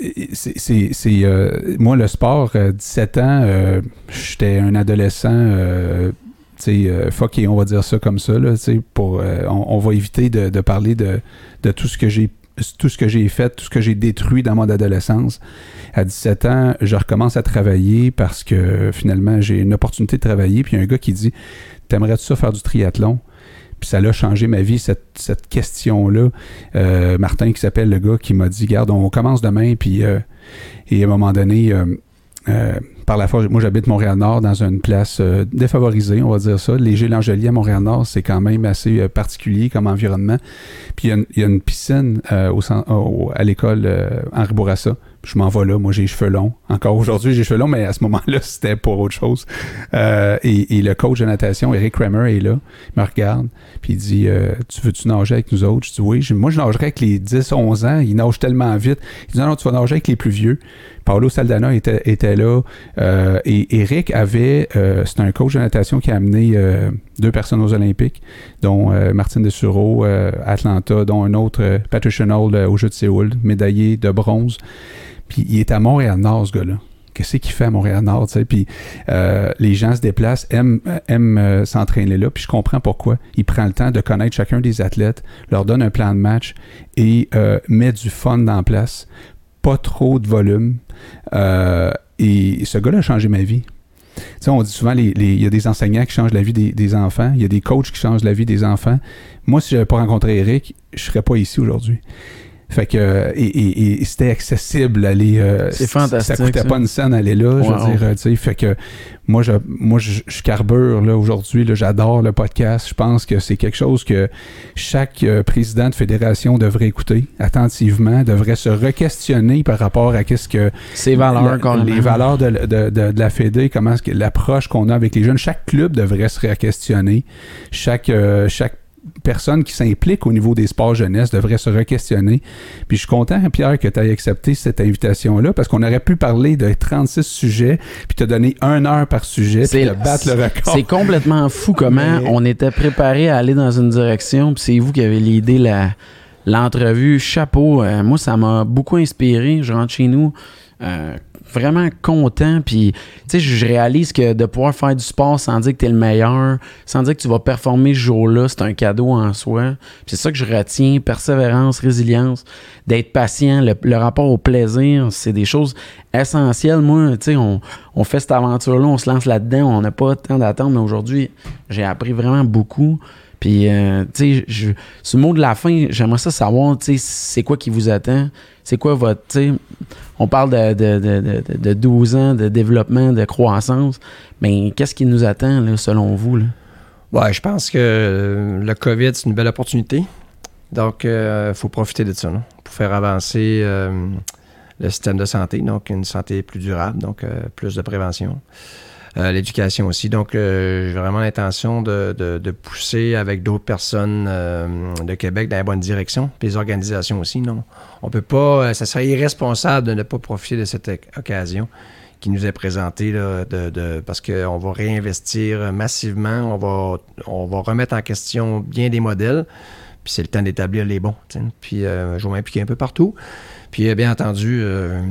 moi, le sport, 17 ans, j'étais un adolescent, fucké, on va dire ça comme ça, là, on va éviter de parler de tout ce que j'ai fait, tout ce que j'ai détruit dans mon adolescence. À 17 ans, je recommence à travailler parce que finalement, j'ai une opportunité de travailler, puis il y a un gars qui dit « T'aimerais-tu ça faire du triathlon? » Puis ça a changé ma vie, cette question-là. Martin, qui s'appelle le gars, qui m'a dit, garde, on commence demain. Puis, et à un moment donné, par la force, moi j'habite Montréal-Nord dans une place défavorisée, on va dire ça. Léger-Langelier à Montréal-Nord, c'est quand même assez particulier comme environnement. Puis il y a une piscine à l'école Henri Bourassa. Je m'en vais là, moi j'ai les cheveux longs. Encore aujourd'hui, j'ai les cheveux longs, mais à ce moment-là, c'était pour autre chose. Et le coach de natation, Eric Kramer, est là. Il me regarde, puis il dit Tu veux-tu nager avec nous autres? Je dis oui. Moi, je nagerais avec les 10-11 ans. Ils nagent tellement vite. Il dit non, tu vas nager avec les plus vieux. Paolo Saldana était là. Et Eric avait... c'est un coach de natation qui a amené 2 personnes aux Olympiques, dont Martine Dessureau à Atlanta, dont un autre, Patrick Hall aux Jeux de Séoul, médaillé de bronze. Puis il est à Montréal-Nord, ce gars-là. Qu'est-ce qu'il fait à Montréal-Nord, tu sais? Puis les gens se déplacent, aiment s'entraîner là, puis je comprends pourquoi. Il prend le temps de connaître chacun des athlètes, leur donne un plan de match et met du fun dans place. Pas trop de volume. Et ce gars-là a changé ma vie. Tu sais, on dit souvent, il y a des enseignants qui changent la vie des enfants. Il y a des coachs qui changent la vie des enfants. Moi, si je n'avais pas rencontré Eric, je ne serais pas ici aujourd'hui. Fait que, et c'était accessible aller. C'est fantastique. Ça coûtait pas une scène aller là. Wow. Je veux dire, tu sais, fait que moi, je carbure là aujourd'hui. Là, j'adore le podcast. Je pense que c'est quelque chose que chaque président de fédération devrait écouter attentivement, devrait se re-questionner par rapport à qu'est-ce que ses valeurs, les valeurs de la Fédé, comment est-ce que l'approche qu'on a avec les jeunes. Chaque club devrait se re-questionner. Chaque personne qui s'implique au niveau des sports jeunesse devrait se re-questionner. Puis je suis content, Pierre, que tu aies accepté cette invitation-là, parce qu'on aurait pu parler de 36 sujets, puis te donner 1 heure par sujet, puis te battre le record. C'est complètement fou comment on était préparé à aller dans une direction, puis c'est vous qui avez l'idée, l'entrevue. Chapeau, moi, ça m'a beaucoup inspiré. Je rentre chez nous vraiment content, puis tu sais, je réalise que de pouvoir faire du sport sans dire que t'es le meilleur, sans dire que tu vas performer ce jour-là, c'est un cadeau en soi. Puis c'est ça que je retiens, persévérance, résilience, d'être patient, le rapport au plaisir, c'est des choses essentielles. Moi, tu sais, on fait cette aventure-là, on se lance là-dedans, on n'a pas temps d'attendre, mais aujourd'hui, j'ai appris vraiment beaucoup. Puis, tu sais, ce mot de la fin, j'aimerais ça savoir, tu sais, c'est quoi qui vous attend? C'est quoi votre, tu sais, on parle de 12 ans de développement, de croissance, mais qu'est-ce qui nous attend, là, selon vous, là? Ouais, je pense que le COVID, c'est une belle opportunité. Donc, il faut profiter de ça, là, pour faire avancer le système de santé, donc une santé plus durable, donc plus de prévention. L'éducation aussi. Donc, j'ai vraiment l'intention de pousser avec d'autres personnes de Québec dans la bonne direction, puis les organisations aussi. Non, on peut pas, ça serait irresponsable de ne pas profiter de cette occasion qui nous est présentée là, parce qu'on va réinvestir massivement, on va remettre en question bien des modèles. Puis c'est le temps d'établir les bons. T'sais. Puis je vais m'impliquer un peu partout. Puis bien entendu,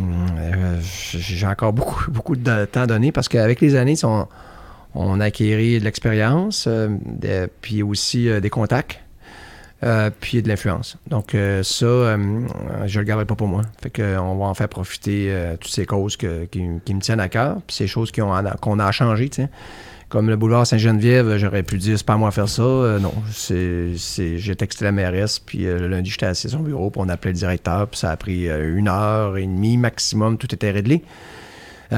j'ai encore beaucoup de temps donné parce qu'avec les années, on a acquéri de l'expérience, puis aussi des contacts. Puis de l'influence. Donc ça, je le garderai pas pour moi. Fait qu'on va en faire profiter toutes ces causes qui me tiennent à cœur, puis ces choses qu'on a changées, tu sais. Comme le boulevard Sainte-Geneviève, j'aurais pu dire, c'est pas à moi à faire ça. Non, j'ai texté la mairesse, puis le lundi, j'étais assis à son bureau, puis on appelait le directeur, puis ça a pris 1h30 maximum, tout était réglé. C'est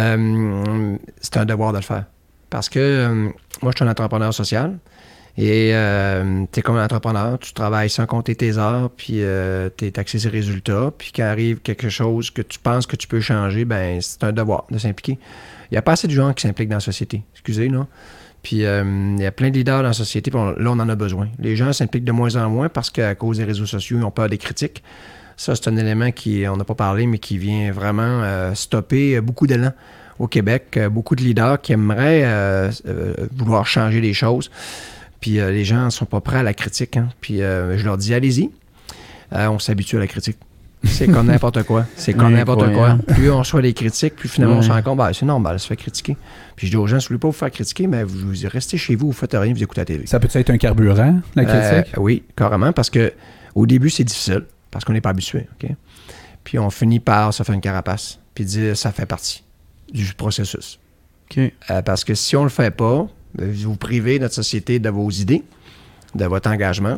un devoir de le faire. Parce que moi, je suis un entrepreneur social. Et tu es comme un entrepreneur, tu travailles sans compter tes heures, puis tu es taxé sur les résultats. Puis quand arrive quelque chose que tu penses que tu peux changer, ben c'est un devoir de s'impliquer. Il n'y a pas assez de gens qui s'impliquent dans la société. Excusez, là. Puis il y a plein de leaders dans la société, puis là, on en a besoin. Les gens s'impliquent de moins en moins parce qu'à cause des réseaux sociaux, ils ont peur des critiques. Ça, c'est un élément on n'a pas parlé, mais qui vient vraiment stopper beaucoup d'élan au Québec. Beaucoup de leaders qui aimeraient vouloir changer les choses. Puis les gens ne sont pas prêts à la critique. Hein. Puis je leur dis, allez-y. On s'habitue à la critique. C'est comme n'importe quoi. C'est comme n'importe quoi. Plus on reçoit des critiques, plus finalement on se rend compte, c'est normal, ça se fait critiquer. Puis je dis aux gens, si vous ne voulez pas vous faire critiquer, mais vous restez chez vous, vous ne faites rien, vous écoutez la télé. Ça peut être un carburant, la critique? Oui, carrément, parce qu'au début, c'est difficile, parce qu'on n'est pas habitué. Okay? Puis on finit par se faire une carapace, puis dire, ça fait partie du processus. Okay. Parce que si on ne le fait pas, vous privez notre société de vos idées, de votre engagement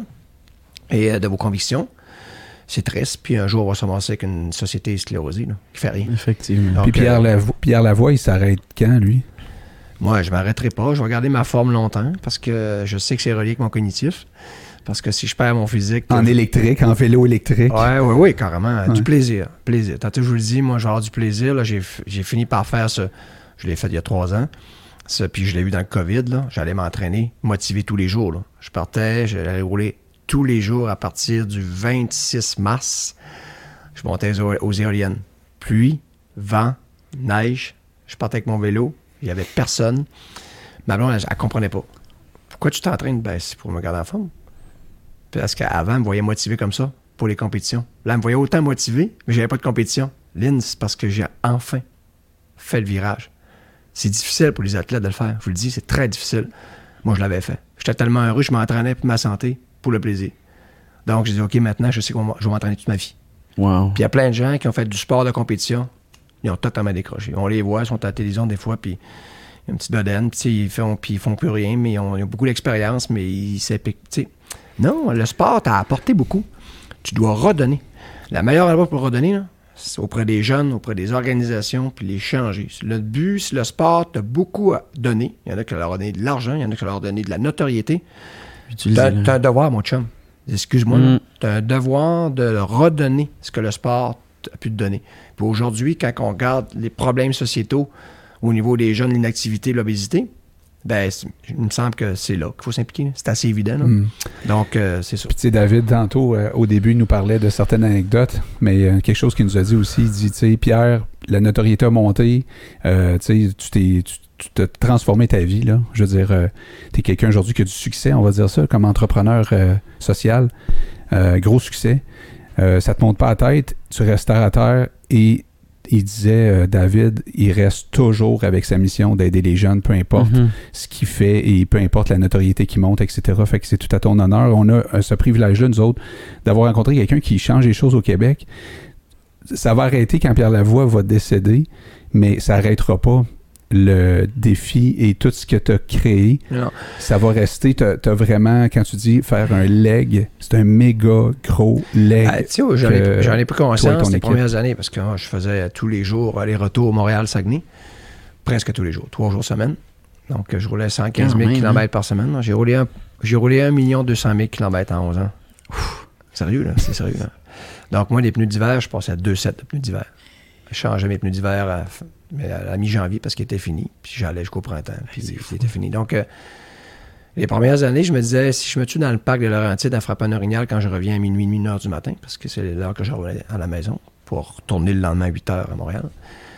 et de vos convictions. C'est triste. Puis un jour, on va se ramasser avec une société sclérosée, là, qui fait rien. Effectivement. Donc, puis Pierre Lavoie, il s'arrête quand, lui? Moi, je ne m'arrêterai pas. Je vais garder ma forme longtemps parce que je sais que c'est relié avec mon cognitif. Parce que si je perds mon physique... En électrique, en vélo électrique. Oui, carrément. Ouais. Du plaisir. Tantôt, je vous le dis, moi, je vais avoir du plaisir. Là, j'ai fini par faire ça. Je l'ai fait il y a 3 ans. Ça, puis je l'ai eu dans le COVID, là. J'allais m'entraîner, motiver tous les jours. Là. Je partais, j'allais rouler tous les jours à partir du 26 mars. Je montais aux éoliennes. Pluie, vent, neige. Je partais avec mon vélo. Il n'y avait personne. Ma blonde, elle ne comprenait pas. Pourquoi tu t'entraînes? Ben, c'est pour me garder en forme. Parce qu'avant, elle me voyait motivé comme ça pour les compétitions. Là, elle me voyait autant motivé, mais je n'avais pas de compétition. Lynn, c'est parce que j'ai enfin fait le virage. C'est difficile pour les athlètes de le faire. Je vous le dis, c'est très difficile. Moi, je l'avais fait. J'étais tellement heureux, je m'entraînais pour ma santé, pour le plaisir. Donc, j'ai dit, OK, maintenant, je sais que je vais m'entraîner toute ma vie. Wow. Puis il y a plein de gens qui ont fait du sport de compétition. Ils ont totalement décroché. On les voit, ils sont à la télévision des fois, puis il y a une petite bedaine, puis ils font plus rien, mais ils ont beaucoup d'expérience, mais ils s'épiquent. Non, le sport t'a apporté beaucoup. Tu dois redonner. La meilleure endroit pour redonner, là, c'est auprès des jeunes, auprès des organisations, puis les changer. Le but, c'est le sport t'a beaucoup à donner. Il y en a qui leur ont donné de l'argent, il y en a qui leur ont donné de la notoriété. T'as un devoir, mon chum. Excuse-moi, t'as un devoir de redonner ce que le sport a pu te donner. Puis aujourd'hui, quand on regarde les problèmes sociétaux au niveau des jeunes, l'inactivité, l'obésité, ben, il me semble que c'est là qu'il faut s'impliquer. C'est assez évident. Là. Donc, c'est ça. Puis, tu sais, David, tantôt, au début, il nous parlait de certaines anecdotes, mais quelque chose qu'il nous a dit aussi, il dit, tu sais, Pierre, la notoriété a monté, tu sais, tu t'as transformé ta vie, là. Je veux dire, tu es quelqu'un aujourd'hui qui a du succès, on va dire ça, comme entrepreneur social. Gros succès. Ça te monte pas à la tête, tu restes terre à terre et il disait, David, il reste toujours avec sa mission d'aider les jeunes, peu importe ce qu'il fait et peu importe la notoriété qui monte, etc. Fait que c'est tout à ton honneur. On a ce privilège-là, nous autres, d'avoir rencontré quelqu'un qui change les choses au Québec. Ça va arrêter quand Pierre Lavoie va décéder, mais ça n'arrêtera pas le défi et tout ce que tu as créé. Non. Ça va rester. Tu as vraiment, quand tu dis faire un leg, c'est un méga gros leg. J'en ai pris conscience les premières années parce que je faisais tous les jours aller-retour Montréal-Saguenay, presque tous les jours, 3 jours semaine. Donc, je roulais 115 000 km par semaine. J'ai roulé 1 200 000 km en 11 ans. Sérieux, là? C'est sérieux, là. Donc, moi, les pneus d'hiver, je passais à 2 sets de pneus d'hiver. Je changeais mes pneus d'hiver à la mi-janvier parce qu'ils étaient finis. Puis j'allais jusqu'au printemps. Puis c'était fini. Donc, les premières années, je me disais, si je me tue dans le parc de Laurentides à Frappin-Orignal quand je reviens à minuit, 1h du matin, parce que c'est l'heure que je revenais à la maison pour retourner le lendemain à 8h à Montréal,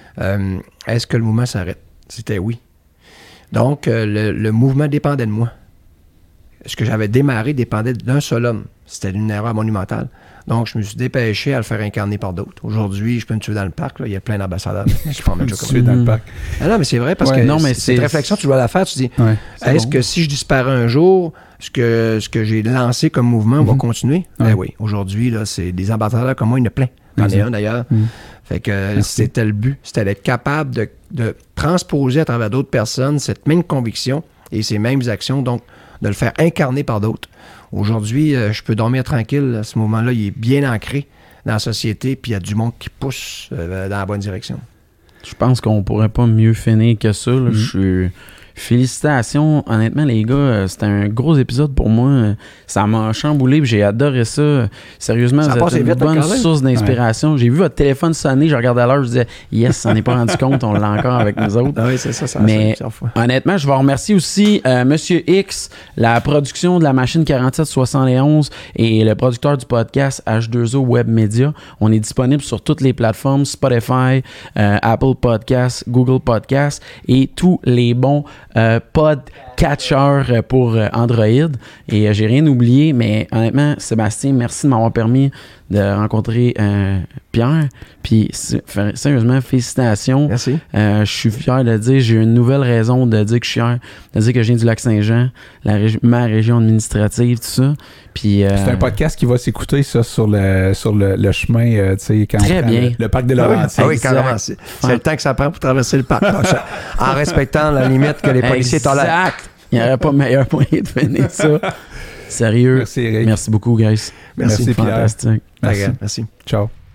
est-ce que le mouvement s'arrête? C'était oui. Donc, le mouvement dépendait de moi. ce que j'avais démarré dépendait d'un seul homme. C'était une erreur monumentale. Donc, je me suis dépêché à le faire incarner par d'autres. Aujourd'hui, je peux me tuer dans le parc. Là. Il y a plein d'ambassadeurs. Je peux en mettre comme dans le parc. Ah non, mais c'est vrai parce que non, mais cette réflexion, tu dois la faire. Tu dis, est-ce que si je disparais un jour, ce que j'ai lancé comme mouvement va continuer? Ben oui. Aujourd'hui, là, c'est des ambassadeurs comme moi, il y en a plein. J'en ai un d'ailleurs. Fait que c'était le but. C'était d'être capable de transposer à travers d'autres personnes cette même conviction et ces mêmes actions. Donc, de le faire incarner par d'autres. Aujourd'hui, je peux dormir tranquille. À ce moment-là, il est bien ancré dans la société, puis il y a du monde qui pousse dans la bonne direction. Je pense qu'on pourrait pas mieux finir que ça. Là. Félicitations. Honnêtement, les gars, c'était un gros épisode pour moi. Ça m'a chamboulé, puis j'ai adoré ça. Sérieusement, ça vous êtes une bonne source d'inspiration. Ouais. J'ai vu votre téléphone sonner, je regardais l'heure, je disais « Yes, ça n'est pas rendu compte, on l'a encore avec nous autres. » Oui, c'est ça. Mais honnêtement, je vais remercier aussi Monsieur X, la production de la machine 4771 et le producteur du podcast H2O Web Media. On est disponible sur toutes les plateformes, Spotify, Apple Podcasts, Google Podcasts et tous les bons podcatchers pour Android. Et j'ai rien oublié, mais honnêtement, Sébastien, merci de m'avoir permis de rencontrer Pierre. Puis sérieusement, félicitations. Merci. Je suis fier de dire, j'ai une nouvelle raison de dire que je suis fier, de dire que je viens du Lac-Saint-Jean, ma région administrative, tout ça. Puis, c'est un podcast qui va s'écouter ça sur le chemin, tu sais, quand très bien. Le parc de Laurentides. Ah oui, carrément. C'est le temps que ça prend pour traverser le parc. En respectant la limite que les policiers tolèrent. Exact. Il n'y aurait pas meilleur moyen de finir ça. Sérieux. Merci, Eric. Merci beaucoup, guys. Merci, Pierre. Fantastique. Merci. Merci. Ciao.